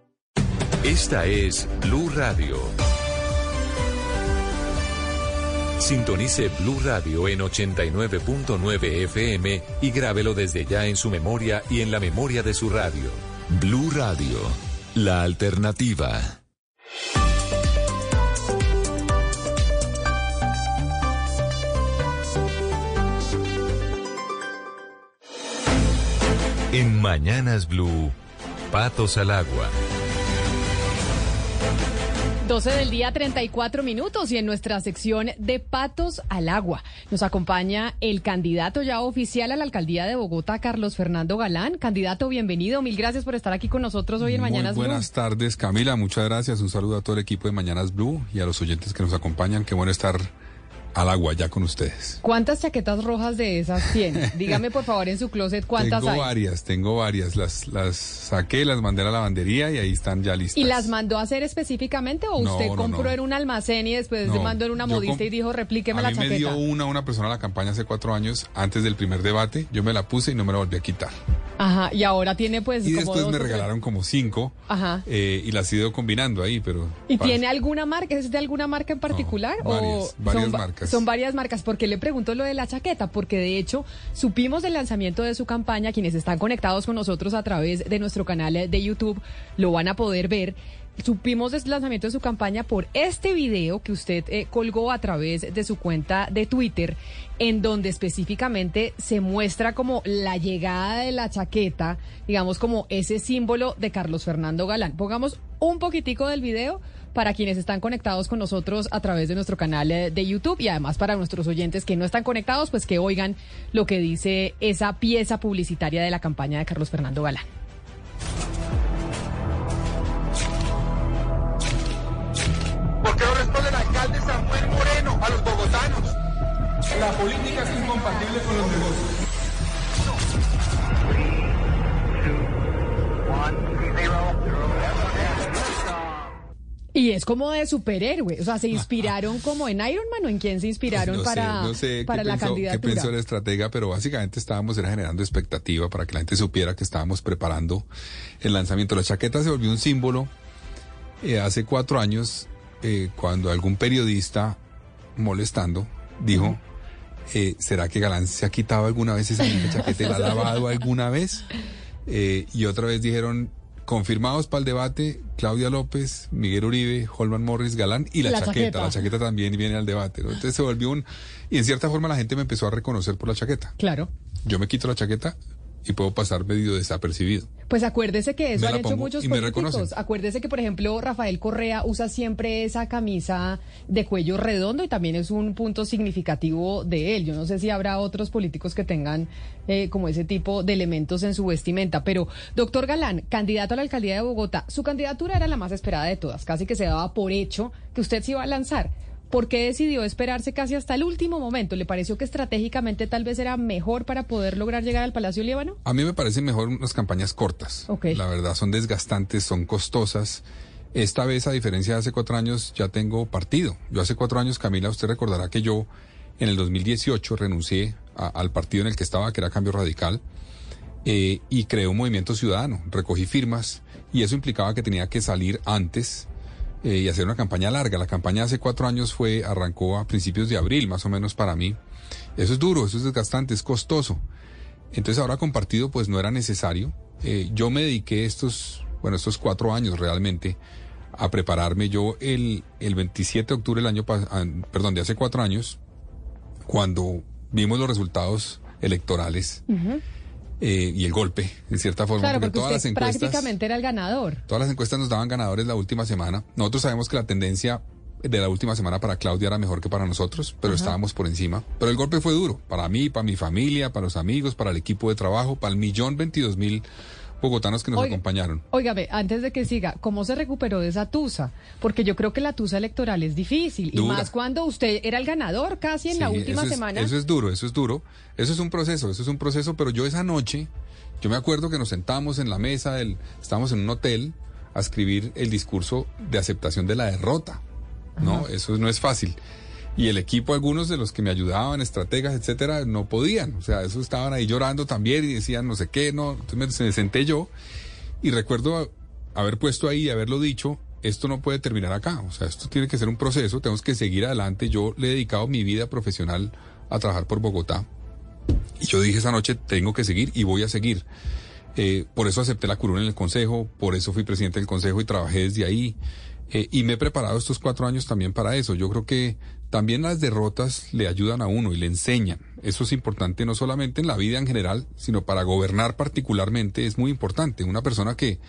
Esta es Blue Radio. Sintonice Blue Radio en 89.9 FM y grábelo desde ya en su memoria y en la memoria de su radio. Blue Radio, la alternativa. En Mañanas Blue, Patos al Agua. 12 del día, 34 minutos, y en nuestra sección de Patos al Agua nos acompaña el candidato ya oficial a la alcaldía de Bogotá, Carlos Fernando Galán. Candidato, bienvenido, mil gracias por estar aquí con nosotros hoy en Mañanas Blue. Buenas tardes, Camila, muchas gracias, un saludo a todo el equipo de Mañanas Blue y a los oyentes que nos acompañan, qué bueno estar al agua ya con ustedes. ¿Cuántas chaquetas rojas de esas tiene? Dígame por favor en su closet cuántas hay. Tengo varias, las saqué, las mandé a la lavandería y ahí están ya listas. ¿Y las mandó a hacer específicamente o usted compró en un almacén y después mandó en una modista y dijo replíqueme la chaqueta? A mí me dio una persona a la campaña hace 4 años, antes del primer debate, yo me la puse y no me la volví a quitar. Ajá, y ahora tiene pues y como después me regalaron como 5. Ajá. Y las he ido combinando ahí, pero... ¿Y tiene alguna marca? ¿Es de alguna marca en particular? No, varias marcas. Son varias marcas. ¿Por qué le pregunto lo de la chaqueta? Porque de hecho supimos del lanzamiento de su campaña, quienes están conectados con nosotros a través de nuestro canal de YouTube lo van a poder ver. Supimos del lanzamiento de su campaña por este video que usted colgó a través de su cuenta de Twitter, en donde específicamente se muestra como la llegada de la chaqueta, digamos como ese símbolo de Carlos Fernando Galán. Pongamos un poquitico del video para quienes están conectados con nosotros a través de nuestro canal de YouTube y además para nuestros oyentes que no están conectados, pues que oigan lo que dice esa pieza publicitaria de la campaña de Carlos Fernando Galán. ¿Por qué no responde el alcalde Samuel Moreno a los bogotanos? La política es incompatible con los negocios. Y es como de superhéroe, o sea, ¿se inspiraron como en Iron Man o en quién se inspiraron para la candidatura? ¿Qué pensó el estratega? Pero básicamente estábamos generando expectativa para que la gente supiera que estábamos preparando el lanzamiento. La chaqueta se volvió un símbolo hace 4 años cuando algún periodista molestando dijo, ¿será que Galán se ha quitado alguna vez esa misma chaqueta y la ha lavado alguna vez? Y otra vez dijeron, confirmados para el debate, Claudia López, Miguel Uribe, Holman Morris, Galán y la chaqueta. La chaqueta también viene al debate, ¿no? Entonces se volvió y en cierta forma la gente me empezó a reconocer por la chaqueta. Claro. Yo me quito la chaqueta y puedo pasar medio desapercibido. Pues acuérdese que eso han hecho muchos políticos. Reconocen. Acuérdese que, por ejemplo, Rafael Correa usa siempre esa camisa de cuello redondo y también es un punto significativo de él. Yo no sé si habrá otros políticos que tengan como ese tipo de elementos en su vestimenta. Pero, doctor Galán, candidato a la alcaldía de Bogotá, su candidatura era la más esperada de todas. Casi que se daba por hecho que usted se iba a lanzar. ¿Por qué decidió esperarse casi hasta el último momento? ¿Le pareció que estratégicamente tal vez era mejor para poder lograr llegar al Palacio Líbano? A mí me parecen mejor unas campañas cortas. Okay. La verdad, son desgastantes, son costosas. Esta vez, a diferencia de hace 4 años, ya tengo partido. Yo hace 4 años, Camila, usted recordará que yo en el 2018 renuncié al partido en el que estaba, que era Cambio Radical, y creé un movimiento ciudadano. Recogí firmas y eso implicaba que tenía que salir antes y hacer una campaña larga. La campaña hace 4 años arrancó a principios de abril, más o menos para mí. Eso es duro, eso es desgastante, es costoso. Entonces ahora con partido pues no era necesario. Yo me dediqué estos 4 años realmente a prepararme. Yo el 27 de octubre de hace 4 años, cuando vimos los resultados electorales, y el golpe, en cierta forma, claro, porque todas usted las encuestas prácticamente era el ganador. Todas las encuestas nos daban ganadores la última semana. Nosotros sabemos que la tendencia de la última semana para Claudia era mejor que para nosotros, pero estábamos por encima. Pero el golpe fue duro, para mí, para mi familia, para los amigos, para el equipo de trabajo, para el 1.022.000 bogotanos que nos acompañaron. Óigame, antes de que siga, ¿cómo se recuperó de esa tusa? Porque yo creo que la tusa electoral es difícil, Dura. Y más cuando usted era el ganador casi en la última semana. Eso es duro. Eso es un proceso, pero yo esa noche, yo me acuerdo que nos sentamos en la mesa, estábamos en un hotel a escribir el discurso de aceptación de la derrota, ¿no? Eso no es fácil. Y el equipo, algunos de los que me ayudaban, estrategas, etcétera, no podían. O sea, eso estaban ahí llorando también y decían no sé qué, no. Entonces me senté yo y recuerdo haber puesto ahí y haberlo dicho, esto no puede terminar acá, o sea, esto tiene que ser un proceso, tenemos que seguir adelante. Yo le he dedicado mi vida profesional a trabajar por Bogotá y yo dije esa noche, tengo que seguir y voy a seguir. Por eso acepté la curul en el Consejo, por eso fui presidente del Consejo y trabajé desde ahí. Y me he preparado estos 4 años también para eso. Yo creo que también las derrotas le ayudan a uno y le enseñan. Eso es importante no solamente en la vida en general, sino para gobernar particularmente es muy importante. Una persona que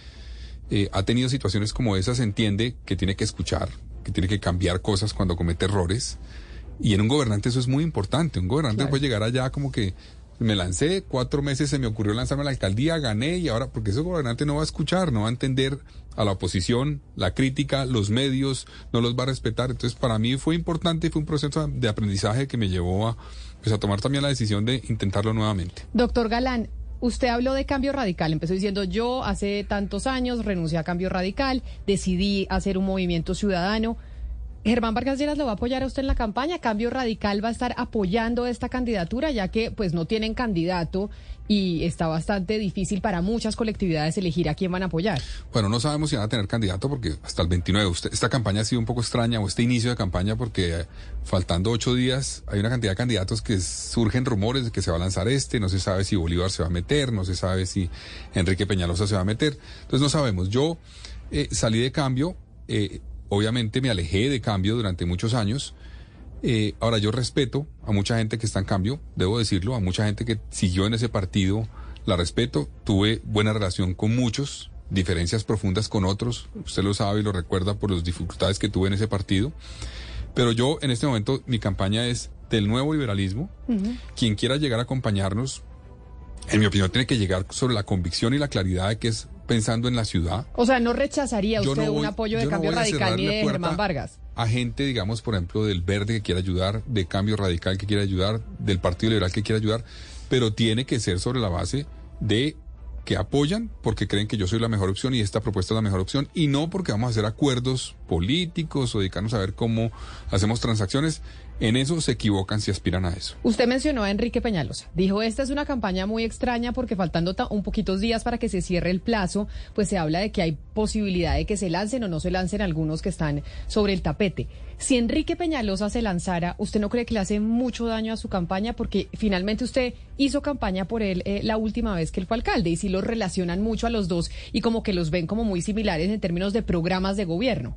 ha tenido situaciones como esas entiende que tiene que escuchar, que tiene que cambiar cosas cuando comete errores. Y en un gobernante eso es muy importante. Un gobernante puede llegar allá como que me lancé, 4 meses se me ocurrió lanzarme a la alcaldía, gané y ahora, porque ese gobernante no va a escuchar, no va a entender a la oposición, la crítica, los medios, no los va a respetar. Entonces para mí fue importante y fue un proceso de aprendizaje que me llevó a tomar también la decisión de intentarlo nuevamente. Doctor Galán, usted habló de cambio radical, empezó diciendo yo hace tantos años renuncié a Cambio Radical, decidí hacer un movimiento ciudadano. ¿Germán Vargas Lleras lo va a apoyar a usted en la campaña? ¿Cambio Radical va a estar apoyando esta candidatura, ya que pues no tienen candidato y está bastante difícil para muchas colectividades elegir a quién van a apoyar? Bueno, no sabemos si van a tener candidato porque hasta el 29. Esta campaña ha sido un poco extraña, o este inicio de campaña, porque faltando 8 días hay una cantidad de candidatos que surgen rumores de que se va a lanzar no se sabe si Bolívar se va a meter, no se sabe si Enrique Peñalosa se va a meter. Entonces no sabemos. Yo salí de Cambio, obviamente me alejé de Cambio durante muchos años. Ahora yo respeto a mucha gente que está en Cambio, debo decirlo, a mucha gente que siguió en ese partido, la respeto, tuve buena relación con muchos, diferencias profundas con otros, usted lo sabe y lo recuerda por las dificultades que tuve en ese partido, pero yo en este momento mi campaña es del nuevo liberalismo. Quien quiera llegar a acompañarnos, en mi opinión tiene que llegar sobre la convicción y la claridad de que es pensando en la ciudad. O sea, ¿no rechazaría usted un apoyo de Cambio Radical ni de Germán Vargas? A gente, digamos, por ejemplo, del Verde que quiera ayudar, de Cambio Radical que quiera ayudar, del Partido Liberal que quiera ayudar, pero tiene que ser sobre la base de que apoyan porque creen que yo soy la mejor opción y esta propuesta es la mejor opción, y no porque vamos a hacer acuerdos políticos o dedicarnos a ver cómo hacemos transacciones. En eso se equivocan si aspiran a eso. Usted mencionó a Enrique Peñalosa. Dijo, esta es una campaña muy extraña porque faltando un poquitos días para que se cierre el plazo, pues se habla de que hay posibilidad de que se lancen o no se lancen algunos que están sobre el tapete. Si Enrique Peñalosa se lanzara, ¿usted no cree que le hace mucho daño a su campaña? Porque finalmente usted hizo campaña por él la última vez que él fue alcalde y sí los relacionan mucho a los dos y como que los ven como muy similares en términos de programas de gobierno.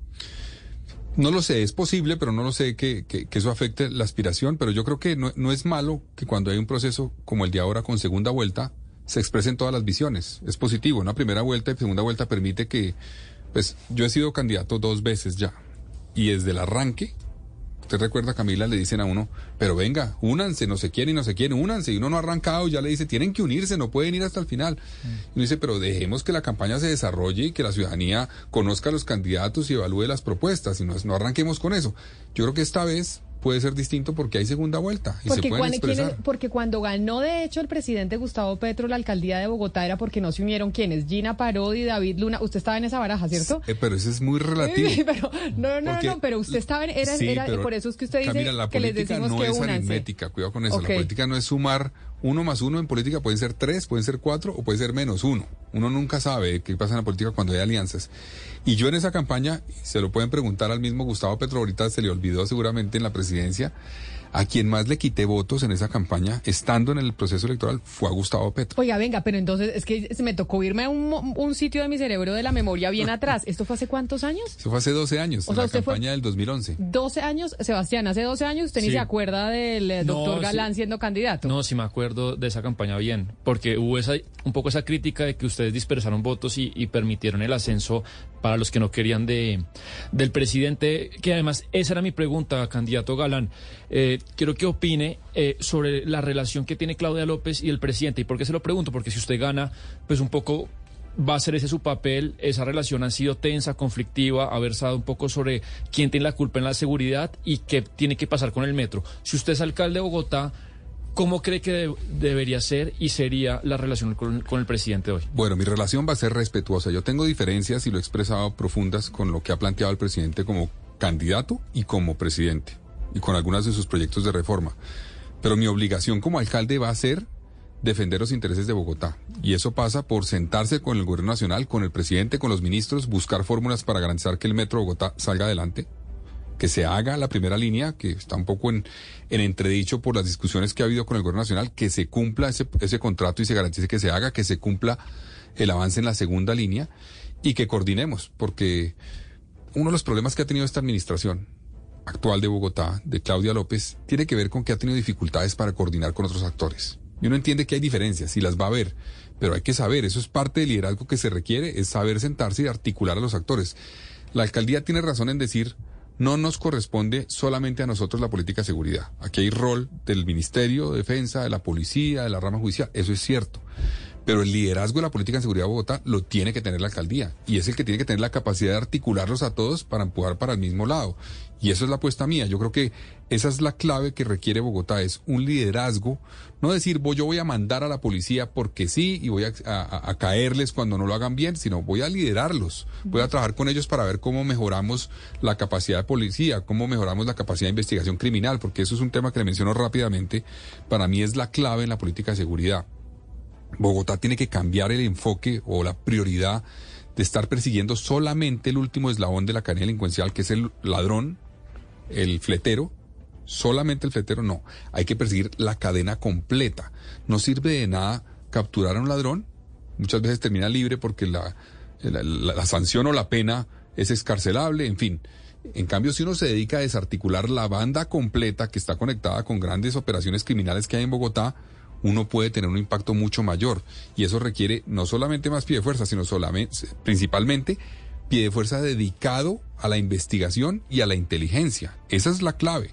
No lo sé, es posible, pero no lo sé que eso afecte la aspiración, pero yo creo que no es malo que cuando hay un proceso como el de ahora con segunda vuelta se expresen todas las visiones. Es positivo. Una primera vuelta y segunda vuelta permite que, pues yo he sido candidato 2 veces ya y desde el arranque, usted recuerda, Camila, le dicen a uno, pero venga, únanse, no se quieren y no se quieren, únanse, y uno no ha arrancado, ya le dice, tienen que unirse, no pueden ir hasta el final. Y uno dice, pero dejemos que la campaña se desarrolle y que la ciudadanía conozca a los candidatos y evalúe las propuestas, y no arranquemos con eso. Yo creo que esta vez puede ser distinto porque hay segunda vuelta y se pueden expresar. Porque cuando ganó, de hecho, el presidente Gustavo Petro la alcaldía de Bogotá era porque no se unieron ¿quiénes? Gina Parodi, David Luna. Usted estaba en esa baraja, ¿cierto? Pero eso es muy relativo. Pero, no, pero usted estaba pero, por eso es que usted dice Camila, que les decimos no que es únanse. aritmética, cuidado con eso. Okay. La política no es sumar 1 más 1 en política, pueden ser 3, pueden ser 4 o puede ser menos 1. Uno nunca sabe qué pasa en la política cuando hay alianzas. Y yo en esa campaña, se lo pueden preguntar al mismo Gustavo Petro, ahorita se le olvidó seguramente en la presidencia, a quien más le quité votos en esa campaña, estando en el proceso electoral, fue a Gustavo Petro. Oiga, venga, pero entonces es que se me tocó irme a un sitio de mi cerebro de la memoria bien atrás. ¿Esto fue hace cuántos años? Eso fue hace 12 años, en la campaña del 2011. 12 años, Sebastián, hace 12 años usted ni se acuerda del doctor Galán siendo candidato. No, sí me acuerdo de esa campaña bien, porque hubo un poco esa crítica de que ustedes dispersaron votos y permitieron el ascenso para los que no querían del presidente, que además esa era mi pregunta, candidato Galán. Quiero que opine sobre la relación que tiene Claudia López y el presidente. ¿Y por qué se lo pregunto? Porque si usted gana, pues un poco va a ser ese su papel. Esa relación ha sido tensa, conflictiva, ha versado un poco sobre quién tiene la culpa en la seguridad y qué tiene que pasar con el metro. Si usted es alcalde de Bogotá, ¿cómo cree que debería ser y sería la relación con el presidente hoy? Bueno, mi relación va a ser respetuosa. Yo tengo diferencias, y lo he expresado, profundas con lo que ha planteado el presidente como candidato y como presidente, y con algunos de sus proyectos de reforma. Pero mi obligación como alcalde va a ser defender los intereses de Bogotá. Y eso pasa por sentarse con el gobierno nacional, con el presidente, con los ministros, buscar fórmulas para garantizar que el Metro de Bogotá salga adelante, que se haga la primera línea, que está un poco en entredicho por las discusiones que ha habido con el gobierno nacional, que se cumpla ese contrato y se garantice que se haga, que se cumpla el avance en la segunda línea y que coordinemos, porque uno de los problemas que ha tenido esta administración actual de Bogotá, de Claudia López, tiene que ver con que ha tenido dificultades para coordinar con otros actores. Y uno entiende que hay diferencias y las va a haber, pero hay que saber, eso es parte del liderazgo que se requiere, es saber sentarse y articular a los actores. La alcaldía tiene razón en decir, no nos corresponde solamente a nosotros la política de seguridad. Aquí hay rol del Ministerio de Defensa, de la policía, de la rama judicial, eso es cierto. Pero el liderazgo de la política de seguridad de Bogotá lo tiene que tener la alcaldía. Y es el que tiene que tener la capacidad de articularlos a todos para empujar para el mismo lado. Y eso es la apuesta mía. Yo creo que esa es la clave que requiere Bogotá. Es un liderazgo. No decir, yo voy a mandar a la policía porque sí y voy a caerles cuando no lo hagan bien, sino voy a liderarlos. Voy a trabajar con ellos para ver cómo mejoramos la capacidad de policía, cómo mejoramos la capacidad de investigación criminal, porque eso es un tema que le menciono rápidamente. Para mí es la clave en la política de seguridad. Bogotá tiene que cambiar el enfoque o la prioridad de estar persiguiendo solamente el último eslabón de la cadena delincuencial, que es el ladrón, el fletero. Solamente el fletero no. Hay que perseguir la cadena completa. No sirve de nada capturar a un ladrón. Muchas veces termina libre porque la sanción o la pena es excarcelable, en fin. En cambio, si uno se dedica a desarticular la banda completa que está conectada con grandes operaciones criminales que hay en Bogotá, uno puede tener un impacto mucho mayor. Y eso requiere no solamente más pie de fuerza, sino principalmente pie de fuerza dedicado a la investigación y a la inteligencia. Esa es la clave.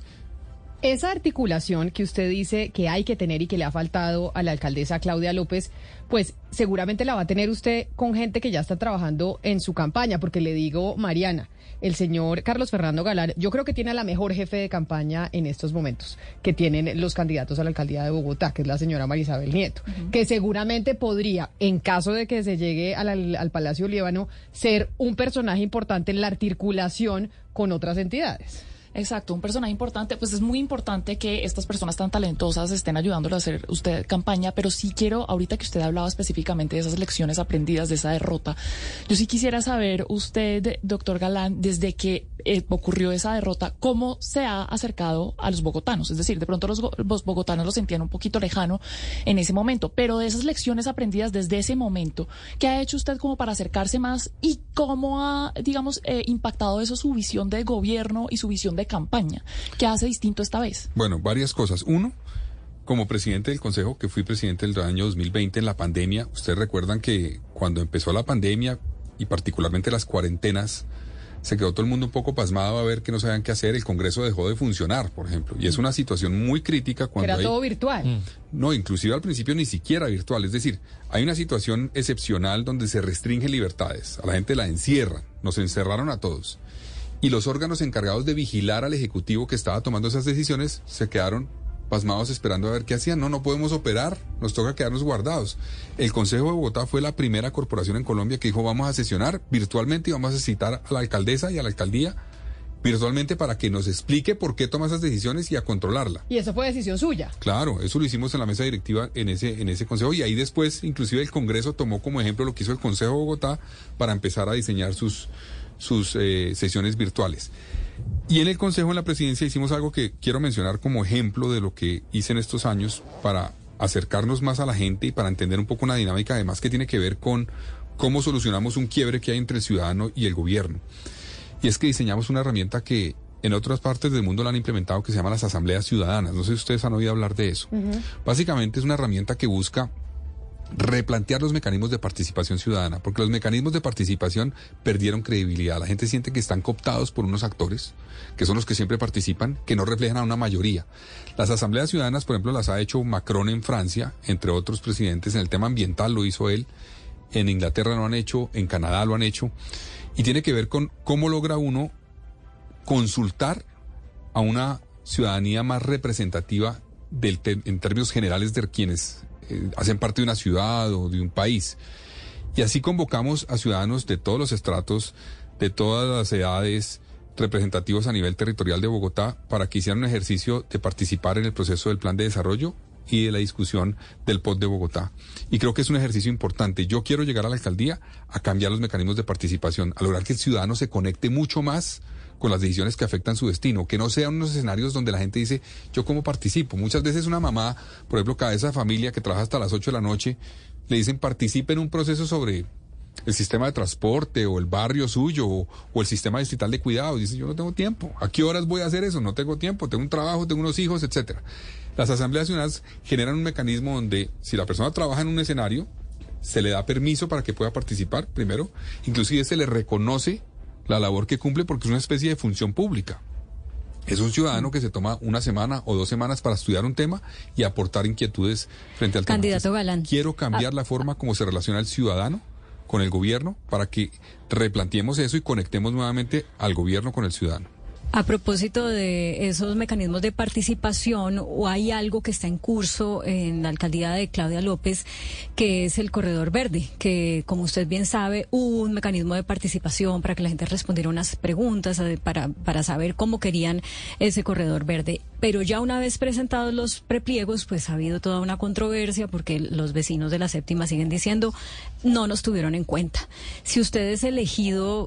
Esa articulación que usted dice que hay que tener y que le ha faltado a la alcaldesa Claudia López, pues seguramente la va a tener usted con gente que ya está trabajando en su campaña, porque le digo, Mariana, el señor Carlos Fernando Galán, yo creo que tiene a la mejor jefe de campaña en estos momentos, que tienen los candidatos a la alcaldía de Bogotá, que es la señora María Isabel Nieto, que seguramente podría, en caso de que se llegue al Palacio Líbano, ser un personaje importante en la articulación con otras entidades. Exacto, un personaje importante, pues es muy importante que estas personas tan talentosas estén ayudándole a hacer usted campaña, pero sí quiero, ahorita que usted hablaba específicamente de esas lecciones aprendidas, de esa derrota, yo sí quisiera saber usted, doctor Galán, desde que ocurrió esa derrota, ¿cómo se ha acercado a los bogotanos? Es decir, de pronto los bogotanos lo sentían un poquito lejano en ese momento, pero de esas lecciones aprendidas desde ese momento, ¿qué ha hecho usted como para acercarse más y cómo ha, digamos, impactado eso su visión de gobierno y su visión de campaña? ¿Qué hace distinto esta vez? Bueno, varias cosas. Uno, como presidente del Consejo, que fui presidente del año 2020 en la pandemia, ustedes recuerdan que cuando empezó la pandemia y particularmente las cuarentenas, se quedó todo el mundo un poco pasmado a ver que no sabían qué hacer. El Congreso dejó de funcionar, por ejemplo, y es una situación muy crítica cuando era todo virtual. No, inclusive al principio ni siquiera virtual, es decir, hay una situación excepcional donde se restringen libertades, a la gente la encierran, nos encerraron a todos. Y los órganos encargados de vigilar al Ejecutivo que estaba tomando esas decisiones se quedaron pasmados esperando a ver qué hacían. No podemos operar, nos toca quedarnos guardados. El Consejo de Bogotá fue la primera corporación en Colombia que dijo vamos a sesionar virtualmente y vamos a citar a la alcaldesa y a la alcaldía virtualmente para que nos explique por qué toma esas decisiones y a controlarla. Y eso fue decisión suya. Claro, eso lo hicimos en la mesa directiva en ese consejo y ahí después inclusive el Congreso tomó como ejemplo lo que hizo el Consejo de Bogotá para empezar a diseñar sus sesiones virtuales. Y en el Consejo, en la Presidencia, hicimos algo que quiero mencionar como ejemplo de lo que hice en estos años para acercarnos más a la gente y para entender un poco una dinámica además que tiene que ver con cómo solucionamos un quiebre que hay entre el ciudadano y el gobierno. Y es que diseñamos una herramienta que en otras partes del mundo la han implementado que se llama las asambleas ciudadanas. No sé si ustedes han oído hablar de eso. Básicamente es una herramienta que busca replantear los mecanismos de participación ciudadana, porque los mecanismos de participación perdieron credibilidad. La gente siente que están cooptados por unos actores, que son los que siempre participan, que no reflejan a una mayoría. Las asambleas ciudadanas, por ejemplo, las ha hecho Macron en Francia, entre otros presidentes. En el tema ambiental lo hizo él, en Inglaterra lo han hecho, en Canadá lo han hecho, y tiene que ver con cómo logra uno consultar a una ciudadanía más representativa en términos generales de quienes hacen parte de una ciudad o de un país. Y así convocamos a ciudadanos de todos los estratos, de todas las edades, representativos a nivel territorial de Bogotá, para que hicieran un ejercicio de participar en el proceso del plan de desarrollo y de la discusión del POT de Bogotá. Y creo que es un ejercicio importante. Yo quiero llegar a la alcaldía a cambiar los mecanismos de participación, a lograr que el ciudadano se conecte mucho más con las decisiones que afectan su destino, que no sean unos escenarios donde la gente dice, ¿yo cómo participo? Muchas veces una mamá, por ejemplo, cabeza de familia que trabaja hasta las 8 de la noche, le dicen participe en un proceso sobre el sistema de transporte o el barrio suyo o el sistema distrital de cuidados. Dice, yo no tengo tiempo. ¿A qué horas voy a hacer eso? No tengo tiempo, tengo un trabajo, tengo unos hijos, etcétera. Las asambleas ciudadanas generan un mecanismo donde si la persona trabaja en un escenario, se le da permiso para que pueda participar, primero, inclusive se le reconoce la labor que cumple porque es una especie de función pública. Es un ciudadano que se toma una semana o 2 semanas para estudiar un tema y aportar inquietudes frente al tema. Candidato Galán. Quiero cambiar la forma como se relaciona el ciudadano con el gobierno para que replanteemos eso y conectemos nuevamente al gobierno con el ciudadano. A propósito de esos mecanismos de participación, o hay algo que está en curso en la alcaldía de Claudia López, que es el Corredor Verde, que como usted bien sabe, hubo un mecanismo de participación para que la gente respondiera unas preguntas, para saber cómo querían ese Corredor Verde. Pero ya una vez presentados los prepliegos, pues ha habido toda una controversia porque los vecinos de la Séptima siguen diciendo, no nos tuvieron en cuenta. Si usted es elegido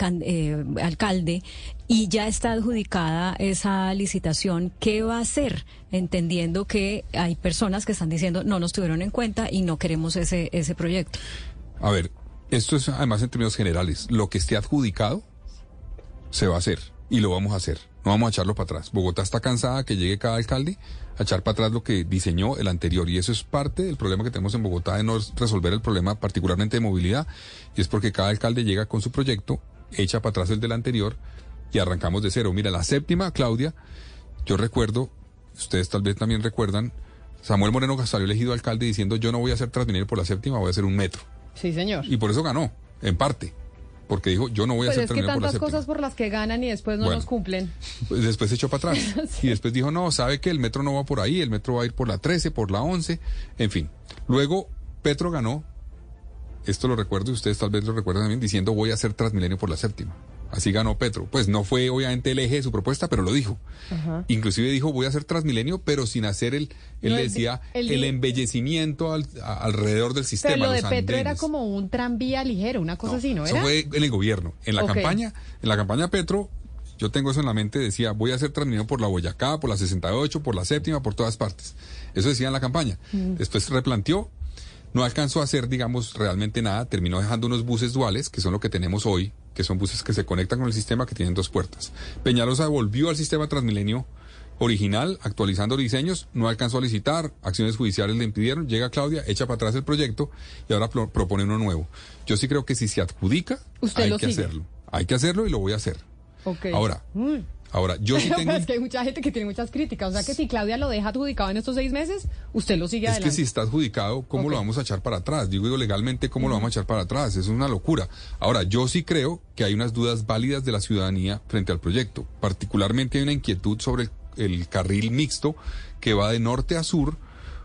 alcalde, y ya está adjudicada esa licitación, ¿qué va a hacer? Entendiendo que hay personas que están diciendo no nos tuvieron en cuenta y no queremos ese proyecto. A ver, esto es además en términos generales. Lo que esté adjudicado se va a hacer y lo vamos a hacer. No vamos a echarlo para atrás. Bogotá está cansada que llegue cada alcalde a echar para atrás lo que diseñó el anterior, y eso es parte del problema que tenemos en Bogotá de no resolver el problema particularmente de movilidad, y es porque cada alcalde llega con su proyecto, echa para atrás el del anterior y arrancamos de cero. Mira, la Séptima, Claudia, yo recuerdo, ustedes tal vez también recuerdan, Samuel Moreno salió elegido alcalde diciendo yo no voy a hacer Transmilenio por la Séptima, voy a hacer un metro. Sí, señor. Y por eso ganó, en parte, porque dijo yo no voy a hacer Transmilenio por la Séptima. Pues es que tantas cosas por las que ganan y después no nos cumplen. Pues después se echó para atrás. Sí. Y después dijo, no, sabe que el metro no va por ahí, el metro va a ir por la 13, por la 11, en fin. Luego Petro ganó, esto lo recuerdo y ustedes tal vez lo recuerdan también, diciendo voy a hacer Transmilenio por la Séptima. Así ganó Petro. Pues no fue obviamente el eje de su propuesta, pero lo dijo. Ajá. Inclusive dijo, voy a hacer Transmilenio, pero sin hacer él decía, el embellecimiento alrededor del sistema. Pero lo de los Petro andenes. Era como un tranvía ligero, una cosa así, ¿no era? Eso fue en el gobierno. En la campaña Petro, yo tengo eso en la mente, decía, voy a hacer Transmilenio por la Boyacá, por la 68, por la Séptima, por todas partes. Eso decía en la campaña. Después replanteó, no alcanzó a hacer, digamos, realmente nada, terminó dejando unos buses duales, que son lo que tenemos hoy, que son buses que se conectan con el sistema, que tienen 2 puertas. Peñalosa volvió al sistema Transmilenio original, actualizando diseños, no alcanzó a licitar, acciones judiciales le impidieron, llega Claudia, echa para atrás el proyecto y ahora propone uno nuevo. Yo sí creo que si se adjudica, hay que hacerlo. Hay que hacerlo y lo voy a hacer. Okay. Ahora, yo sí tengo... Es que hay mucha gente que tiene muchas críticas. O sea que si Claudia lo deja adjudicado en estos 6 meses, usted lo sigue adelante. Es que si está adjudicado, ¿cómo lo vamos a echar para atrás? Digo legalmente, ¿cómo lo vamos a echar para atrás? Es una locura. Ahora, yo sí creo que hay unas dudas válidas de la ciudadanía frente al proyecto. Particularmente hay una inquietud sobre el carril mixto que va de norte a sur,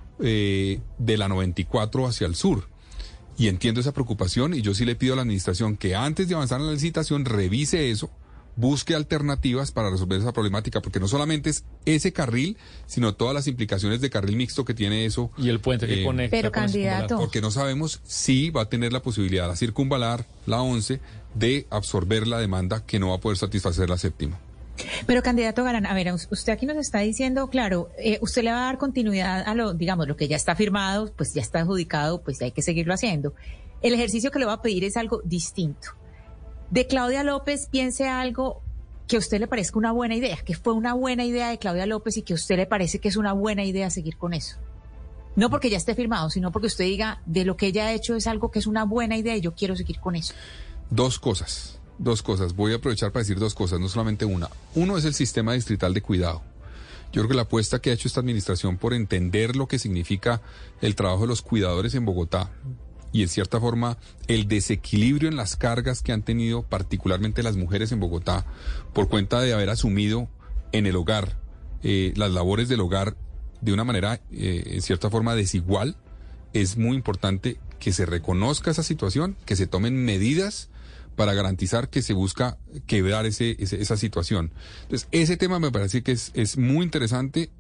de la 94 hacia el sur. Y entiendo esa preocupación y yo sí le pido a la administración que antes de avanzar en la licitación revise eso, busque alternativas para resolver esa problemática, porque no solamente es ese carril, sino todas las implicaciones de carril mixto que tiene eso. Y el puente que conecta. Pero candidato. Porque no sabemos si va a tener la posibilidad la circunvalar, la 11, de absorber la demanda que no va a poder satisfacer la Séptima. Pero candidato Galán, a ver, usted aquí nos está diciendo, claro, usted le va a dar continuidad a lo que ya está firmado, pues ya está adjudicado, pues hay que seguirlo haciendo. El ejercicio que le va a pedir es algo distinto. De Claudia López, piense algo que a usted le parezca una buena idea, que fue una buena idea de Claudia López y que a usted le parece que es una buena idea seguir con eso. No porque ya esté firmado, sino porque usted diga, de lo que ella ha hecho es algo que es una buena idea y yo quiero seguir con eso. Dos cosas. Voy a aprovechar para decir 2 cosas, no solamente una. Uno es el sistema distrital de cuidado. Yo creo que la apuesta que ha hecho esta administración por entender lo que significa el trabajo de los cuidadores en Bogotá, y en cierta forma el desequilibrio en las cargas que han tenido particularmente las mujeres en Bogotá por cuenta de haber asumido en el hogar las labores del hogar de una manera en cierta forma desigual, es muy importante que se reconozca esa situación, que se tomen medidas para garantizar que se busca quebrar esa situación. Entonces, ese tema me parece que es muy interesante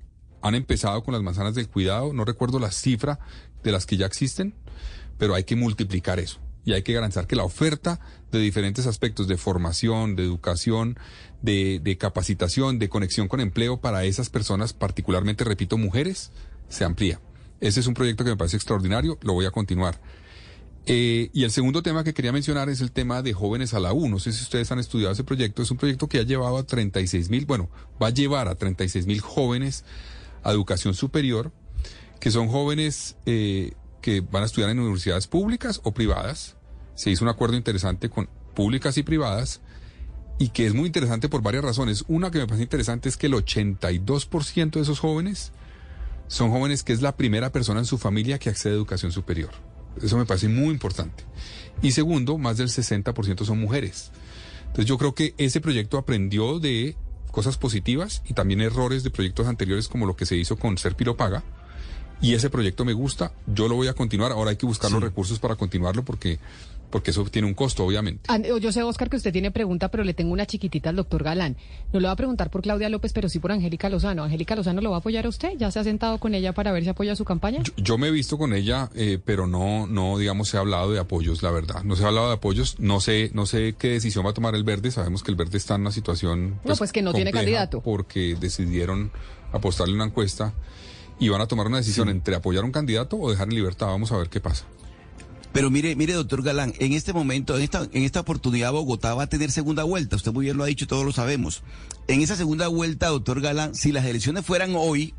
Han empezado con las manzanas del cuidado, no recuerdo la cifra de las que ya existen, pero hay que multiplicar eso. Y hay que garantizar que la oferta de diferentes aspectos de formación, de educación, de capacitación, de conexión con empleo para esas personas, particularmente, repito, mujeres, se amplía. Ese es un proyecto que me parece extraordinario, lo voy a continuar. Y el segundo tema que quería mencionar es el tema de Jóvenes a la U. No sé si ustedes han estudiado ese proyecto. Es un proyecto que ha llevado a 36,000, va a llevar a 36,000 jóvenes a educación superior, que son jóvenes que van a estudiar en universidades públicas o privadas. Se hizo un acuerdo interesante con públicas y privadas y que es muy interesante por varias razones. Una que me parece interesante es que el 82% de esos jóvenes son jóvenes que es la primera persona en su familia que accede a educación superior. Eso me parece muy importante. Y segundo, más del 60% son mujeres. Entonces yo creo que ese proyecto aprendió de cosas positivas y también errores de proyectos anteriores como lo que se hizo con Serpilo Paga. Y ese proyecto me gusta, yo lo voy a continuar. Ahora hay que buscar los recursos para continuarlo porque eso tiene un costo, obviamente. Yo sé, Oscar, que usted tiene pregunta, pero le tengo una chiquitita al doctor Galán. No le va a preguntar por Claudia López, pero sí por Angélica Lozano. ¿Angélica Lozano lo va a apoyar a usted? ¿Ya se ha sentado con ella para ver si apoya su campaña? Yo me he visto con ella, pero no, digamos, se ha hablado de apoyos, la verdad. No se ha hablado de apoyos, no sé qué decisión va a tomar el Verde. Sabemos que el Verde está en una situación que no tiene candidato. Porque decidieron apostarle una encuesta y van a tomar una decisión entre apoyar a un candidato o dejar en libertad. Vamos a ver qué pasa. Pero mire, doctor Galán, en este momento, en esta oportunidad, Bogotá va a tener segunda vuelta. Usted muy bien lo ha dicho, todos lo sabemos. En esa segunda vuelta, doctor Galán, si las elecciones fueran hoy,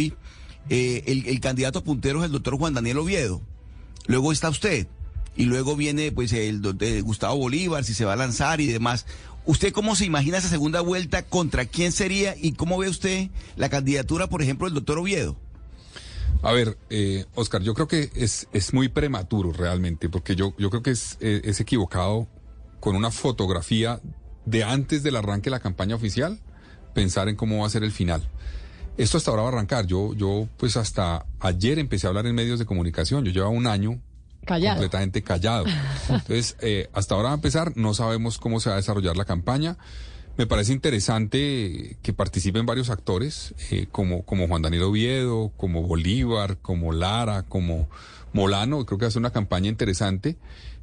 el candidato puntero es el doctor Juan Daniel Oviedo. Luego está usted. Y luego viene, pues, el Gustavo Bolívar, si se va a lanzar y demás. ¿Usted cómo se imagina esa segunda vuelta? ¿Contra quién sería? ¿Y cómo ve usted la candidatura, por ejemplo, del doctor Oviedo? A ver, Oscar, yo creo que es muy prematuro realmente, porque yo creo que es equivocado con una fotografía de antes del arranque de la campaña oficial, pensar en cómo va a ser el final. Esto hasta ahora va a arrancar. Yo pues hasta ayer empecé a hablar en medios de comunicación. Yo llevaba un año completamente callado. Entonces, hasta ahora va a empezar, no sabemos cómo se va a desarrollar la campaña. Me parece interesante que participen varios actores, como Juan Daniel Oviedo, como Bolívar, como Lara, como Molano. Creo que va a ser una campaña interesante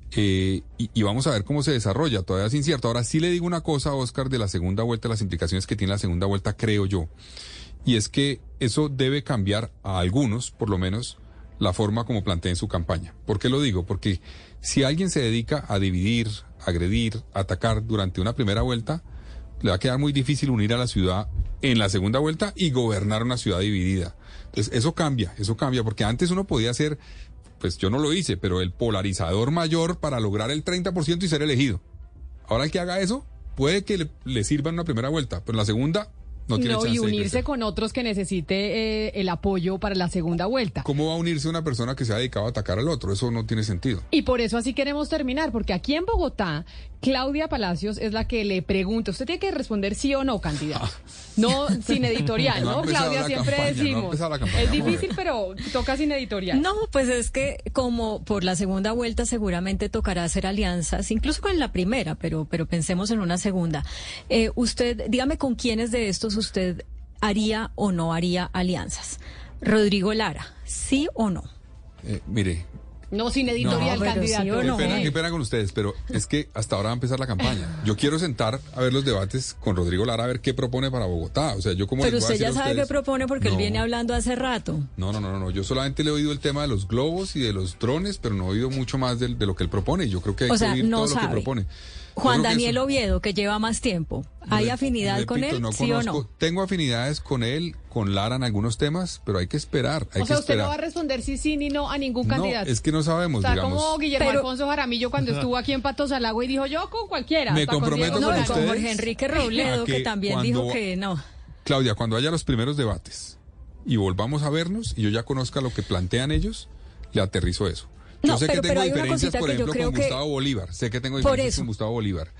y vamos a ver cómo se desarrolla. Todavía es incierto. Ahora sí le digo una cosa, Oscar, de la segunda vuelta, las implicaciones que tiene la segunda vuelta, creo yo. Y es que eso debe cambiar a algunos, por lo menos, la forma como planteen su campaña. ¿Por qué lo digo? Porque si alguien se dedica a dividir, agredir, atacar durante una primera vuelta, le va a quedar muy difícil unir a la ciudad en la segunda vuelta y gobernar una ciudad dividida. Entonces, eso cambia, porque antes uno podía ser, pues yo no lo hice, pero el polarizador mayor para lograr el 30% y ser elegido. Ahora el que haga eso, puede que le sirva en una primera vuelta, pero en la segunda no tiene chance. Y unirse con otros que necesite el apoyo para la segunda vuelta. ¿Cómo va a unirse una persona que se ha dedicado a atacar al otro? Eso no tiene sentido. Y por eso así queremos terminar, porque aquí en Bogotá, Claudia Palacios es la que le pregunta. Usted tiene que responder sí o no, candidato. No sin editorial, ¿no? Claudia, siempre decimos. Es difícil, pero toca sin editorial. No, pues es que como por la segunda vuelta seguramente tocará hacer alianzas, incluso con la primera, pero pensemos en una segunda. Usted, dígame con quiénes de estos usted haría o no haría alianzas. Rodrigo Lara, ¿sí o no? Mire. No, sin editorial, candidato. Sí, qué pena con ustedes, pero es que hasta ahora va a empezar la campaña. Yo quiero sentar a ver los debates con Rodrigo Lara, a ver qué propone para Bogotá. O sea, yo como. Pero usted ya sabe qué propone porque él viene hablando hace rato. No. Yo solamente le he oído el tema de los globos y de los drones, pero no he oído mucho más de lo que él propone. Yo creo que hay que oír todo lo que propone. Juan Daniel Oviedo, que lleva más tiempo, ¿hay afinidad con él, sí o no? Tengo afinidades con él, con Lara en algunos temas, pero hay que esperar. Usted no va a responder sí ni no a ningún candidato. No, es que no sabemos, Está como Guillermo Alfonso Jaramillo cuando estuvo aquí en Patos al Agua y dijo yo con cualquiera. Me comprometo con ustedes. Con Jorge Enrique Robledo, que también dijo que no. Claudia, cuando haya los primeros debates y volvamos a vernos y yo ya conozca lo que plantean ellos, le aterrizo eso. Yo sé que tengo diferencias, por ejemplo, con Gustavo Bolívar. Sé que tengo diferencias con Gustavo Bolívar.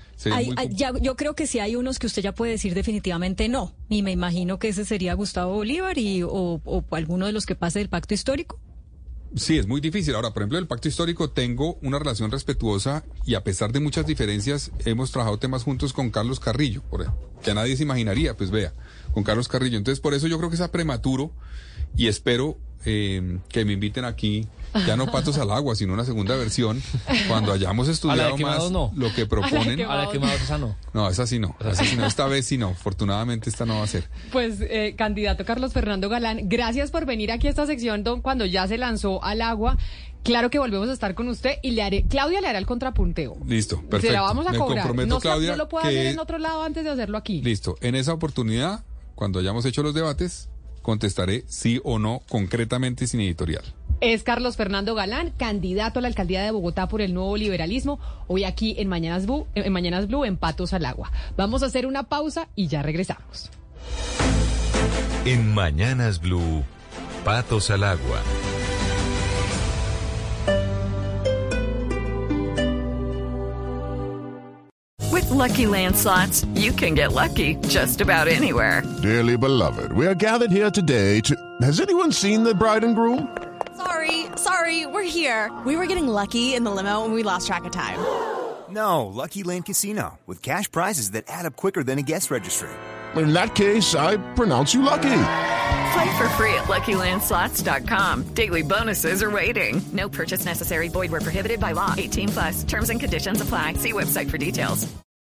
Yo creo que sí hay unos que usted ya puede decir definitivamente no. Y me imagino que ese sería Gustavo Bolívar o alguno de los que pase del pacto histórico. Sí, es muy difícil. Ahora, por ejemplo, del pacto histórico tengo una relación respetuosa y a pesar de muchas diferencias hemos trabajado temas juntos con Carlos Carrillo, por ejemplo, que a nadie se imaginaría, pues vea. Carlos Carrillo. Entonces, por eso yo creo que es prematuro y espero que me inviten aquí, ya no Patos al Agua, sino una segunda versión, cuando hayamos estudiado más lo que proponen. A la de Quemados esa no. No, esa sí no, esta vez sí no, afortunadamente esta no va a ser. Pues, candidato Carlos Fernando Galán, gracias por venir aquí a esta sección cuando ya se lanzó al agua. Claro que volvemos a estar con usted y Claudia le hará el contrapunteo. Listo, perfecto. Se la vamos a cobrar. Comprometo, Claudia, no lo puede hacer en otro lado antes de hacerlo aquí. Listo, en esa oportunidad, cuando hayamos hecho los debates, contestaré sí o no concretamente sin editorial. Es Carlos Fernando Galán, candidato a la alcaldía de Bogotá por el Nuevo Liberalismo, hoy aquí en Mañanas Blue, en Patos al Agua. Vamos a hacer una pausa y ya regresamos. En Mañanas Blue, Patos al Agua. With Lucky Land Slots, you can get lucky just about anywhere. Dearly beloved, we are gathered here today to... Has anyone seen the bride and groom? Sorry, we're here. We were getting lucky in the limo and we lost track of time. No, Lucky Land Casino, with cash prizes that add up quicker than a guest registry. In that case, I pronounce you lucky. Play for free at LuckyLandSlots.com. Daily bonuses are waiting. No purchase necessary. Void where prohibited by law. 18+. Terms and conditions apply. See website for details.